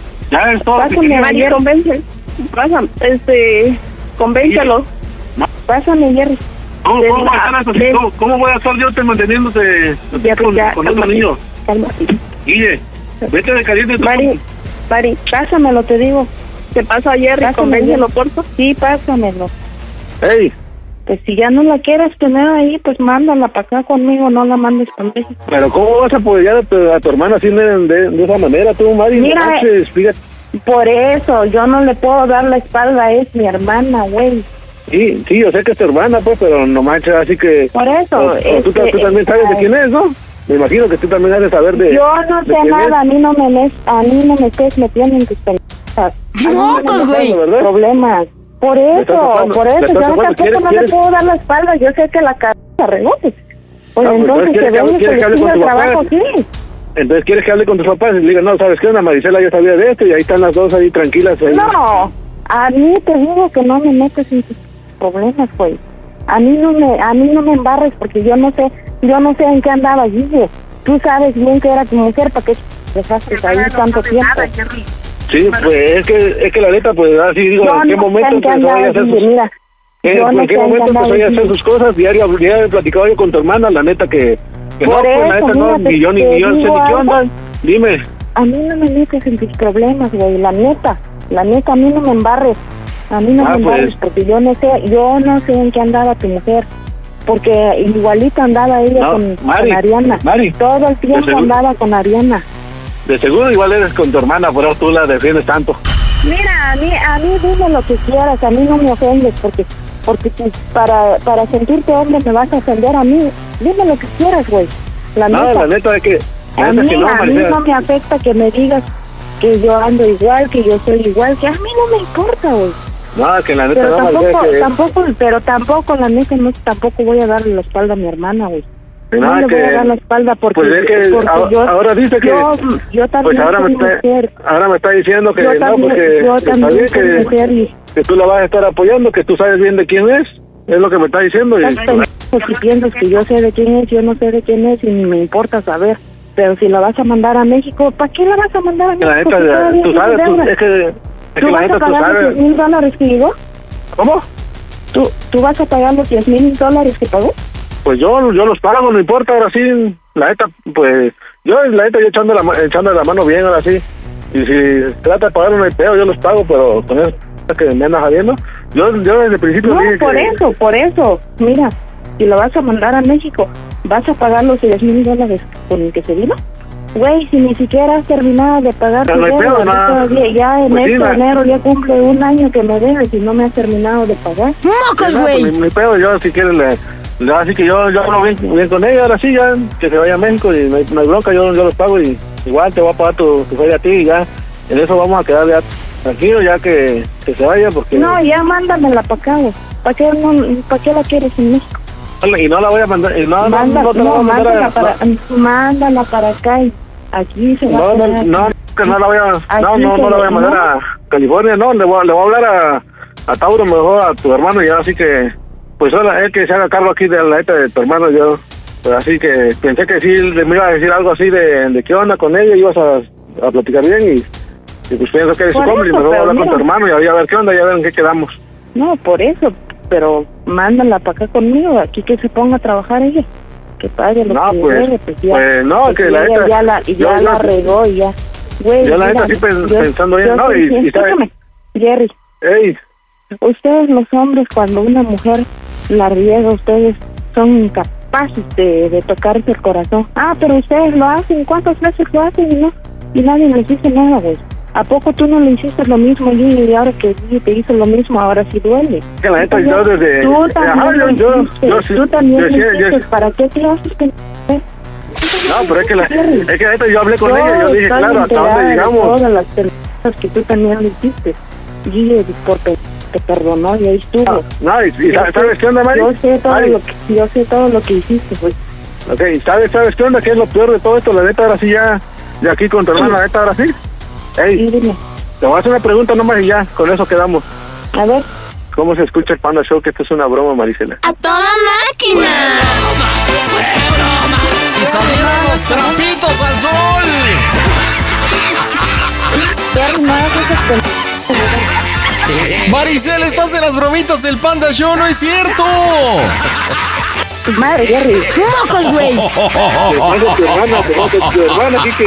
Ya es todo. Pásame a Jerry, convence. Pásame, este... Convéncelo. No. Pásame, Jerry. ¿Cómo, cómo, va a estar eso? ¿Cómo, ¿Cómo voy a estar yo te manteniéndose ya, con, ya, con otro niño? Cálmate. Guille, vete de caliente. Mari, Mari, pásamelo, te digo. Te paso a Jerry, convéncelo, por favor. Sí, pásamelo. Ey. Pues si ya no la quieres tener ahí, pues mándala para acá conmigo, no la mandes para México. Pero ¿cómo vas a apoyar a tu, a tu hermana así de, de, de esa manera, tú, Mari? Mira, no manches, fíjate. Por eso, yo no le puedo dar la espalda, es mi hermana, güey. Sí, sí, yo sé que es tu hermana, pues, pero no manches, así que... Por eso... O, o tú, tú también sabes ay. de quién es, ¿no? Me imagino que tú también has de saber de... Yo no sé nada, es. a mí no me mes, a mí no me estés metiendo en tus pendejas. ¡Mocos, güey! Problemas. Por eso, por eso, yo tampoco ¿quieres, no ¿quieres? le puedo dar la espalda, yo sé que la cabeza rebote. Pues no, entonces pues, que venga y se le el trabajo, sí. Entonces, ¿quieres que hable con tus papás? Y le digan, no, ¿sabes qué? Ana Marisela ya sabía de esto y ahí están las dos ahí tranquilas. Ahí. No, a mí te digo que no me metes en tus problemas, güey. A mí no me, a mí no me embarres porque yo no sé, yo no sé en qué andaba, Guille. Tú sabes bien que era tu mujer, ¿para qué dejaste ahí tanto tiempo? Sí, pues es que, es que la neta, pues así digo, yo ¿en qué no momento pues voy a hacer sus... Mira, ¿En, yo no ¿en qué momento pues voy a hacer sus cosas? Diario, diario he platicado yo con tu hermana, la neta que... que Por no, eso, pues la neta no, ni yo ni, ni yo sé ni qué onda. Dime. A mí no me metes en tus problemas, güey, la neta, la neta, a mí no me embarres. A mí no ah, me embarres pues. porque yo no sé, yo no sé en qué andaba tu mujer. Porque igualita andaba ella no, con, Mari, con Ariana. Mari, todo el tiempo andaba con Ariana. De seguro igual eres con tu hermana, pero tú la defiendes tanto. Mira, a mí, a mí dime lo que quieras, a mí no me ofendes, porque porque para para sentirte hombre me vas a ofender a mí. Dime lo que quieras, güey. La no, neta. la neta es que... A neta mí, que no, a mí no me afecta que me digas que yo ando igual, que yo soy igual, que a mí no me importa, güey. No, que la neta pero no, tampoco, que... tampoco, pero tampoco, la neta, no, tampoco voy a darle la espalda a mi hermana, güey. No, no le que, voy a dar la espalda porque, pues es que porque a, yo, ahora dice que yo, yo también pues ahora soy me está, mujer. ahora me está diciendo que yo no, también, porque yo está también bien soy que, mujer y... que tú la vas a estar apoyando, que tú sabes bien de quién es, es lo que me está diciendo. Y, si piensas que yo sé de quién es, yo no sé de quién es y ni me importa saber. Pero si la vas a mandar a México, ¿para qué la vas a mandar a México? La neta, Si tú sabes, tú, es que, es que ¿Tú la vas neta a tú pagar los sabes. diez mil dólares que digo? ¿Cómo? ¿Tú, ¿Tú vas a pagar los diez mil dólares que pagó? Pues yo, yo los pago, no importa, ahora sí, la neta, pues, yo la neta yo echando la, ma- echando la mano bien, ahora sí. Y si trata de pagar un peo, yo los pago, pero con eso que me andas jodiendo, yo, yo desde el principio No, dije por que... eso, por eso. Mira, si lo vas a mandar a México, ¿vas a pagar los diez mil dólares con el que se vino? Güey, si ni siquiera has terminado de pagar Pero tu no hay deuda, pedo, nada. todavía- ya en Pues sí, este ma. enero ya cumple un año que me debes y no me has terminado de pagar. ¡Mocos, güey! Pues, mi pedo, yo si quieres le... le- Así que yo, yo hablo bien, bien con ella, ahora sí, ya, que se vaya a México y no hay, no hay bronca, yo, yo los pago y igual te voy a pagar tu, tu feria a ti y ya, en eso vamos a quedar ya tranquilos ya que, que se vaya porque... No, ya mándamela para acá, güey. ¿Para qué, no, ¿Para qué la quieres en México? Y no la voy a mandar, y no, Manda- no, no te la no, voy a mandar mándala, a... para, mándala para acá y aquí se va No, a no, quedar. no, que no la voy a, no, Aquí no, no se la voy a va- mandar no. a California, no, le voy, a- le voy a hablar a, a Tauro, mejor a tu hermano, ya, así que, pues ahora es que se haga cargo aquí de la neta de tu hermano, yo, pues así que pensé que sí, le- me iba a decir algo así de, de qué onda con ella, ibas a, a platicar bien y, y pues pienso que eres su Por cómplice, eso, mejor voy a pero hablar con mira. tu hermano y a ver qué onda, ya ver en qué quedamos. No, por eso, pero mándala para acá conmigo, aquí que se ponga a trabajar ella, que pague lo No, que pues, debe, pues ya. pues, no, pues que la ella neta, ya la, y yo- ya yo- la regó y ya. Güey, yo la mira, neta sí pen- yo- pensando bien, yo ¿no? sí, Y- sí, y sabe- escúchame, Jerry. Ey. Ustedes los hombres, cuando una mujer la riega, ustedes son incapaces de, de tocarse el corazón. Ah, pero ustedes lo hacen, ¿cuántas veces lo hacen y no? Y nadie les dice nada, güey. ¿A poco tú no le hiciste lo mismo Gigi, y ahora que Gigi te hizo lo mismo, ahora sí duele? Que la neta, Tú yo también- desde... Tú también Ajá, lo yo- yo- hiciste, yo sí- tú también yo lo sí- yo- hiciste, ¿para qué te haces que No, pero es que la, es que la neta yo hablé con Yo ella y yo dije, estoy claro, ¿hasta enterada dónde de llegamos? todas las personas que tú también lo hiciste. Gigi por pe- te perdonó y ahí estuvo. No, y, y Yo ¿sabes, sé- ¿sabes qué onda, Mari? Yo sé todo Mari. lo que yo sé todo lo que hiciste, pues. Ok, ¿sabes, ¿sabes qué onda? ¿Qué es lo peor de todo esto? La neta, ahora sí ya, de aquí con tu hermana, la neta, ahora sí. Ey, te voy a hacer una pregunta nomás y ya, con eso quedamos. A ver. ¿Cómo se escucha el Panda Show? Que esto es una broma, Marisela. ¡A toda máquina! ¡Y salieron los trapitos al sol! Maricela, estás en las bromitas del Panda Show, no es cierto. Madre, Jerry. ¡Mocos, güey! Te pasa tu hermana, te pasa tu hermana, aquí que...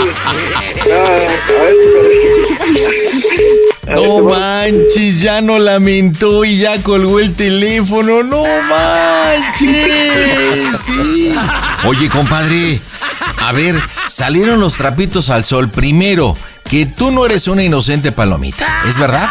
No manches, ya no lamentó y ya colgó el teléfono. No manches. Sí. Oye, compadre, a ver, salieron los trapitos al sol. Primero, que tú no eres una inocente palomita. ¿Es verdad?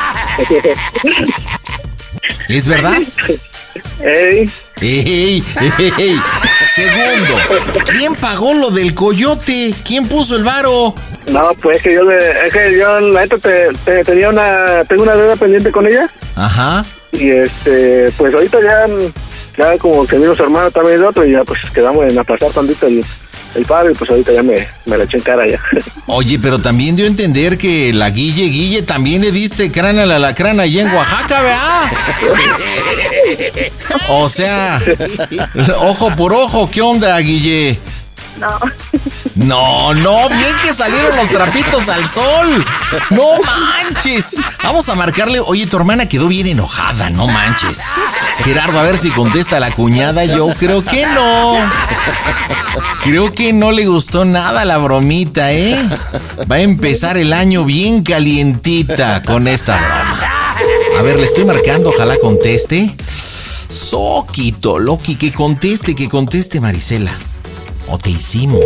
¿Es verdad? Ey. Ey, ey, ey. Segundo, ¿quién pagó lo del coyote? ¿Quién puso el varo? No, pues es que yo, le- es que yo la neta te, te- tenía una, tengo una deuda pendiente con ella. Ajá. Y este, pues ahorita ya, ya como que vino su hermano también el otro y ya pues quedamos en aplazar tantito el, el paro y pues ahorita ya me, me la eché en cara ya. Oye, pero también dio a entender que la Guille, Guille, también le diste crana a la lacrana allá en Oaxaca, ¿verdad? O sea, ojo por ojo, ¿qué onda, Guille? No. No, no, bien que salieron los trapitos al sol. No manches. Vamos a marcarle. Oye, tu hermana quedó bien enojada, no manches. Gerardo, a ver si contesta la cuñada. Yo creo que no. Creo que no le gustó nada la bromita, ¿eh? Va a empezar el año bien calientita con esta broma. A ver, le estoy marcando, ojalá conteste. Soquito, Loki, que conteste, que conteste, Marisela. ¿O te hicimos?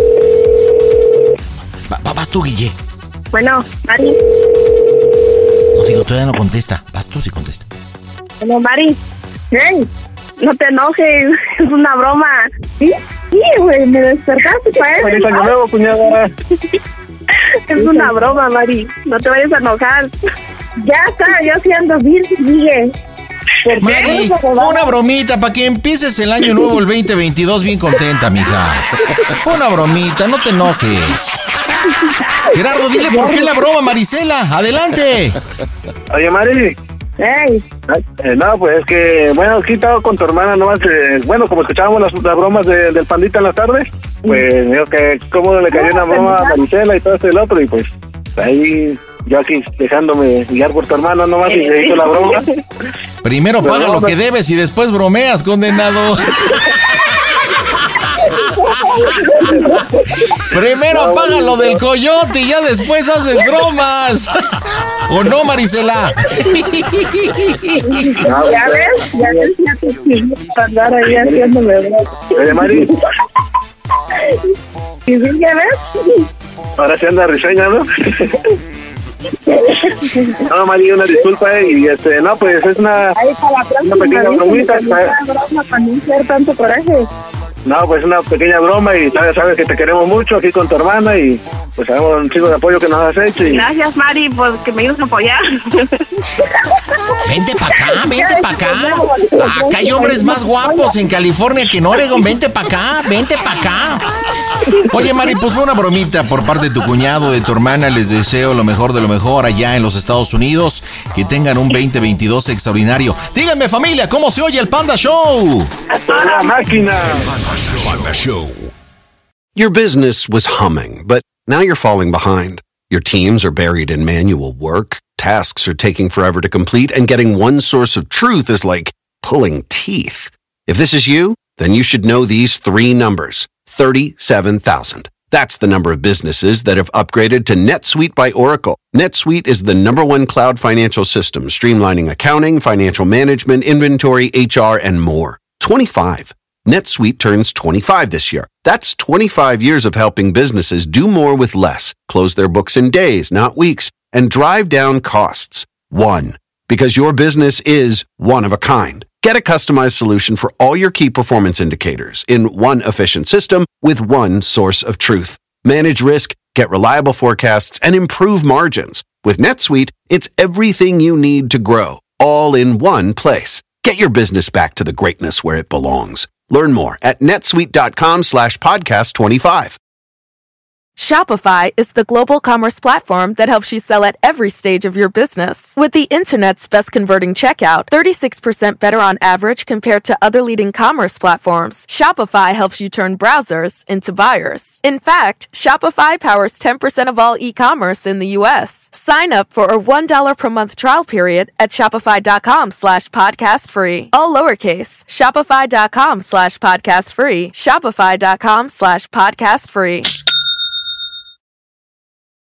Va, va, vas tú, Guille. Bueno, Mari. No digo, todavía no contesta. Vas tú si contesta. Bueno, Mari. Hey, no te enojes, es una broma. Sí, sí, güey, me despertaste para eso. Feliz año nuevo, cuñada. Es una broma, Mari, no te vayas a enojar. Ya está, yo sí ando bien, sigue. Mari, fue una bromita para que empieces el año nuevo, el veinte veintidós, bien contenta, mija. Fue una bromita, no te enojes. Gerardo, dile por qué la broma, Marisela. Adelante. Oye, Mari, Hey. Eh, no, pues es que, bueno, aquí estaba con tu hermana, nomás, eh, bueno, como escuchábamos las, las bromas de, del Pandita en la tarde, pues me dijo que cómo le cayó una broma a Marisela y todo esto y el otro, y pues ahí yo aquí dejándome guiar por tu hermana nomás y se hizo la broma. Primero paga Pero, lo que debes y después bromeas, condenado. Primero paga lo del coyote y ya después haces bromas. ¿O no, Marisela? Ya ves, ya ves, ya te quiero andar ahí haciéndome bromas. Oye, Mari. ¿Y sí, ya ves? Ahora se anda risueña, ¿no? No, Mari, una disculpa, eh, y este, no, pues es una, Ahí para la próxima, una pequeña bromita. Una broma para no hacer tanto coraje. No, pues una pequeña broma y sabes, sabes que te queremos mucho aquí con tu hermana y pues sabemos un chico de apoyo que nos has hecho. Y... Gracias, Mari, por que me ayudes a apoyar. Vente para acá, vente para acá. Acá hay hombres más guapos en California que en Oregon. Vente para acá, vente para acá. Oye, Mari, pues fue una bromita por parte de tu cuñado, de tu hermana. Les deseo lo mejor de lo mejor allá en los Estados Unidos. Que tengan un veinte veintidós extraordinario. Díganme, familia, ¿cómo se oye el Panda Show? ¡La máquina! Panda Show. Your business was humming, but now you're falling behind. Your teams are buried in manual work. Tasks are taking forever to complete, and getting one source of truth is like pulling teeth. If this is you, then you should know these three numbers. thirty-seven thousand. That's the number of businesses that have upgraded to NetSuite by Oracle. NetSuite is the number one cloud financial system, streamlining accounting, financial management, inventory, H R, and more. twenty-five. NetSuite turns twenty-five this year. That's twenty-five years of helping businesses do more with less, close their books in days, not weeks, and drive down costs. One. Because your business is one of a kind. Get a customized solution for all your key performance indicators in one efficient system with one source of truth. Manage risk, get reliable forecasts, and improve margins. With NetSuite, it's everything you need to grow, all in one place. Get your business back to the greatness where it belongs. Learn more at netsuite.com slash podcast 25. Shopify is the global commerce platform that helps you sell at every stage of your business. With the internet's best converting checkout, thirty-six percent better on average compared to other leading commerce platforms, Shopify helps you turn browsers into buyers. In fact, Shopify powers ten percent of all e-commerce in the U S. Sign up for a one dollar per month trial period at shopify.com slash podcast free. All lowercase, shopify.com slash podcast free, shopify.com slash podcast free.